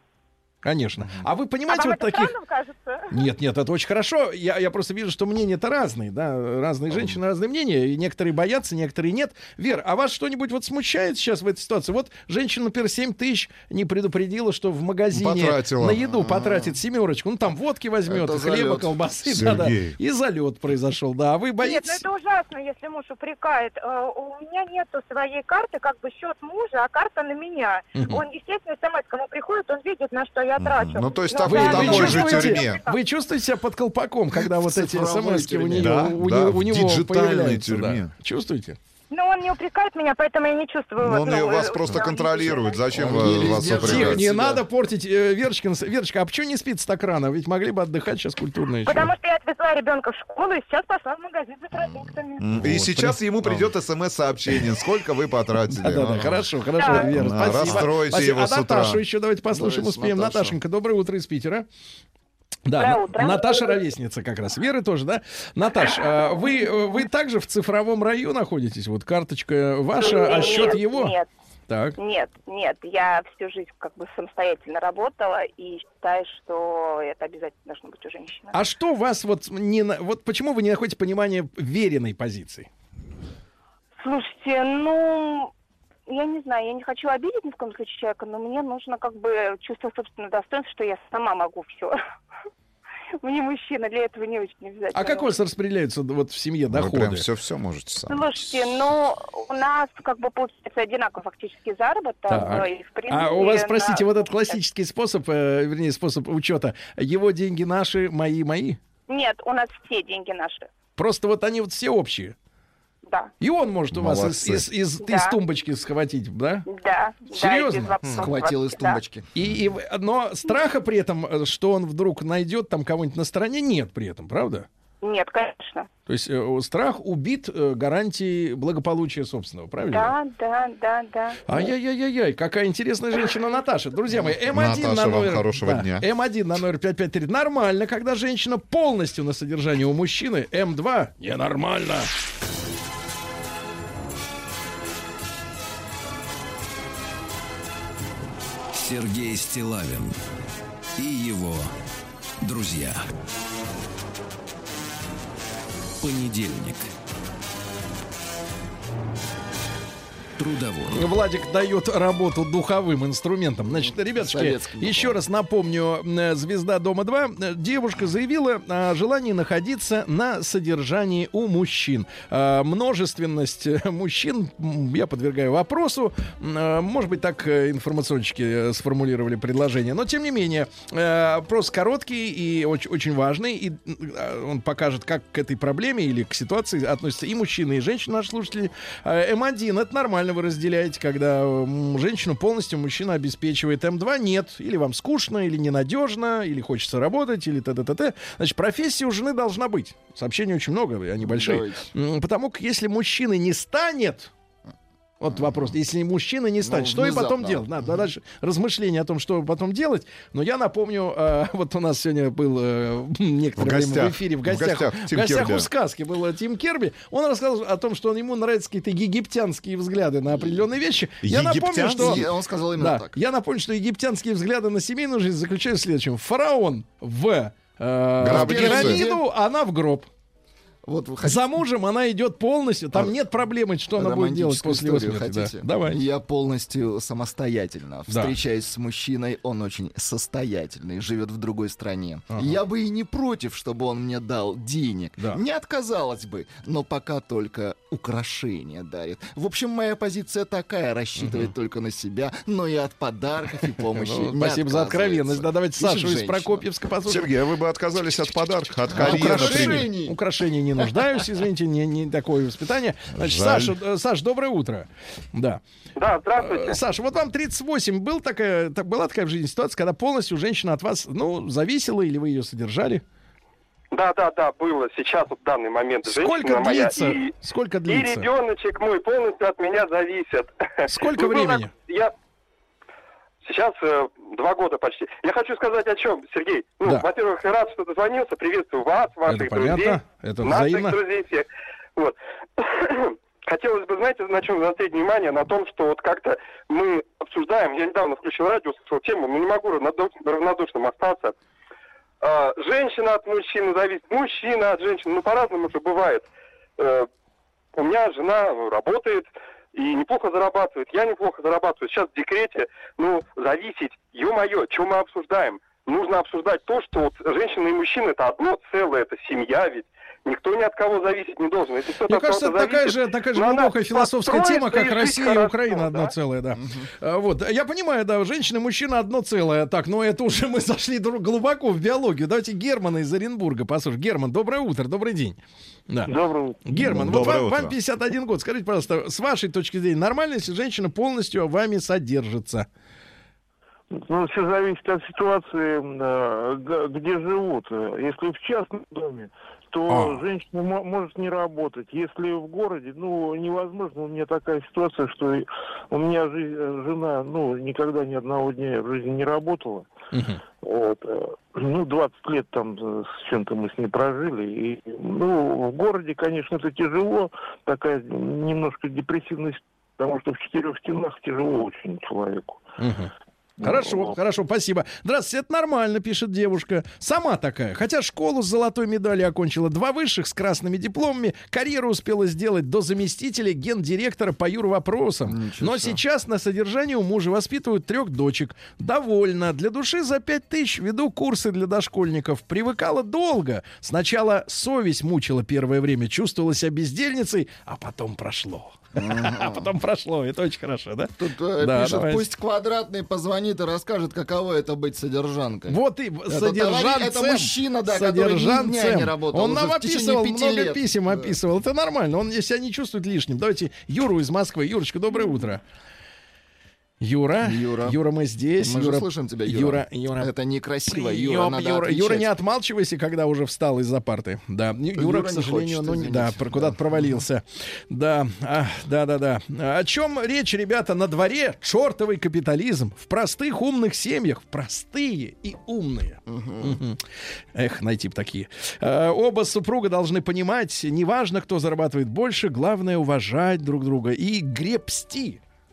Конечно. А вы понимаете, а вам вот это таких... странным кажется? Нет, нет, это очень хорошо. Я, я просто вижу, что мнения-то разные, да, разные женщины, разные мнения, и некоторые боятся, некоторые нет. Вер, а вас что-нибудь вот смущает сейчас в этой ситуации? Вот женщина, например, семь тысяч не предупредила, что в магазине Потратила. на еду потратит семерочку, ну там водки возьмет, Это хлеба, залет. колбасы, да, да, Сергей. и залет произошел, да. А вы Нет, ну боитесь? это ужасно, если муж упрекает. Э, У меня нету своей карты, как бы счет мужа, а карта на меня. Мгм. Он, естественно, смс, кому приходит, он видит, на что я трачу. Ну, то есть Но так Вы, в вы такой же чувствуете, тюрьме. вы чувствуете себя под колпаком, когда вот эти цифровой смс-ки у, тюрьме. нее, Да, у, да, него- в у него диджитальной появляются? Да. тюрьме. Чувствуете? Но он не упрекает меня, поэтому я не чувствую. Но вот, он ну, и вас э, просто я- контролирует. Зачем Он вы- еле вас сдерживает. Тихо, упрекать? не себя. надо портить э, Верочкин. Верочка, а почему не спится так рано? Ведь могли бы отдыхать сейчас культурно еще. Потому что я отвезла ребенка в школу и сейчас пошла в магазин за продуктами. М, И Вот, сейчас ему придет смс-сообщение, сколько вы потратили. Да, да, да, Ну, хорошо, хорошо, Да. Вера, Да, спасибо. расстройте Спасибо. его А с утра. Наташу еще давайте послушаем, Давайте успеем. Наташу. Наташенька, доброе утро из Питера. Да, Доброе На- утро. Наташа ровесница как раз. Веры тоже, да? Наташ, а вы, вы также в цифровом раю находитесь? Вот карточка ваша, а счет Нет, его? Нет, Так. нет, нет. Я всю жизнь как бы самостоятельно работала и считаю, что это обязательно должно быть у женщины. А что вас вот не... на- Вот почему вы не находите понимания веренной позиции? Слушайте, ну, я не знаю, я не хочу обидеть ни в коем случае человека, но мне нужно как бы чувство собственного достоинства, что я сама могу все. Мне мужчина для этого не очень обязательно. А как у вас распределяются вот в семье Вы доходы? прям все-все можете сами. Слушайте, ну, у нас как бы получается одинаковый фактически заработок. Так. но и, в принципе, А у вас, на- простите, вот этот классический способ, э, вернее, способ учета, его деньги наши, мои, мои? Нет, у нас все деньги наши. Просто вот они вот все общие. Да. И он может у вас из, Молодцы. из, из- Да. из тумбочки схватить, да? Да. Серьезно? Да, без вопросов Схватил из вообще, да. тумбочки. И, и в- но страха при этом, э, что он вдруг найдет там кого-нибудь на стороне, нет при этом, правда? Нет, конечно. То есть э, страх убит э, гарантией благополучия собственного, правильно? Да, да, да, да. Ай-яй-яй-яй, какая интересная женщина Наташа. Друзья мои, эм один Наташа, на вам номер... хорошего да, дня. эм один на номер пять пять три. Нормально, когда женщина полностью на содержании у мужчины. эм два ненормально. Сергей Стиллавин и его друзья. Понедельник. трудовой. Владик дает работу духовым инструментам. Значит, ребятушки, еще раз напомню, звезда Дома-два. Девушка заявила о желании находиться на содержании у мужчин. Множественность мужчин я подвергаю вопросу. Может быть, так информационщики сформулировали предложение. Но, тем не менее, вопрос короткий и очень, очень важный. И он покажет, как к этой проблеме или к ситуации относятся и мужчины, и женщины, наши слушатели. эм один — это нормально, вы разделяете, когда женщину полностью мужчина обеспечивает. эм два — нет. Или вам скучно, или ненадежно, или хочется работать, или т.д. Значит, профессия у жены должна быть. Сообщений очень много, они большие. Давайте. Потому как если мужчины не станет... Вот вопрос. Если мужчина не станет, ну, что и потом делать? Надо mm-hmm. дальше размышления о том, что потом делать. Но я напомню, э, вот у нас сегодня был э, некоторое в время в эфире в гостях, в гостях, в гостях у сказки был Тим Керби. Он рассказывал о том, что он, ему нравятся какие-то египтянские взгляды на определенные вещи. Я напомню, что он сказал именно да, так. Я напомню, что египтянские взгляды на семейную жизнь заключаются в следующем: фараон в, э, в пирамиду, она в гроб. Вот вы хотите... За мужем она идет полностью. Там а, нет проблемы, что она будет делать после его смерти. Хотите? Да. Давай. Я полностью самостоятельно да. встречаюсь с мужчиной. Он очень состоятельный, живет в другой стране. Ага. Я бы и не против, чтобы он мне дал денег. Да. Не отказалась бы. Но пока только украшения дарит. В общем, моя позиция такая. Рассчитывает угу. только на себя, но и от подарков и помощи не Спасибо за откровенность. Да, давайте Сашу из Прокопьевска послушаем. Сергей, а вы бы отказались от подарка? От карьеры, украшений. Украшений не нуждаюсь, извините, не, не такое воспитание. Значит, Саша, Саш, доброе утро. Да. Да, здравствуйте. Саша, вот вам тридцать восемь. Был такая, так, была такая в жизни ситуация, когда полностью женщина от вас, ну, зависела, или вы ее содержали? Да, да, да, было. Сейчас, в данный момент, Сколько длится? Моя, и, Сколько длится? И ребеночек мой полностью от меня зависит. Сколько ну, времени? Я... Сейчас э, два года почти. Я хочу сказать о чем, Сергей. Ну, да. Во-первых, рад, что дозвонился. Приветствую вас, ваших Это друзей. Понятно. Это наших взаимно. друзей всех. Вот. Хотелось бы, знаете, на чем заострить внимание, на том, что вот как-то мы обсуждаем, я недавно включил радио, слушал тему, но не могу равнодушным остаться. А, женщина от мужчины зависит, мужчина от женщины, ну, по-разному же бывает. А, у меня жена работает и неплохо зарабатывает, я неплохо зарабатываю. Сейчас в декрете, ну, зависеть, ё-моё, что мы обсуждаем? Нужно обсуждать то, что вот женщина и мужчина — это одно целое, это семья ведь. Никто ни от кого зависеть не должен. Если Мне кажется, это такая же, такая же глубокая философская тема, как Россия и Украина одно да? целое, да. Угу. Вот. Я понимаю, да, женщина и мужчина одно целое. Так, но это уже мы зашли глубоко в биологию. Давайте Германа из Оренбурга послушаем. Герман, доброе утро, добрый день. Да. Доброе утро. Герман, доброе вот вам, утро. вам пятьдесят один год. Скажите, пожалуйста, с вашей точки зрения, нормально, если женщина полностью вами содержится? Ну, все зависит от ситуации, где живут. Если в частном доме, то а. женщина м- может не работать. Если в городе, ну, невозможно. У меня такая ситуация, что у меня жизнь, жена, ну, никогда ни одного дня в жизни не работала. Uh-huh. Вот. Ну, двадцать лет там с чем-то мы с ней прожили. И, ну, в городе, конечно, это тяжело. Такая немножко депрессивность, потому что в четырех стенах тяжело очень человеку. Uh-huh. Хорошо, ну, хорошо, спасибо. Здравствуйте, это нормально, пишет девушка. Сама такая. Хотя школу с золотой медалью окончила, два высших с красными дипломами, карьеру успела сделать до заместителя гендиректора по юрвопросам. Но сейчас на содержании у мужа воспитывают трех дочек. Довольно. Для души за пять тысяч веду курсы для дошкольников. Привыкала долго. Сначала совесть мучила первое время, чувствовала себя бездельницей, а потом прошло. А потом прошло, это очень хорошо, да? Тут да, пишет, давай. Пусть Квадратный позвонит и расскажет, каково это быть содержанкой. Вот и это содержанцем. Это мужчина, да, который ни дня не работал. Он нам описывал, много лет. писем да. описывал. Это нормально, он себя не чувствует лишним. Давайте Юру из Москвы. Юрочка, доброе утро. Юра, Юра, Юра, мы здесь. Мы Юра, же слышим тебя, Юра. Юра, Юра. Это некрасиво, Юра, Юра, надо Юра, Юра, не отмалчивайся, когда уже встал из-за парты. Да, Юра, Юра к сожалению, хочет, ну, да, куда-то да. провалился. Да, а, да, да, да. О чем речь, ребята? На дворе чертовый капитализм. В простых умных семьях. Простые и умные. Угу. Угу. Эх, найти бы такие. А, оба супруга должны понимать, неважно, кто зарабатывает больше, главное уважать друг друга и гребсти.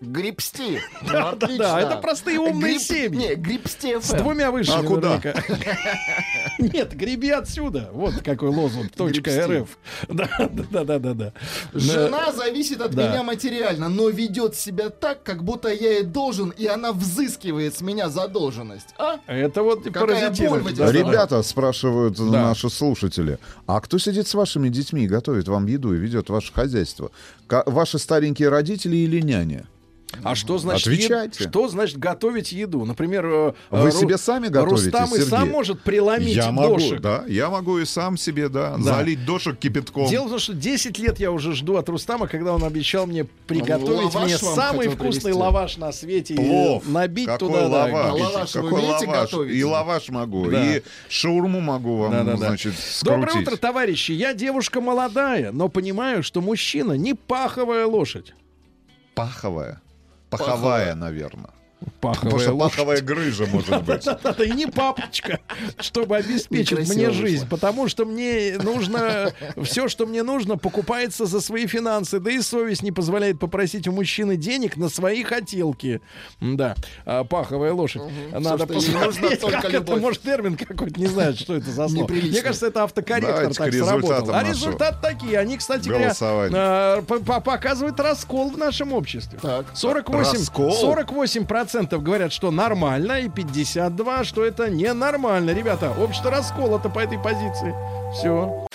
Грибсти. Да, Ну, да, да, это простые умные Гриб- семьи. Не, Грибсти С эф эм. двумя высшими. А куда? наверняка. Нет, греби отсюда. Вот какой лозунг. Точка РФ. Да, да, да, да, да. Жена зависит от Да. меня материально, но ведет себя так, как будто я ей должен, и она взыскивает с меня задолженность. А? Это вот Какая паразитизм. боль в этих Да, да, да. Ребята, спрашивают Да. наши слушатели, а кто сидит с вашими детьми, готовит вам еду и ведет ваше хозяйство? Ка- ваши старенькие родители или няня? А что значит, Отвечайте. е- что значит готовить еду? Например, э, Вы Ру- себе сами готовите, Рустам и Сергей? сам может преломить Я могу, дошек. да, я могу и сам себе, да, Да. залить дошек кипятком. Дело в том, что десять лет я уже жду от Рустама, когда он обещал мне приготовить лаваш мне вам самый хотел вкусный привезти. лаваш на свете. и Плов. Набить Какой туда, да, лаваш? А лаваш вы Какой умеете лаваш? готовить? И лаваш могу, Да. и шаурму могу вам, Да-да-да. значит, скрутить. Доброе утро, товарищи. Я девушка молодая, но понимаю, что мужчина не паховая лошадь. Паховая. Паховая, наверное. Паховая Потому что лошадь. паховая грыжа может быть. Да-да-да, и не папочка, чтобы обеспечить Некрасиво мне вышло. жизнь, потому что мне нужно, все, что мне нужно, покупается за свои финансы, да и совесть не позволяет попросить у мужчины денег на свои хотелки. Да, а, паховая лошадь. Надо Всё, что ей нужно, посмотреть, только как это, любовь. может, термин какой-то, не знаю, что это за слово. Неприлично. Мне кажется, это автокорректор Давайте так к результатам сработал. А нашего результаты такие, они, кстати говоря, голосования. а, по- по- показывают раскол в нашем обществе. Так. сорок восемь, Раскол? сорок восемь процентов говорят, что нормально, и пятьдесят два, что это ненормально. Ребята, общество расколото по этой позиции. Все.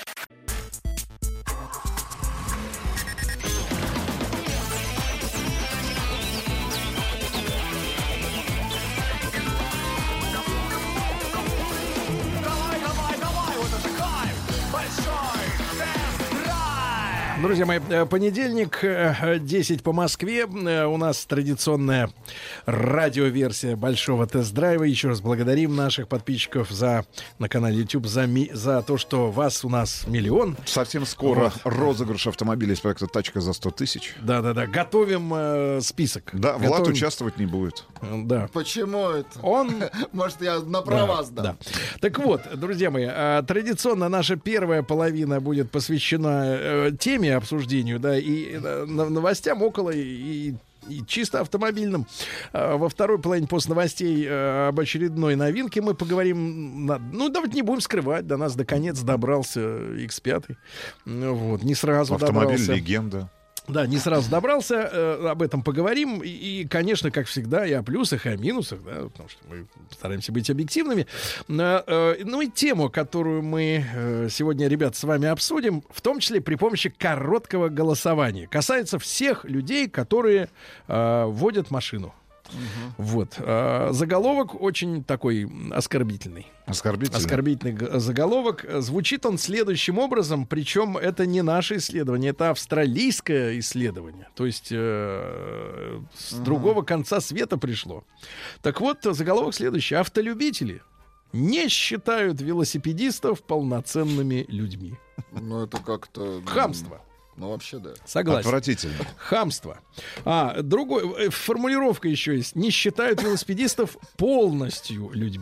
Друзья мои, э, понедельник, э, десять по Москве. Э, У нас традиционная радиоверсия большого тест-драйва. Еще раз благодарим наших подписчиков за, на канале YouTube за, ми- за то, что вас у нас миллион. Совсем скоро Вот. розыгрыш автомобиля из проекта «Тачка за сто тысяч». Да-да-да, готовим э, список. Да, Влад Готовим- участвовать не будет. Э, Да. Почему это? Он... Может, я на права Да, сдам. да. Так вот, друзья мои, а, традиционно наша первая половина будет посвящена э, теме, обсуждению, да, и э, на- новостям около и, и чисто автомобильным. А во второй половине после новостей э, об очередной новинке мы поговорим. на- ну, давайте не будем скрывать, до нас наконец добрался икс пять. Ну, вот, не сразу Автомобиль добрался. легенда. Да, не сразу добрался, э, об этом поговорим. И, и, конечно, как всегда, и о плюсах, и о минусах, да, потому что мы стараемся быть объективными. Э, э, ну и тему, которую мы э, сегодня, ребят, с вами обсудим, в том числе при помощи короткого голосования. Касается всех людей, которые э, водят машину. Вот. А, заголовок очень такой оскорбительный. Оскорбительный. Оскорбительный г- заголовок. Звучит он следующим образом, причем это не наше исследование, это австралийское исследование. То есть э, с другого конца света пришло. Так вот, заголовок следующий. Автолюбители не считают велосипедистов полноценными людьми. Ну, это как-то... Хамство. Ну, вообще, да. Согласен. Отвратительно. Хамство. А, другой, э, формулировка еще есть. Не считают велосипедистов полностью людьми.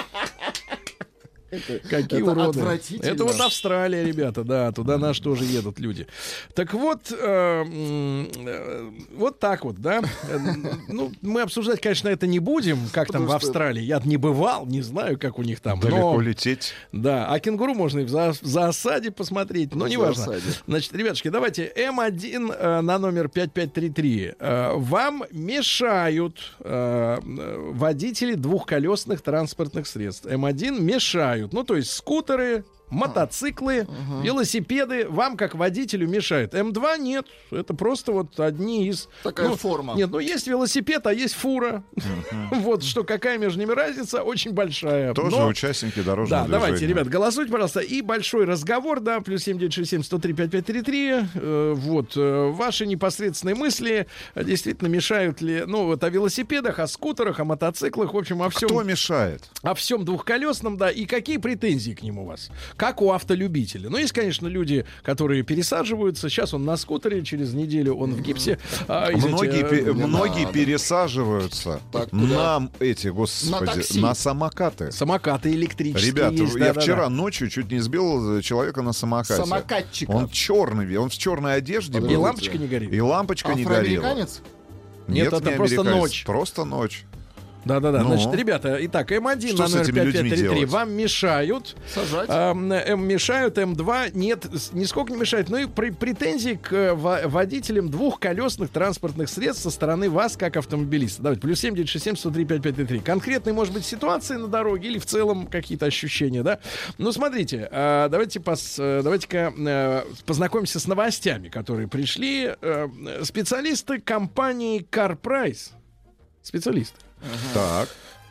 Какие это уроды. отвратительно. Это вот Австралия, ребята, да, туда наши тоже едут люди. Так вот, э, м, э, вот так вот, да. Э, Ну, мы обсуждать, конечно, это не будем, как там Потому в что- Австралии. Я не бывал, не знаю, как у них там. Далеко но- лететь. Да, а кенгуру можно и в за, в зоосаде посмотреть, но В неважно. зоосаде. Значит, ребятушки, давайте эм один э, на номер пять пять три три. Э, вам мешают э, э, водители двухколесных транспортных средств. эм один мешают. Ну, то есть скутеры, мотоциклы, велосипеды вам, как водителю, мешают. эм два нет. Это просто вот одни из... Такая ну, форма. Нет, ну есть велосипед, а есть фура. Вот что, какая между ними разница? Очень большая. Тоже Но- участники дорожного Да, движения. давайте, ребят, голосуйте, пожалуйста. И большой разговор, да, плюс семь девять шесть семь сто три пять пять три три. Э, вот, э, ваши непосредственные мысли э, действительно мешают ли, ну, вот о велосипедах, о скутерах, о мотоциклах, в общем, о всем. Кто мешает? О всем двухколесном, да, и какие претензии к ним у вас? Как у автолюбителя? Ну, есть, конечно, люди, которые пересаживаются. Сейчас он на скутере, через неделю он в гипсе. А, извините, Многие, э, пе- не многие надо. пересаживаются Так, куда? на эти, господи, такси. на самокаты. Самокаты электрические Ребята, есть, я да-да-да. вчера ночью чуть не сбил человека на самокате. Самокатчика. Он черный, он в черной одежде И был. лампочка не горит. И лампочка не горела. Афроамериканец? Нет, Нет, это не просто американец, ночь. Просто ночь. Да-да-да. Ну? Значит, ребята, итак, эм один Что на с номер этими пять людьми пять три три делать? вам мешают. Сажать. Эм, эм, мешают, эм два нет, с- нисколько не мешает. Ну и при- претензии к э, во- водителям двухколесных транспортных средств со стороны вас, как автомобилиста. Давайте, плюс семь девять шесть семь сто три пять пять три три. Конкретные, может быть, ситуации на дороге или в целом какие-то ощущения, да? Ну, смотрите, э, давайте пос, э, давайте-ка э, познакомимся с новостями, которые пришли. Э, специалисты компании CarPrice. Специалисты. Так.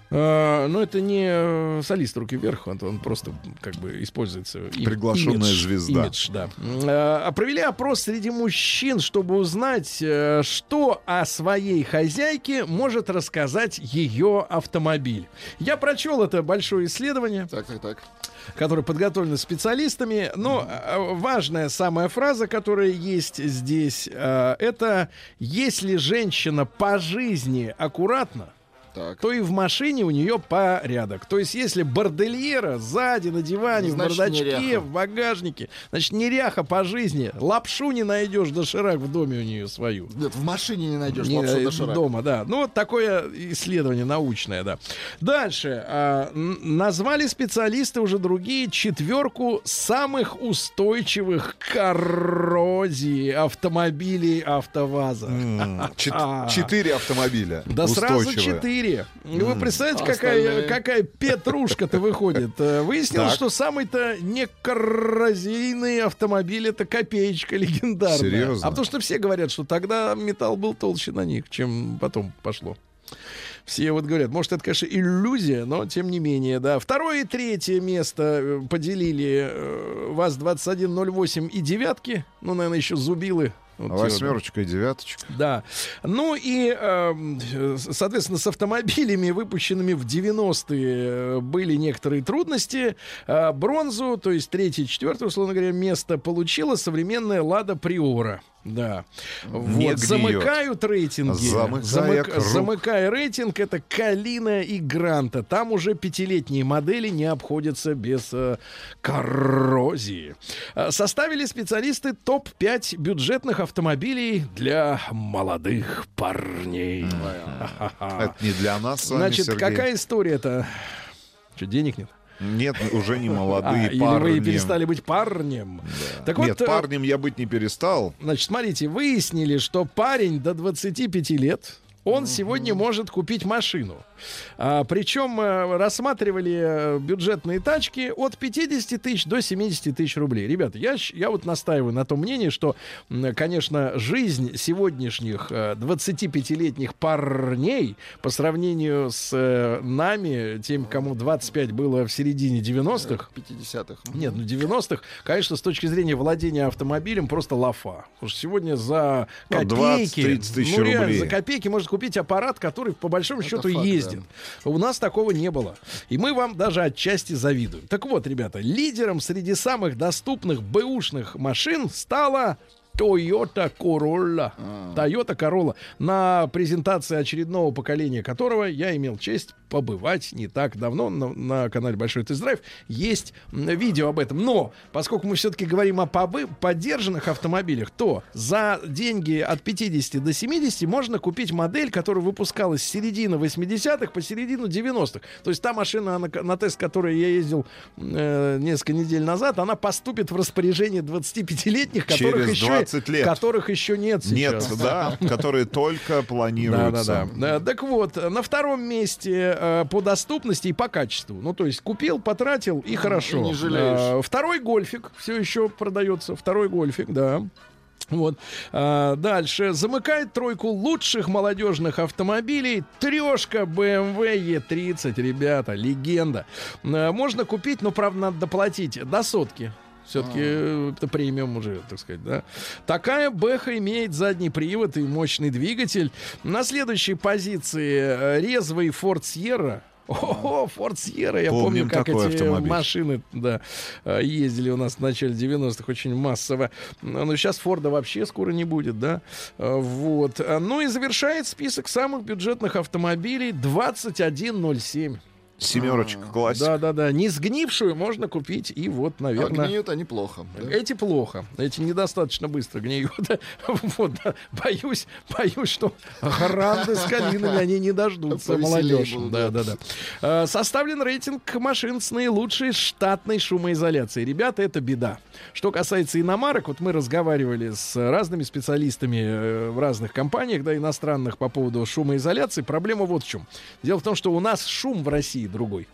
Uh, ну, это не uh, солист «Руки вверх», он, он просто как бы используется. И, Приглашенная имидж, звезда. Имидж, да. Uh, провели опрос среди мужчин, чтобы узнать, uh, что о своей хозяйке может рассказать ее автомобиль. Я прочел это большое исследование. Так, так, так. Которое подготовлено специалистами. Но uh, важная самая фраза, которая есть здесь, uh, это «если женщина по жизни аккуратна, Так. то и в машине у нее порядок. То есть, если бордельера сзади, на диване, Значит, в бардачке, неряха. в багажнике, значит, неряха по жизни. Лапшу не найдешь, доширак в доме у нее свою. Нет, в машине не найдешь Не, лапшу э, доширак. дома, да. Ну, вот такое исследование научное, да. Дальше. А, н- назвали специалисты уже другие четверку самых устойчивых к коррозии автомобилей АвтоВАЗа. М, чет- А. Четыре автомобиля. Да сразу устойчивые. четыре. Вы М. представляете, А какая, остальные? какая петрушка-то выходит. Э, Выяснилось, Так. что самый-то некоррозийный автомобиль — это копеечка легендарная. Серьезно? А потому что все говорят, что тогда металл был толще на них, чем потом пошло. Все вот говорят, может, это, конечно, иллюзия, но тем не менее, да. Второе и третье место э, поделили э, ВАЗ двадцать один ноль восемь и девятки. Ну, наверное, еще зубилы. Вот те вот. Восьмерочка и девяточка. Да. Ну и, э, соответственно, с автомобилями, выпущенными в девяностые, были некоторые трудности. Э, бронзу, то есть третье, четвертое, условно говоря, место получила современная «Лада Приора». Да. Не Вот. гниет. Замыкают рейтинги. Замыкая Замык- круг. Замыкая рейтинг, это Калина и Гранта. Там уже пятилетние модели не обходятся без э, коррозии. Э, Составили специалисты топ пять бюджетных автомобилей для молодых парней. Ха-ха-ха. Это не для нас с вами, Значит, Сергей. какая история-то? Что, денег нет? Нет, уже не А, молодые или парни. вы перестали быть парнем? Так Нет, вот, э, парнем я быть не перестал. Значит, смотрите, выяснили, что парень до двадцати пяти лет, он сегодня может купить машину. А, причем а, рассматривали а, бюджетные тачки от пятидесяти тысяч до семидесяти тысяч рублей. Ребята, я, щ- я вот настаиваю на том мнении, что, м, конечно, жизнь сегодняшних а, двадцатипятилетних парней по сравнению с э, нами, тем, кому двадцать пять было в середине девяностых, пятидесятых. нет, ну девяностых, конечно, с точки зрения владения автомобилем просто лафа. Потому что сегодня за Ну, копейки, двадцать-тридцать тысяч ну, реально, рублей. за копейки можно купить аппарат, который по большому Это счету факт, ездит. У нас такого не было. И мы вам даже отчасти завидуем. Так вот, ребята, лидером среди самых доступных бэушных машин стала Toyota Corolla. Toyota Corolla. На презентации очередного поколения которого я имел честь побывать не так давно на, на канале Большой Тест-драйв. Есть м, видео об этом. Но, поскольку мы все-таки говорим о побы- подержанных автомобилях, то за деньги от пятидесяти до семидесяти можно купить модель, которая выпускалась с середины восьмидесятых по середину девяностых. То есть та машина, на, на тест, которой я ездил э, несколько недель назад, она поступит в распоряжение двадцатипятилетних, которых Через еще, двадцать лет. которых еще нет Нет, сейчас. да, которые только планируются. Да, да, да. Так вот, на втором месте э, по доступности и по качеству. Ну, то есть купил, потратил и хорошо. И не жалеешь. Э, второй гольфик все еще продается. Второй гольфик, да. Вот. А, дальше. Замыкает тройку лучших молодежных автомобилей трешка бэ эм вэ е тридцать, ребята, легенда. А, можно купить, но, правда, надо доплатить до сотки. Все-таки это премиум уже, так сказать, да. Такая бэха имеет задний привод и мощный двигатель. На следующей позиции э, резвый Ford Sierra. О, Ford Sierra, я Помним помню, как такой эти автомобиль. машины, да, э, ездили у нас в начале девяностых очень массово. Но сейчас Форда вообще скоро не будет, да. Э, Вот. Ну и завершает список самых бюджетных автомобилей двадцать один ноль семь. Семерочка классика. Да-да-да. Не сгнившую можно купить. И вот, наверное... А гниют они плохо. Да? Эти плохо. Эти недостаточно быстро гниют. Вот, да. Боюсь, боюсь, что гранды с калинами они не дождутся. Молодежь. Да-да-да. Составлен рейтинг машин с наилучшей штатной шумоизоляцией. Ребята, это беда. Что касается иномарок, вот мы разговаривали с разными специалистами в разных компаниях, да, иностранных, по поводу шумоизоляции. Проблема вот в чем. Дело в том, что у нас шум в России другой.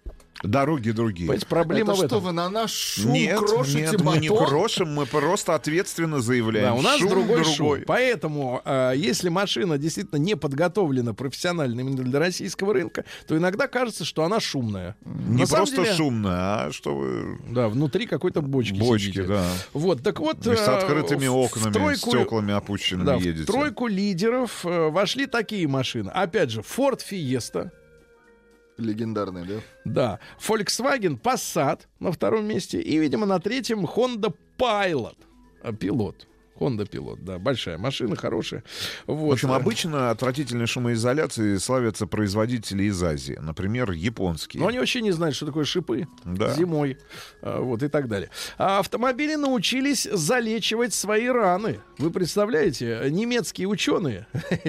Дороги другие. Понимаете, проблема это в этом. Что вы на наш шум нет, крошите нет, батон? мы не крошим, мы просто ответственно заявляем. Да, у нас шум другой, другой шум. Поэтому, э, если машина действительно не подготовлена профессионально именно для российского рынка, то иногда кажется, что она шумная. Не На просто деле, шумная, а что вы... Да, внутри какой-то бочки Бочки, сидите. да. Вот, так вот... И с открытыми э, окнами, тройку, стеклами опущенными да, едете. В тройку лидеров э, вошли такие машины. Опять же, Ford Fiesta. Легендарный, да? Да. Volkswagen Passat на втором месте. И, видимо, на третьем Honda Pilot. Пилот. Honda Pilot, да, большая машина, хорошая. Вот. В общем, обычно отвратительной шумоизоляцией славятся производители из Азии, например, японские. Но они вообще не знают, что такое шипы да. зимой, вот и так далее. А автомобили научились залечивать свои раны. Вы представляете, немецкие ученые,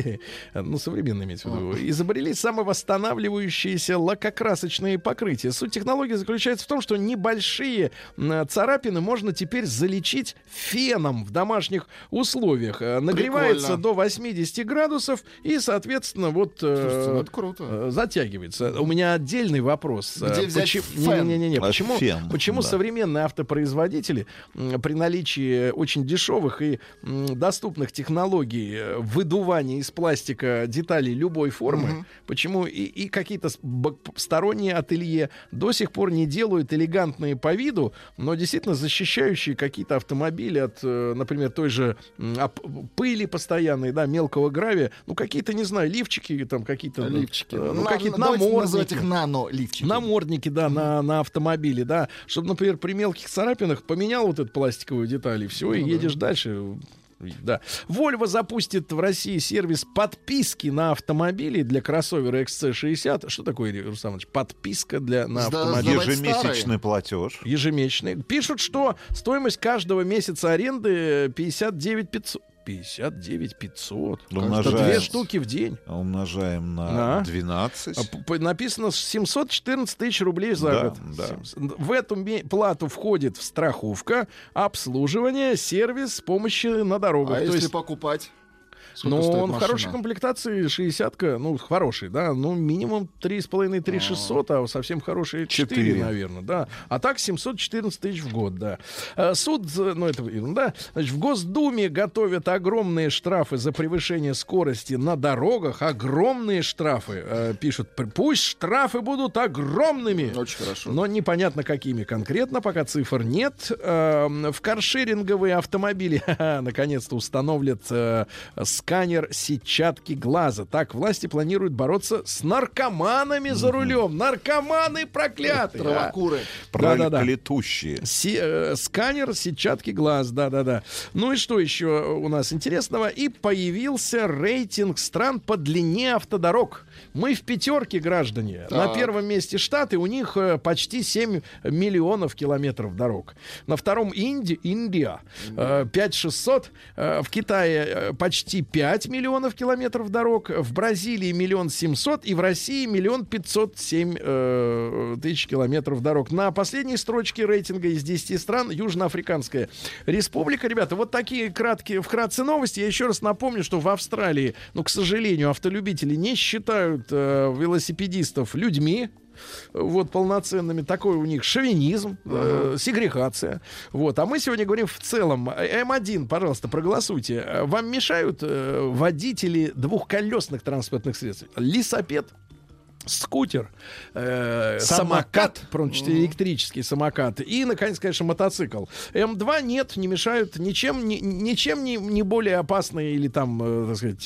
ну, современные имеется в виду, изобрели самовосстанавливающиеся лакокрасочные покрытия. Суть технологии заключается в том, что небольшие царапины можно теперь залечить феном в домашних условиях. Нагревается Прикольно. До восьмидесяти градусов и, соответственно, вот Слушайте, ну это круто. затягивается. У меня отдельный вопрос. Где взять почему, фен? Не, не, не, почему, фен, почему да. современные автопроизводители при наличии очень дешевых и доступных технологий выдувания из пластика деталей любой формы, угу. почему и, и какие-то сторонние ателье до сих пор не делают элегантные по виду, но действительно защищающие какие-то автомобили от, например, той же пыли постоянной, да, мелкого гравия, ну, какие-то, не знаю, лифчики, там, какие-то... Лифчики. Ну, на, какие-то намордники. Их нано-лифчики. Намордники, да, mm-hmm. на, на автомобиле, да, чтобы, например, при мелких царапинах поменял вот эту пластиковую деталь, и все, ну, и едешь да. дальше... Да. Volvo запустит в России сервис подписки на автомобили для кроссовера икс си шестьдесят. Что такое, Руслан Ильич? Подписка для, на автомобиль? Ежемесячный платеж. Ежемесячный. Пишут, что стоимость каждого месяца аренды пятьдесят девять тысяч пятьсот. пятьдесят девять тысяч пятьсот. Это две штуки в день. Умножаем на а? двенадцать. А, написано семьсот четырнадцать тысяч рублей за да, год. Да. В эту плату входит страховка, обслуживание, сервис помощи на дорогах. А То если есть... покупать? Но Сколько он в хорошей комплектации шестидесятка, ну, хороший, да, ну, минимум три с половиной — три тысячи шестьсот, а совсем хорошие четыре, наверное, да. А так семьсот четырнадцать тысяч в год, да. Суд, ну, это ерунда. Значит, в Госдуме готовят огромные штрафы за превышение скорости на дорогах. Огромные штрафы, э, пишут. Пусть штрафы будут огромными. Очень хорошо. Но непонятно, какими конкретно, пока цифр нет. Э, в каршеринговые автомобили наконец-то установлят э, сканер сетчатки глаза. Так власти планируют бороться с наркоманами за рулем. Наркоманы проклятые. Травокуры. Проклятущие. Э, сканер сетчатки глаз. Да-да-да. Ну и что еще у нас интересного? И появился рейтинг стран по длине автодорог. Мы в пятерке, граждане. Так. На первом месте Штаты. У них э, почти семь миллионов километров дорог. На втором Инди, Индия. Э, пять тысяч шестьсот. Э, в Китае э, почти пять миллионов километров дорог, в Бразилии миллион семьсот и в России миллион пятьсот семь э, тысяч километров дорог. На последней строчке рейтинга из десяти стран Южноафриканская республика. Ребята, вот такие краткие, вкратце новости. Я еще раз напомню, что в Австралии, ну, к сожалению, автолюбители не считают э, велосипедистов людьми. Вот, полноценными. Такой у них шовинизм, uh-huh. э, сегрегация. Вот. А мы сегодня говорим в целом. эм один, пожалуйста, проголосуйте. Вам мешают э, водители двухколесных транспортных средств? Лисопед, скутер, э, самокат, самокат электрический самокат и, наконец, конечно, мотоцикл. эм два нет, не мешают ничем, ни, ничем не, не более опасные или там, э, так сказать,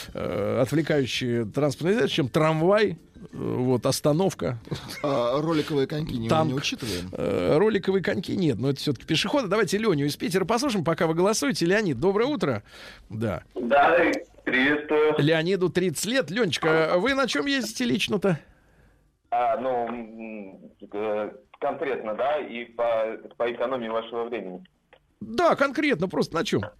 э, отвлекающие транспортные средства, чем трамвай. Вот, остановка. А роликовые коньки не, не учитываем? Э, роликовые коньки нет, но это все-таки пешеходы. Давайте Леню из Питера послушаем, пока вы голосуете. Леонид, доброе утро. Да. Да, приветствую. Леониду тридцать лет. Ленечка, вы на чем ездите лично-то? А, ну, м, конкретно, да, и по, по экономии вашего времени. Да, конкретно, просто на чем?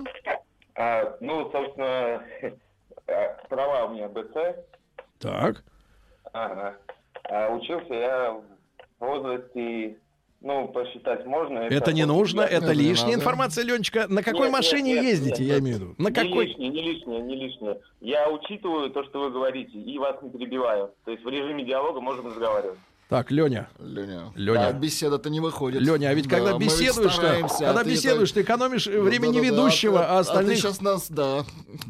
А, ну, собственно, права у меня БЦ. Так. Ага. А учился я в возрасте, ну, посчитать можно. Это, это не нужно, я... это лишняя информация, Ленечка. На какой нет, машине нет, нет, ездите, нет, я нет. имею в виду? На не какой? лишнее, не лишнее, не лишнее. Я учитываю то, что вы говорите, и вас не перебиваю. То есть в режиме диалога можем разговаривать. Так, Леня. Леня. Леня. Да, беседа-то не выходит. Леня, а ведь да, когда мы ведь беседуешь, стараемся, когда а ты беседуешь, так- ты экономишь Ну, времени да-да-да, ведущего, а, а остальных... А ты сейчас нас, да.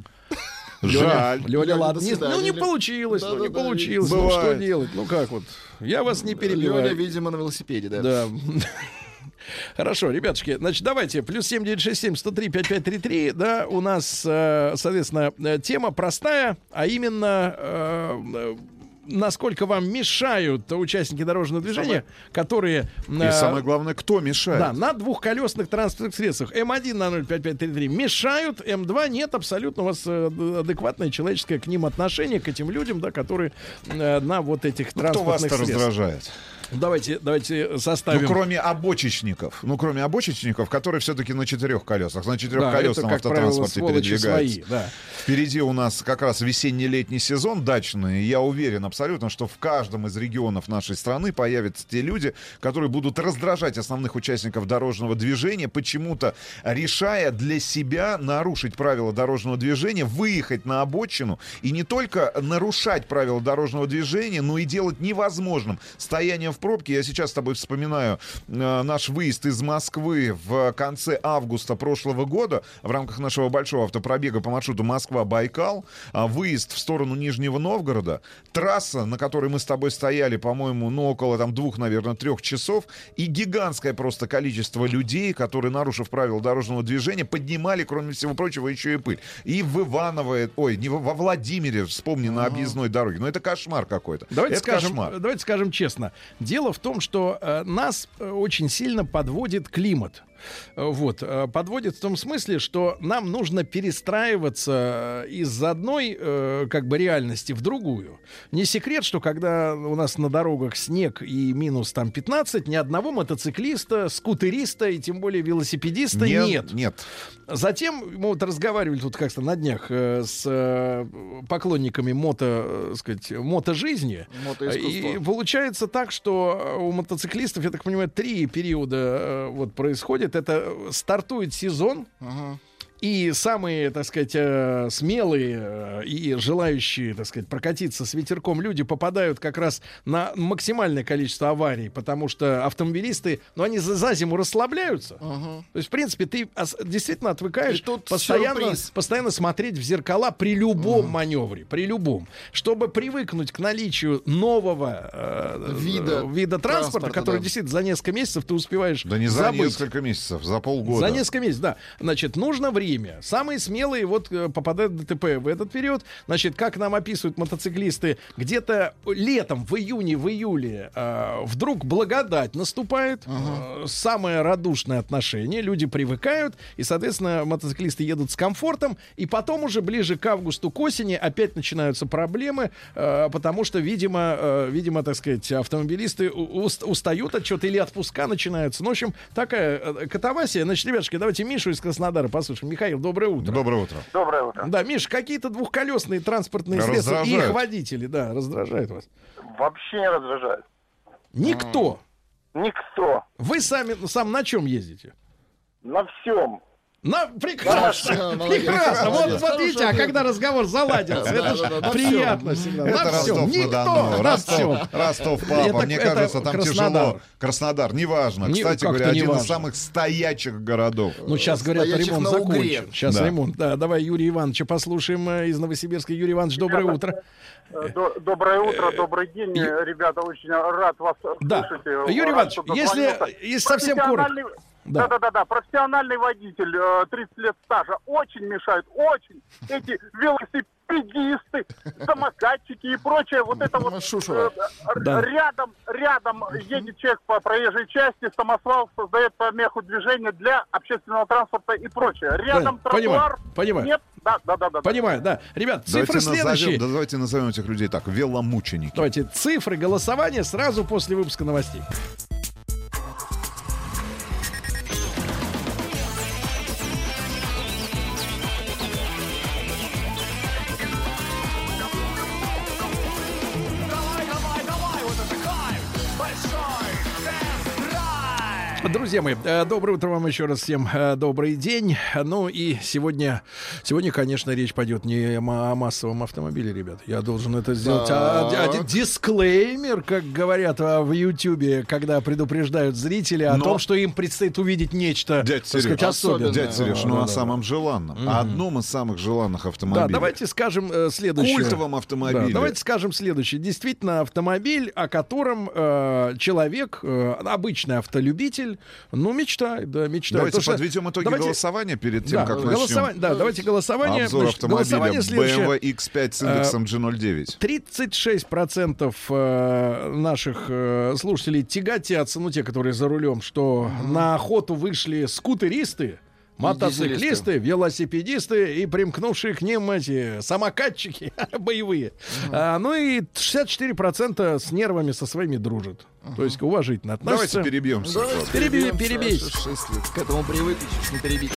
Жаль. Леня, Леня, ладно. до Не- свидания, ну, не Леня. получилось, ну, не Да-да-да, получилось. Ну, что бывает. делать? Ну, как вот? Я вас не перебиваю. Леня, видимо, на велосипеде, да. Да. Хорошо, ребятушки, значит, давайте, плюс семь девять шесть семь сто три пять пять три три, да, у нас, э, соответственно, э, тема простая, а именно... э, э, насколько вам мешают участники дорожного движения, которые... И самое главное, кто мешает? Да, на двухколесных транспортных средствах. эм один на ноль пять пять три три мешают, эм два нет, абсолютно у вас э, адекватное человеческое к ним отношение, к этим людям, да, которые э, на вот этих Ну, кто транспортных вас-то средствах. раздражает? Давайте, давайте составим... Ну, кроме обочечников. Ну, кроме обочечников, которые все-таки на четырех колесах. На Да, четырехколесном это, как правило, автотранспорте сволочи передвигаются. свои, да. Впереди у нас как раз весенне-летний сезон дачный. И я уверен абсолютно, что в каждом из регионов нашей страны появятся те люди, которые будут раздражать основных участников дорожного движения, почему-то решая для себя нарушить правила дорожного движения, выехать на обочину и не только нарушать правила дорожного движения, но и делать невозможным стояние в пробке. Я сейчас с тобой вспоминаю э, наш выезд из Москвы в конце августа прошлого года в рамках нашего большого автопробега по маршруту Москва-Байкал. А, выезд в сторону Нижнего Новгорода. Трасса, на которой мы с тобой стояли, по-моему, ну, около там двух, наверное, трех часов. И гигантское просто количество людей, которые, нарушив правила дорожного движения, поднимали, кроме всего прочего, еще и пыль. И в Иваново, ой, не во, во Владимире, вспомни, на объездной дороге. Ну, это кошмар какой-то. Давайте это скажем, кошмар. давайте скажем честно. Дело в том, что э, нас э, очень сильно подводит климат. Вот, подводит в том смысле, что нам нужно перестраиваться из одной э, как бы реальности в другую. Не секрет, что когда у нас на дорогах снег и минус там пятнадцать, ни одного мотоциклиста, скутериста и тем более велосипедиста нет. Нет. Нет. Затем мы вот разговаривали тут как-то на днях э, с э, поклонниками мото, э, сказать, мотожизни. Мотоискусства. И получается так, что у мотоциклистов, я так понимаю, три периода э, вот происходит. Это стартует сезон, Ага. и самые, так сказать, э, смелые э, и желающие, так сказать, прокатиться с ветерком люди попадают как раз на максимальное количество аварий, потому что автомобилисты, ну, они за, за зиму расслабляются. Ага. То есть, в принципе, ты ос- действительно отвыкаешь И тут постоянно, сюрприз. постоянно смотреть в зеркала при любом mm. маневре, при любом. Чтобы привыкнуть к наличию нового э, Вида э, вида транспорта, транспорта, который да. действительно за несколько месяцев ты успеваешь Да не за забыть. несколько месяцев, за полгода. За несколько месяцев, да. Значит, нужно время. Самые смелые вот э, попадают в ДТП в этот период. Значит, как нам описывают мотоциклисты, где-то летом, в июне, в июле э, вдруг благодать наступает. Э, самое радушное отношение. Люди привыкают. И, соответственно, мотоциклисты едут с комфортом. И потом уже ближе к августу, к осени опять начинаются проблемы. Э, потому что, видимо, э, видимо, так сказать, автомобилисты у- уст- устают от чего-то или отпуска начинаются. Ну, в общем, такая э, катавасия. Значит, ребятушки, давайте Мишу из Краснодара послушаем. Михаил, доброе утро. Доброе утро. Доброе утро. Да, Миш, какие-то двухколесные транспортные средства и Раздражают. их водители, да, раздражают вас. Вообще не раздражает. Никто. Никто. Вы сами сам на чем ездите? На всем. На, прекрасно, Да, молодец, прекрасно. молодец. Вот, вот видите, а Хороший когда разговор заладился, Да, это да, ж да, да, на приятно всем. всегда. Это На всем. Ростов-на-Дону, Никто, на всем. Ростов, Ростов, папа. Это- Мне это кажется, там Краснодар. тяжело. Краснодар, неважно. Не- Кстати как-то говоря, один неважно. из самых стоячих городов. Ну, сейчас, говорят, Стоячих ремонт на угре. закончен. Сейчас Да. ремонт. Да, давай Юрия Ивановича послушаем э, из Новосибирска. Юрий Иванович, доброе утро. До- Доброе утро, добрый день, Ю- ребята, очень рад вас Да. слышать. Юрий Рад, Иванович, что если, дозвонился. если совсем коротко. Профессиональный- Да. Да-да-да, профессиональный водитель, э, тридцать лет стажа, очень мешает, очень. Эти велосипедисты, самокатчики и прочее, вот это вот Шушера. э, Да. рядом, рядом едет человек по проезжей части, самосвал создает помеху движения для общественного транспорта и прочее. Рядом Понимаю, тротуар, понимаю. нет Да, да, да, да. Понимаю, да. Ребят, давайте цифры назовем, следующие. да, давайте назовем этих людей так. Веломученики. Давайте цифры голосования сразу после выпуска новостей. Друзья мои, доброе утро вам еще раз всем, добрый день. Ну и сегодня, сегодня, конечно, речь пойдет не о массовом автомобиле, ребят. Я должен это сделать. А, а, дисклеймер, как говорят в Ютьюбе, когда предупреждают зрителей о Но... том, что им предстоит увидеть нечто, дядь так сказать, Сереж, особенное. Дядь Сереж, ну да, о да, самом да. желанном. Mm-hmm. О одном из самых желанных автомобилей. Да, давайте скажем э, следующее. Культовом автомобиле. Да, давайте скажем следующее. Действительно, автомобиль, о котором э, человек, э, обычный автолюбитель, ну, мечтает, да, мечтает. Давайте Потому подведем что... итоги давайте... голосования перед тем, да, как голосова... начнем. Да, давайте голосование. Обзор Значит, автомобиля голосование бэ эм вэ икс пять с индексом джи ноль девять. тридцать шесть процентов э, наших э, слушателей тяготятся, ну, те, которые за рулем, что mm-hmm. на охоту вышли скутеристы, мотоциклисты, велосипедисты и примкнувшие к ним эти самокатчики боевые. Uh-huh. А, ну и шестьдесят четыре процента с нервами со своими дружат. Uh-huh. То есть уважительно относятся. Давайте перебьемся. Давайте Переби- перебьемся. перебейся. шесть лет к этому привыкли, чуть не перебить.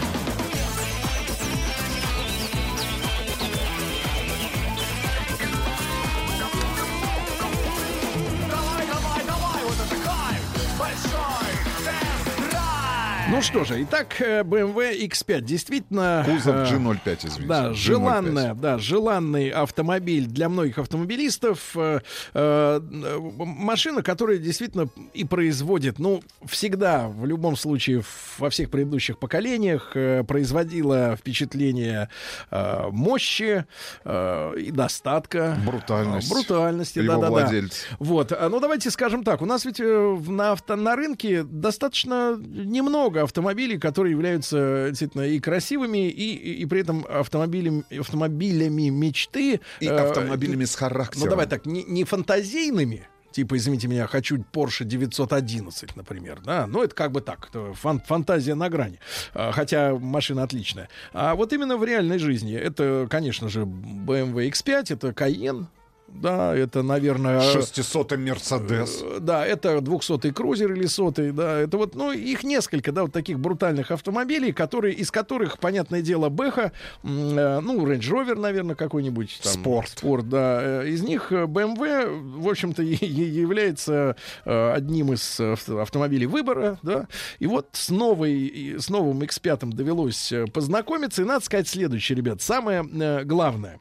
Ну что же, итак, бэ эм вэ икс пять действительно... Кузов джи ноль пять, извините. Да, желанная, да, желанный автомобиль для многих автомобилистов. Э, э, машина, которая действительно и производит, ну, всегда, в любом случае, во всех предыдущих поколениях э, производила впечатление э, мощи э, и достатка. Брутальность. Э, брутальности, да-да-да. Вот, ну давайте скажем так, у нас ведь э, на, авто, на рынке достаточно немного автомобилей, которые являются действительно и красивыми, и, и, и при этом автомобилями, автомобилями мечты. И э, автомобилями с характером. Ну, давай так, не, не фантазийными, типа, извините меня, хочу Porsche девятьсот одиннадцать, например, да, ну, это как бы так, фан- фантазия на грани, хотя машина отличная. А вот именно в реальной жизни, это, конечно же, бэ эм вэ икс пять, это Cayenne. Да, это, наверное... шестисотый Мерседес. Да, это двухсотый крузер или сотый, да, это вот, ну, их несколько, да, вот таких брутальных автомобилей, которые, из которых, понятное дело, Бэха, э, ну, Range Rover, наверное, какой-нибудь там. Спорт. Спорт, да. Из них бэ эм вэ, в общем-то, и, и является э, одним из автомобилей выбора, да. И вот с, новой, с новым икс пять довелось познакомиться, и надо сказать следующее, ребят, самое э, главное.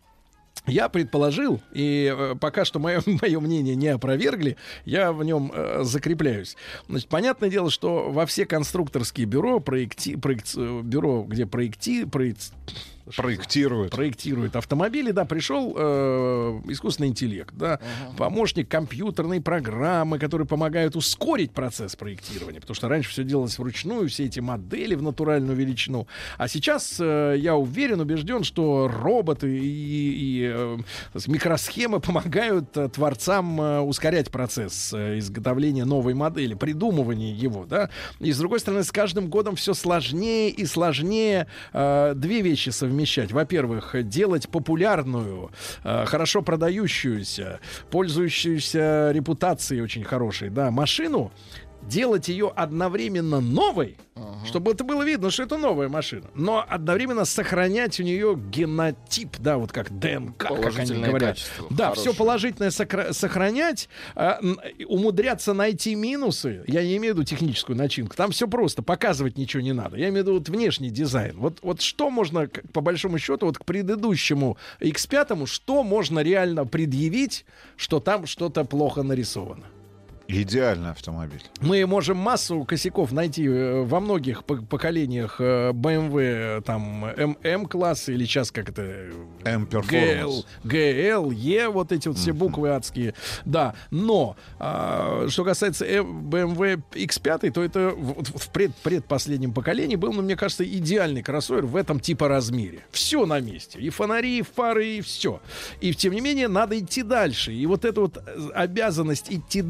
Я предположил, и э, пока что мое, мое мнение не опровергли, я в нем э, закрепляюсь. Значит, понятное дело, что во все конструкторские бюро, проекти, проект, бюро, где проекти, проект, проектируют. проектируют автомобили, да, пришел э, искусственный интеллект, да, uh-huh. помощник компьютерной программы, которые помогают ускорить процесс проектирования, потому что раньше все делалось вручную, все эти модели в натуральную величину, а сейчас э, я уверен, убежден, что роботы и, и э, микросхемы помогают э, творцам э, ускорять процесс э, изготовления новой модели, придумывания его, да, и с другой стороны, с каждым годом все сложнее и сложнее э, две вещи совмещать. Во-первых, делать популярную, э, хорошо продающуюся, пользующуюся репутацией очень хорошей, да, машину, делать ее одновременно новой, uh-huh. чтобы это было видно, что это новая машина, но одновременно сохранять у нее генотип, да, вот как ДНК, как они говорят. Качество, да, хорошее. все положительное сокра- сохранять, э, умудряться найти минусы, я не имею в виду техническую начинку, там все просто, показывать ничего не надо. Я имею в виду вот внешний дизайн. Вот, вот что можно, по большому счету, вот к предыдущему икс пять, что можно реально предъявить, что там что-то плохо нарисовано? Идеальный автомобиль. Мы можем массу косяков найти во многих поколениях бэ эм вэ, там, М-класса или сейчас как это... М-перформанс. гэ эл, Е, вот эти вот все буквы адские. Да, но а, что касается бэ эм вэ икс пять, то это в, в пред, предпоследнем поколении был, ну, мне кажется, идеальный кроссовер в этом типа размере. Все на месте. И фонари, и фары, и все. И, тем не менее, надо идти дальше. И вот эта вот обязанность идти дальше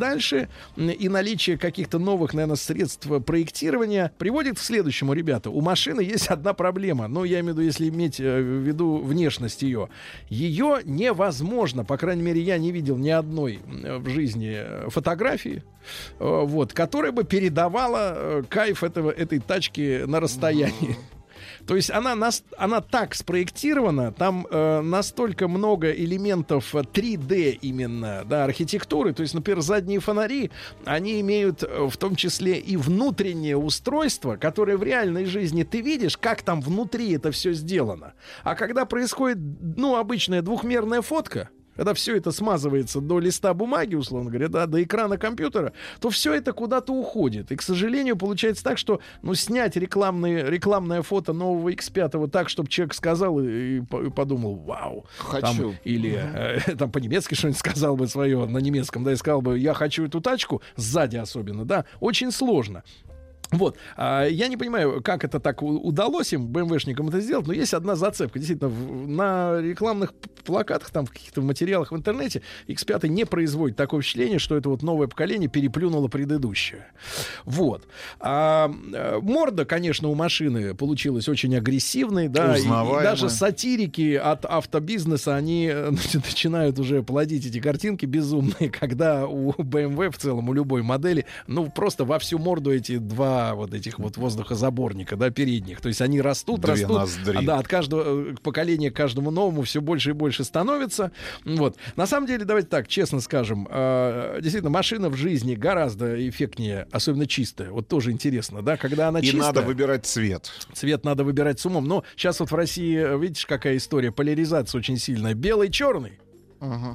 и наличие каких-то новых, наверное, средств проектирования приводит к следующему, ребята. У машины есть одна проблема. Ну, я имею в виду, если иметь в виду внешность ее. Ее невозможно, по крайней мере, я не видел ни одной в жизни фотографии, вот, которая бы передавала кайф этого, этой тачки на расстоянии. То есть она, нас, она так спроектирована, там э, настолько много элементов три дэ именно, да, архитектуры. То есть, например, задние фонари, они имеют в том числе и внутреннее устройство, которое в реальной жизни ты видишь, как там внутри это все сделано. А когда происходит, ну, обычная двухмерная фотка, когда все это смазывается до листа бумаги, условно говоря, да, до экрана компьютера, то все это куда-то уходит. И, к сожалению, получается так, что ну, снять рекламные, рекламное фото нового икс пять так, чтобы человек сказал и, и подумал, вау. Хочу. Там, или э, там по-немецки что-нибудь сказал бы свое на немецком, да, и сказал бы, я хочу эту тачку, сзади особенно, да, очень сложно. Вот, а, я не понимаю, как это так удалось им, бэ эм вэ-шникам это сделать, но есть одна зацепка. Действительно, в, на рекламных плакатах, там, в каких-то материалах в интернете икс пять не производит такое впечатление, что это вот новое поколение переплюнуло предыдущее. Вот. А, а, морда, конечно, у машины получилась очень агрессивной, да, и, и даже сатирики от автобизнеса, они значит, начинают уже плодить эти картинки безумные, когда у бэ эм вэ в целом, у любой модели, ну, просто во всю морду эти два вот этих вот воздухозаборника, да, передних. То есть они растут, Две растут. А, да, от каждого поколения к каждому новому все больше и больше становится. Вот. На самом деле, давайте так, честно скажем, э, действительно, машина в жизни гораздо эффектнее, особенно чистая. Вот тоже интересно, да, когда она и чистая. И надо выбирать цвет. Цвет надо выбирать с умом. Но сейчас вот в России, видишь, какая история, поляризация очень сильная. Белый, черный. Ага.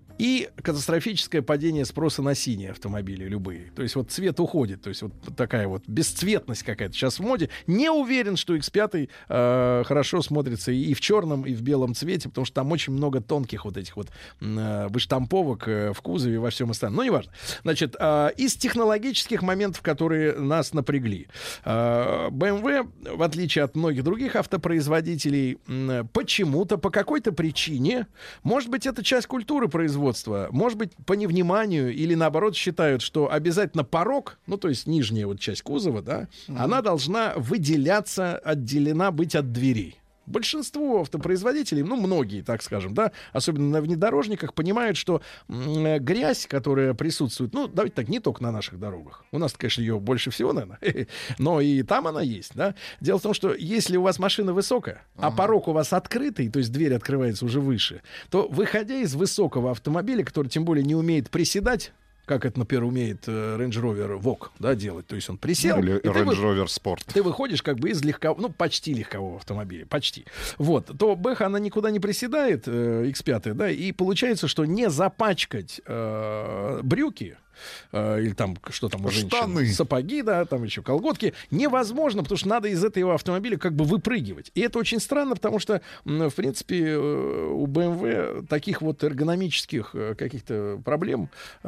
И катастрофическое падение спроса на синие автомобили любые. То есть вот цвет уходит. То есть вот такая вот бесцветность какая-то сейчас в моде. Не уверен, что икс пять э, хорошо смотрится и в черном, и в белом цвете, потому что там очень много тонких вот этих вот э, выштамповок э, в кузове и во всем остальном. Ну, неважно. Значит, э, из технологических моментов, которые нас напрягли. Э, бэ эм вэ, в отличие от многих других автопроизводителей, э, почему-то, по какой-то причине, может быть, это часть культуры производства, может быть, по невниманию или, наоборот, считают, что обязательно порог, ну, то есть нижняя вот часть кузова, да, mm-hmm. она должна выделяться, отделена быть от дверей. Большинство автопроизводителей, ну, многие, так скажем, да, особенно на внедорожниках, понимают, что м- грязь, которая присутствует, ну, давайте так, не только на наших дорогах. У нас, конечно, ее больше всего, наверное, но и там она есть, да. Дело в том, что если у вас машина высокая, uh-huh. а порог у вас открытый, то есть дверь открывается уже выше, то, выходя из высокого автомобиля, который тем более не умеет приседать, как это, например, умеет э, Range Rover Vogue, да, делать. То есть он присел. Или Range Rover Sport. Ты выходишь как бы из легкового, ну, почти легкового автомобиля, почти. Вот. То Бэха, она никуда не приседает, э, икс пять, да, и получается, что не запачкать э, брюки, э, или там, что там у женщин, сапоги, да, там еще колготки, невозможно, потому что надо из этого автомобиля как бы выпрыгивать. И это очень странно, потому что, в принципе, у бэ эм вэ таких вот эргономических каких-то проблем,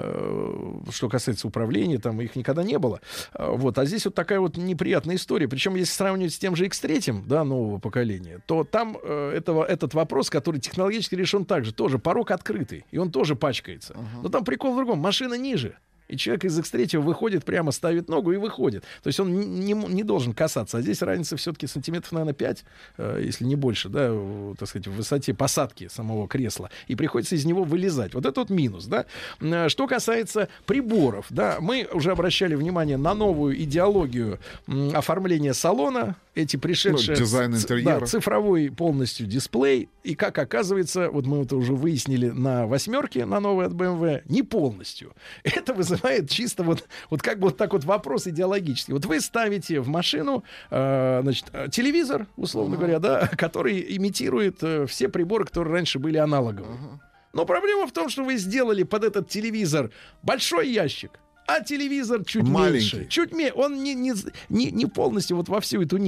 что касается управления, там их никогда не было. Вот. А здесь вот такая вот неприятная история. Причем, если сравнивать с тем же икс три, да, нового поколения, то там этого, этот вопрос, который технологически решен так же, тоже порог открытый, и он тоже пачкается. Uh-huh. Но там прикол в другом. Машина ниже. И человек из икс три выходит, прямо ставит ногу и выходит. То есть он не, не, не должен касаться. А здесь разница все-таки сантиметров, наверное, пять, э, если не больше, да, в, так сказать, в высоте посадки самого кресла. И приходится из него вылезать. Вот это вот минус, да. Что касается приборов, да, мы уже обращали внимание на новую идеологию м, оформления салона. Эти пришедшие... Ну, дизайн интерьера. Да, цифровой полностью дисплей. И, как оказывается, вот мы это уже выяснили на восьмерке, на новой от бэ эм вэ, не полностью. Это вызывает чисто вот, вот как бы вот так вот вопрос идеологический. Вот вы ставите в машину э, значит, телевизор, условно uh-huh. говоря, да, который имитирует э, все приборы, которые раньше были аналоговые. Uh-huh. Но проблема в том, что вы сделали под этот телевизор большой ящик, а телевизор чуть маленький. меньше. Чуть меньше. Он не, не, не, не полностью вот во всю эту нишу.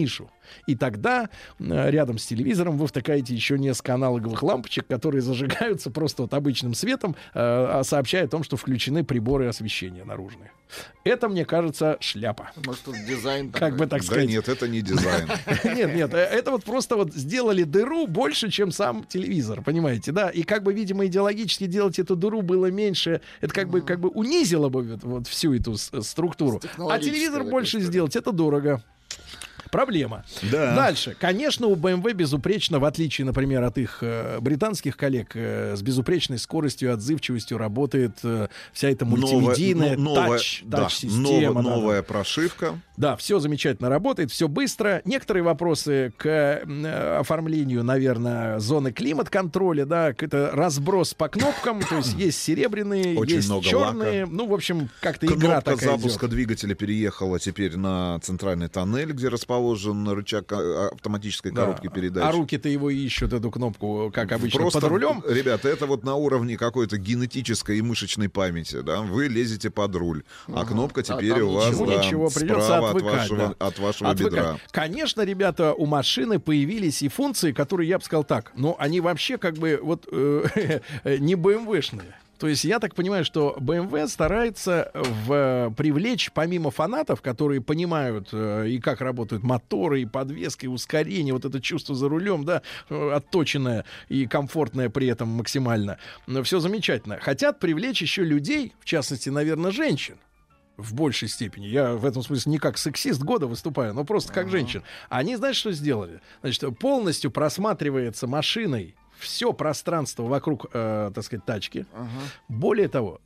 И тогда э, рядом с телевизором вы втыкаете еще несколько аналоговых лампочек, которые зажигаются просто вот обычным светом, э, сообщая о том, что включены приборы освещения наружные. Это, мне кажется, шляпа. Может, тут дизайн такой? Как бы так сказать. Да нет, это не дизайн. Нет, нет, это вот просто вот сделали дыру больше, чем сам телевизор, понимаете, да? И как бы, видимо, идеологически делать эту дыру было меньше, это как бы, как бы унизило бы вот, вот всю эту с- структуру. А телевизор больше сделать, это дорого. Проблема. Да. Дальше. Конечно, у бэ эм вэ безупречно, в отличие, например, от их э, британских коллег, э, с безупречной скоростью, отзывчивостью работает э, вся эта мультимедийная новая, тач, да, тач-система. новая, да, новая да. прошивка. Да, все замечательно работает, все быстро. Некоторые вопросы к э, оформлению, наверное, зоны климат-контроля, да, это разброс по кнопкам, то есть есть серебряные, Очень есть много черные. лака. Ну, в общем, как-то игра Кнопка такая запуска идет. двигателя переехала теперь на центральный тоннель, где расположен рычаг а, автоматической Да. коробки передач. А руки-то его ищут, эту кнопку, как обычно, Просто, под рулем. ребята, это вот на уровне какой-то генетической и мышечной памяти, да, вы лезете под руль, а кнопка теперь А там у вас, ничего, да, ничего, придется справа от отвыкать, вашего, да. от вашего Отвыкать. бедра. Конечно, ребята, у машины появились и функции, которые, я бы сказал так, но они вообще как бы вот э, не бэ эм вэ-шные. То есть я так понимаю, что бэ эм вэ старается в, привлечь, помимо фанатов, которые понимают э, и как работают моторы, и подвеска, и ускорение, вот это чувство за рулем, да, э, отточенное и комфортное при этом максимально. Все замечательно. Хотят привлечь еще людей, в частности, наверное, женщин. В большей степени. Я в этом смысле не как сексист года выступаю, но просто как женщин. Они, знаешь, что сделали? Значит, полностью просматривается машиной все пространство вокруг, э, так сказать, тачки. Ага. Более того,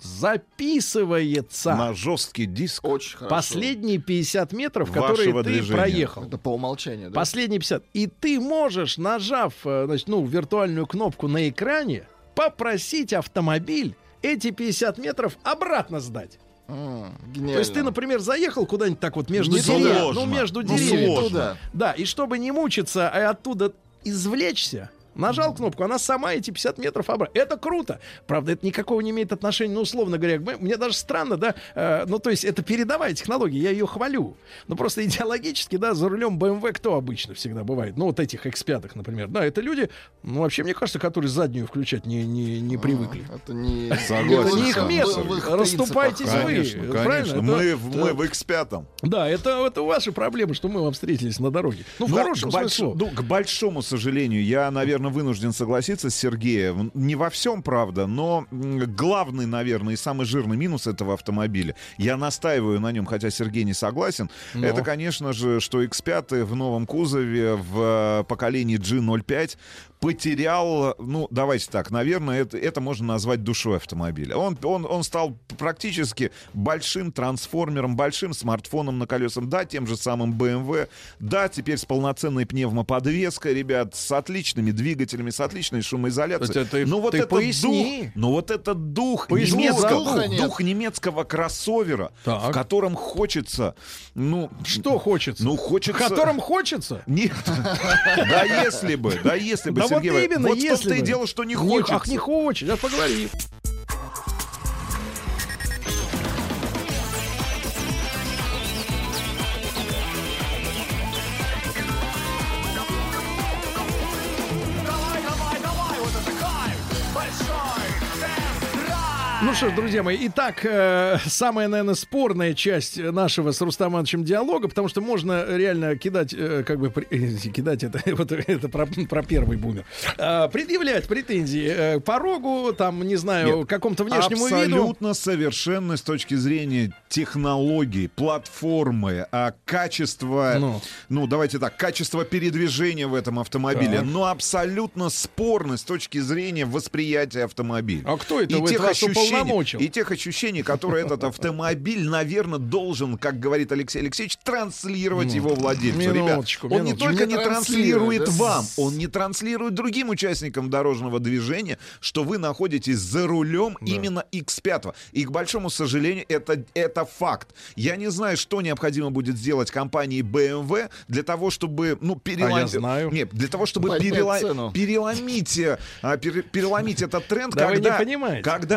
записывается на жесткий диск очень хорошо. Последние пятьдесят метров, которые ты движения. проехал. Это по умолчанию, да? Последние пятьдесят. И ты можешь, нажав, э, значит, ну, виртуальную кнопку на экране, попросить автомобиль эти пятьдесят метров обратно сдать. А, То есть ты, например, заехал куда-нибудь так вот между Не деревьями, туда. ну между Ну, деревьями, сложно. да, и чтобы не мучиться, а оттуда извлечься, нажал кнопку, она сама эти пятьдесят метров обратно. Это круто. Правда, это никакого не имеет отношения, ну, условно говоря, к бэ эм вэ. Мне даже странно, да, э, ну, то есть это передовая технология, я ее хвалю. Но просто идеологически, да, за рулем бэ эм вэ кто обычно всегда бывает? Ну, вот этих икс пять, например. Да, это люди, ну, вообще, мне кажется, которые заднюю включать не, не, не привыкли. А, это не, Согласен. Это не их место. В их Расступайтесь вы. Конечно, конечно. Правильно? Мы, Это- в- мы в икс пять. Да, это, это ваши проблемы, что мы вам встретились на дороге. Ну, в Ну, хорошем к, больш- смысле. ну, к большому сожалению, я, наверное, вынужден согласиться с Сергеем. Не во всем, правда, но м, главный, наверное, и самый жирный минус этого автомобиля, я настаиваю на нем, хотя Сергей не согласен, Но. это, конечно же, что икс пять в новом кузове в э, поколении джи ноль пять потерял, ну, давайте так, наверное, это, это можно назвать душой автомобиля. Он, он, он стал практически большим трансформером, большим смартфоном на колесах, да, тем же самым бэ эм вэ, да, теперь с полноценной пневмоподвеской, ребят, с отличными двигателями, с отличной шумоизоляцией. Это ты- ну, вот ты этот поясни. дух, ну, вот этот дух, Поясни, немецкого, духа дух, нет. дух немецкого кроссовера, Так. в котором хочется, ну... Что хочется? Ну, хочется... В котором хочется? Нет. Да если бы, да если бы, Да вот Сергей, именно, вот в если том-то и бы. дело, что не Не- хочется. Ах, не хочет. Сейчас поговорим. Ну что ж, друзья мои, итак, э, самая, наверное, спорная часть нашего с Рустам Ивановичем диалога, потому что можно реально кидать, э, как бы, при- э, кидать это, вот это про, про первый бумер, э, предъявлять претензии э, порогу, там, не знаю, Нет, какому-то внешнему виду. абсолютно совершенно с точки зрения технологий, платформы, а качества, Ну. ну, давайте так, качество передвижения в этом автомобиле, Так. но абсолютно спорно с точки зрения восприятия автомобиля. А кто это и вы- тех вас ощущений, уполномочил? и тех ощущений, которые этот автомобиль, наверное, должен, как говорит Алексей Алексеевич, транслировать Ну, его владельцу. минуточку, Ребят, он не минуточку. только Не не транслирует, транслирует да, вам, с- он не транслирует другим участникам дорожного движения, что вы находитесь за рулем именно икс пять. И, к большому сожалению, это, это факт. Я не знаю, что необходимо будет сделать компании бэ эм вэ для того, чтобы, ну, переломить... А я знаю. Нет, для того, чтобы Поднять перела- цену. переломить, э, а, пере- переломить этот тренд, Да вы не когда, понимаете. когда автомобиль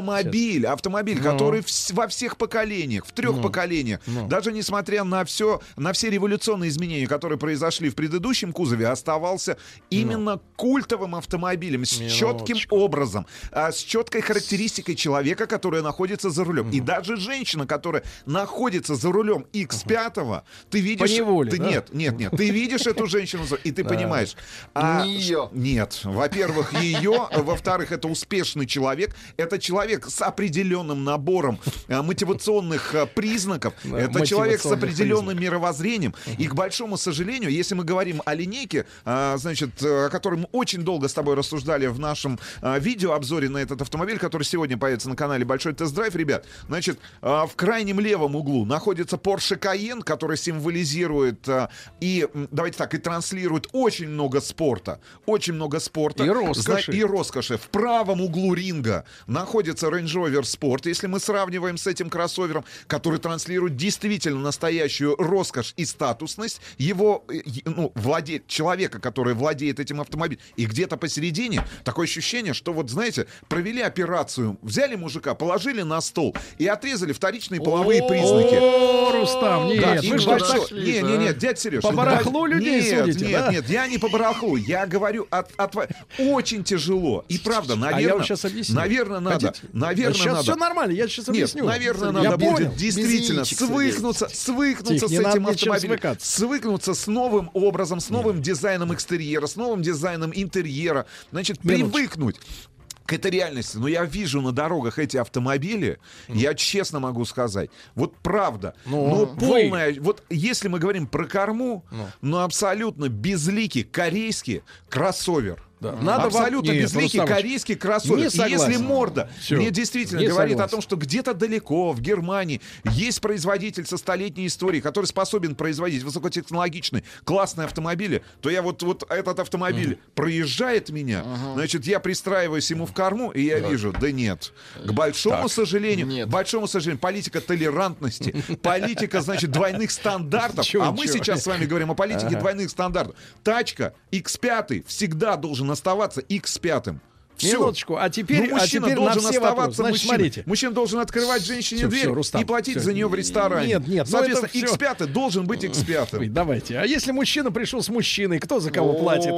автомобиль, Сейчас. автомобиль, ну. который в, во всех поколениях, в трех ну. поколениях, ну. даже несмотря на все, на все революционные изменения, которые произошли в предыдущем кузове, оставался именно ну. культовым автомобилем с Минуточку. четким образом, а, с четкой характеристикой человека, который находится за рулем. Mm. И даже женщина, которая находится за рулем икс пять, uh-huh. ты видишь... Поневоле, ты, да? Нет, нет, нет. Ты видишь эту женщину, и ты понимаешь... А, не ее. Нет. Во-первых, ее. Во-вторых, это успешный человек. Это человек с определенным набором а, мотивационных а, признаков. Да, это человек с определенным признак. мировоззрением. Uh-huh. И, к большому сожалению, если мы говорим о линейке, а, значит, о которой мы очень долго с тобой рассуждали в нашем а, видеообзоре на этот автомобиль, который сегодня появится на канале Большой тест-драйв, ребят, значит, а, в крайнем левом углу находится Porsche Cayenne, который символизирует а, и, давайте так, и транслирует очень много спорта. Очень много спорта. И роскоши. И роскоши. В правом углу ринга находится Range Rover Sport, если мы сравниваем с этим кроссовером, который транслирует действительно настоящую роскошь и статусность его, ну, владе... человека, который владеет этим автомобилем. И где-то посередине такое ощущение, что вот, знаете, провели операцию, взяли мужика, положили на стол и отрезали вторичные половые признаки. О, Рустам, нет, да, вы что дошли? Не, не, нет, дядя Сереж. По барахлу людей нет, судите, нет, да? нет, я не по барахлу, я говорю от, от... очень тяжело. И правда, наверное, а я вам сейчас объясню. Наверное, надо, Хотите? наверное, сейчас надо. Все нормально, я сейчас объясню. Нет, наверное, я надо понял. будет действительно свыкнуться, свыкнуться Тих, с этим автомобилем, свыкнуться с новым образом, с новым нет. дизайном экстерьера, с новым дизайном интерьера, значит, Минуточку. привыкнуть к этой реальности. Но я вижу на дорогах эти автомобили, mm. я честно могу сказать, вот правда, ну, но полная, вот если мы говорим про корму, ну, ну абсолютно безликий корейский кроссовер. Да. Надо абсолютно вам... безликий корейский кроссовер. И если морда Все. мне действительно не говорит согласен. о том, что где-то далеко, в Германии, есть производитель со столетней историей, который способен производить высокотехнологичные, классные автомобили, то я вот, вот этот автомобиль mm. проезжает меня, uh-huh. значит, я пристраиваюсь ему в корму, и я да. вижу, да нет. К большому так. сожалению, нет. к большому сожалению, политика толерантности, политика, значит, двойных стандартов, а мы сейчас с вами говорим о политике двойных стандартов. Тачка икс пять всегда должен оставаться икс пять. Все. Минуточку, а теперь, ну, мужчина а теперь должен на все оставаться Значит, мужчиной. смотрите. Мужчина должен открывать женщине все, дверь все, Рустам, и платить все. за нее в ресторане. Нет, нет. Соответственно, икс пять должен быть икс пять. Ой, давайте. А если мужчина пришел с мужчиной, кто за кого платит?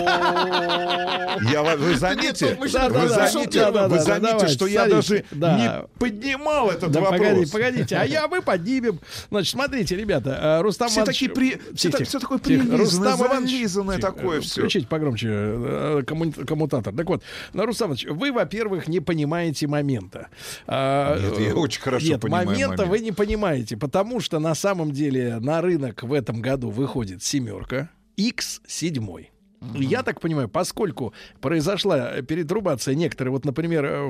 Я, вы заметите, вы заметите, вы заметите, что я даже не поднимал этот вопрос. Погодите, погодите. А я мы поднимем. Значит, смотрите, ребята, Рустам все такие все такое прилизанное, зализанное такое все. Включите погромче коммутатор. Так вот, Рустам Иванович, вы, во-первых, не понимаете момента. Нет, я очень хорошо Нет, понимаю момента момент. вы не понимаете, потому что на самом деле на рынок в этом году выходит семерка икс семь. Uh-huh. Я так понимаю, поскольку произошла перетрубация некоторые, вот, например,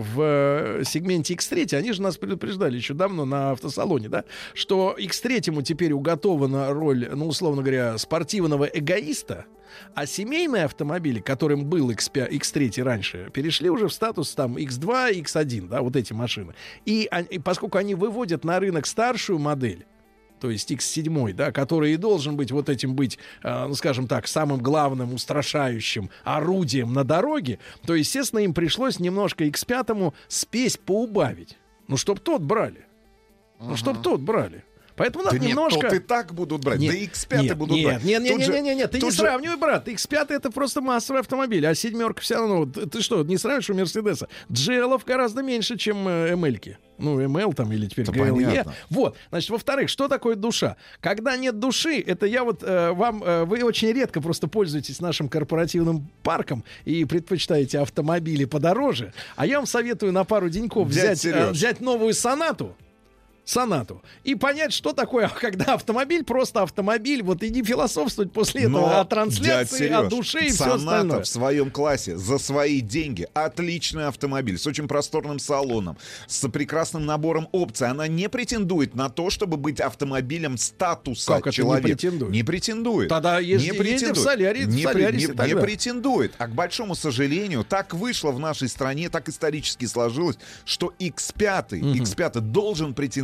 в сегменте икс три, они же нас предупреждали еще давно на автосалоне, да, что икс три теперь уготована роль, ну, условно говоря, спортивного эгоиста, а семейные автомобили, которым был икс пять, икс три раньше, перешли уже в статус там икс два, икс один, да, вот эти машины. И, и поскольку они выводят на рынок старшую модель, то есть икс семь, да, который и должен быть вот этим быть, э, ну, скажем так, самым главным устрашающим орудием на дороге, то, естественно, им пришлось немножко икс пять спесь поубавить. Ну, чтоб тот брали. Uh-huh. Ну, чтоб тот брали. Поэтому надо да немножко... Нет, тот и так будут брать, нет, да икс пять нет, будут нет, брать. Нет, нет, нет, нет, нет, нет, ты не же... сравнивай, брат. икс пять это просто массовый автомобиль, а семерка все равно... Ты, ты что, не сравниваешь у Мерседеса? Джелов гораздо меньше, чем э, эм эль-ки. Ну, эм эл там или теперь гэ эл е. Вот, значит, во-вторых, что такое душа? Когда нет души, это я вот э, вам... Э, вы очень редко просто пользуетесь нашим корпоративным парком и предпочитаете автомобили подороже, а я вам советую на пару деньков взять, э, взять новую Сонату, Сонату. И понять, что такое, когда автомобиль просто автомобиль, вот и не философствовать после этого Но, о трансляции, о душе и все остальное. Соната в своем классе за свои деньги. Отличный автомобиль с очень просторным салоном, с прекрасным набором опций. Она не претендует на то, чтобы быть автомобилем статуса как человека. Не претендует? Не претендует. Тогда езди, не претендует. в Солярисе, не, в Солярисе, не, не претендует. А к большому сожалению, так вышло в нашей стране, так исторически сложилось, что икс пять, угу. икс пять должен претендовать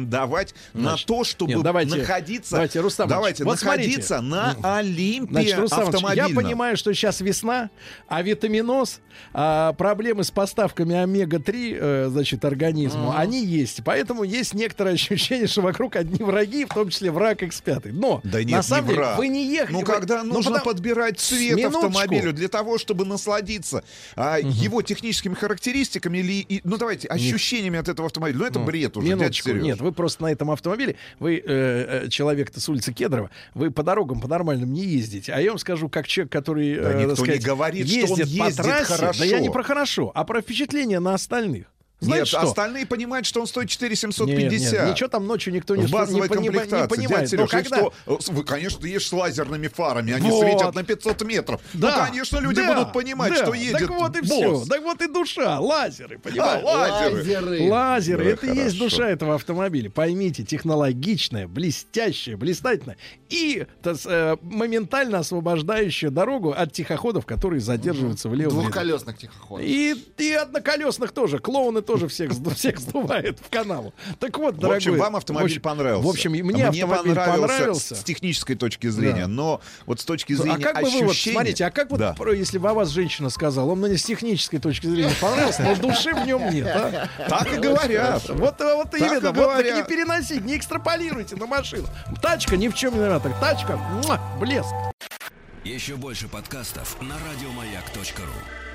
претендовать значит, на то, чтобы нет, давайте, находиться, давайте, Рустам, давайте, вот находиться смотрите. на Олимпе значит, Рустам, автомобильном. Я понимаю, что сейчас весна, а витаминоз, а проблемы с поставками омега три, э, значит, организму, mm-hmm. они есть. Поэтому есть некоторое ощущение, что вокруг одни враги, в том числе враг икс пять. Но да нет, на самом не деле враг. вы не ехали. Ну, вы... когда ну, нужно потому... подбирать цвет Минуточку. автомобилю для того, чтобы насладиться а, угу. его техническими характеристиками или, и, ну, давайте, ощущениями нет. от этого автомобиля. Ну, это ну, бред уже, дядя Серёж. Нет, вы просто на этом автомобиле, вы э, человек-то с улицы Кедрова, вы по дорогам по нормальным не ездите. А я вам скажу, как человек, который да э, никто сказать, не говорит, ездит, что он ездит по трассе, хорошо. Да я не про хорошо, а про впечатление на остальных. Знаете, нет, что? Остальные понимают, что он стоит четыре тысячи семьсот пятьдесят. Нет, нет, ничего там ночью никто не, в базовой не, не, комплектации. не понимает. Сереж, когда... что, вы, конечно, ты едешь с лазерными фарами, они вот. светят на пятьсот метров. Да, ну, конечно, люди да, будут понимать, да. что едет Так вот и босс. все. Так вот и душа. Лазеры, понимаете? А, лазеры. Лазеры. Лазеры. Да, это и есть хорошо. душа этого автомобиля. Поймите, технологичная, блестящая, блистательная и тас, э, моментально освобождающая дорогу от тихоходов, которые задерживаются угу. в левом ряду. Двухколесных тихоходов. И, и одноколесных тоже. Клоуны тоже всех, всех сдувают в канаву. Так вот, дорогой. В общем, вам автомобиль общем, понравился. В общем, мне, мне автомобиль понравился, понравился. С, с технической точки зрения, да. но вот с точки зрения а как ощущений... бы вы вот, смотрите, а как вот, да. если бы о вас женщина сказала, он мне с технической точки зрения понравился, но души в нем нет, а? Так и говорят. Вот, вот так именно, и вот так говорят. не переносите, не экстраполируйте на машину. Тачка ни в чем не виновата. Тачка, муа, блеск. Еще больше подкастов на радиомаяк точка ру.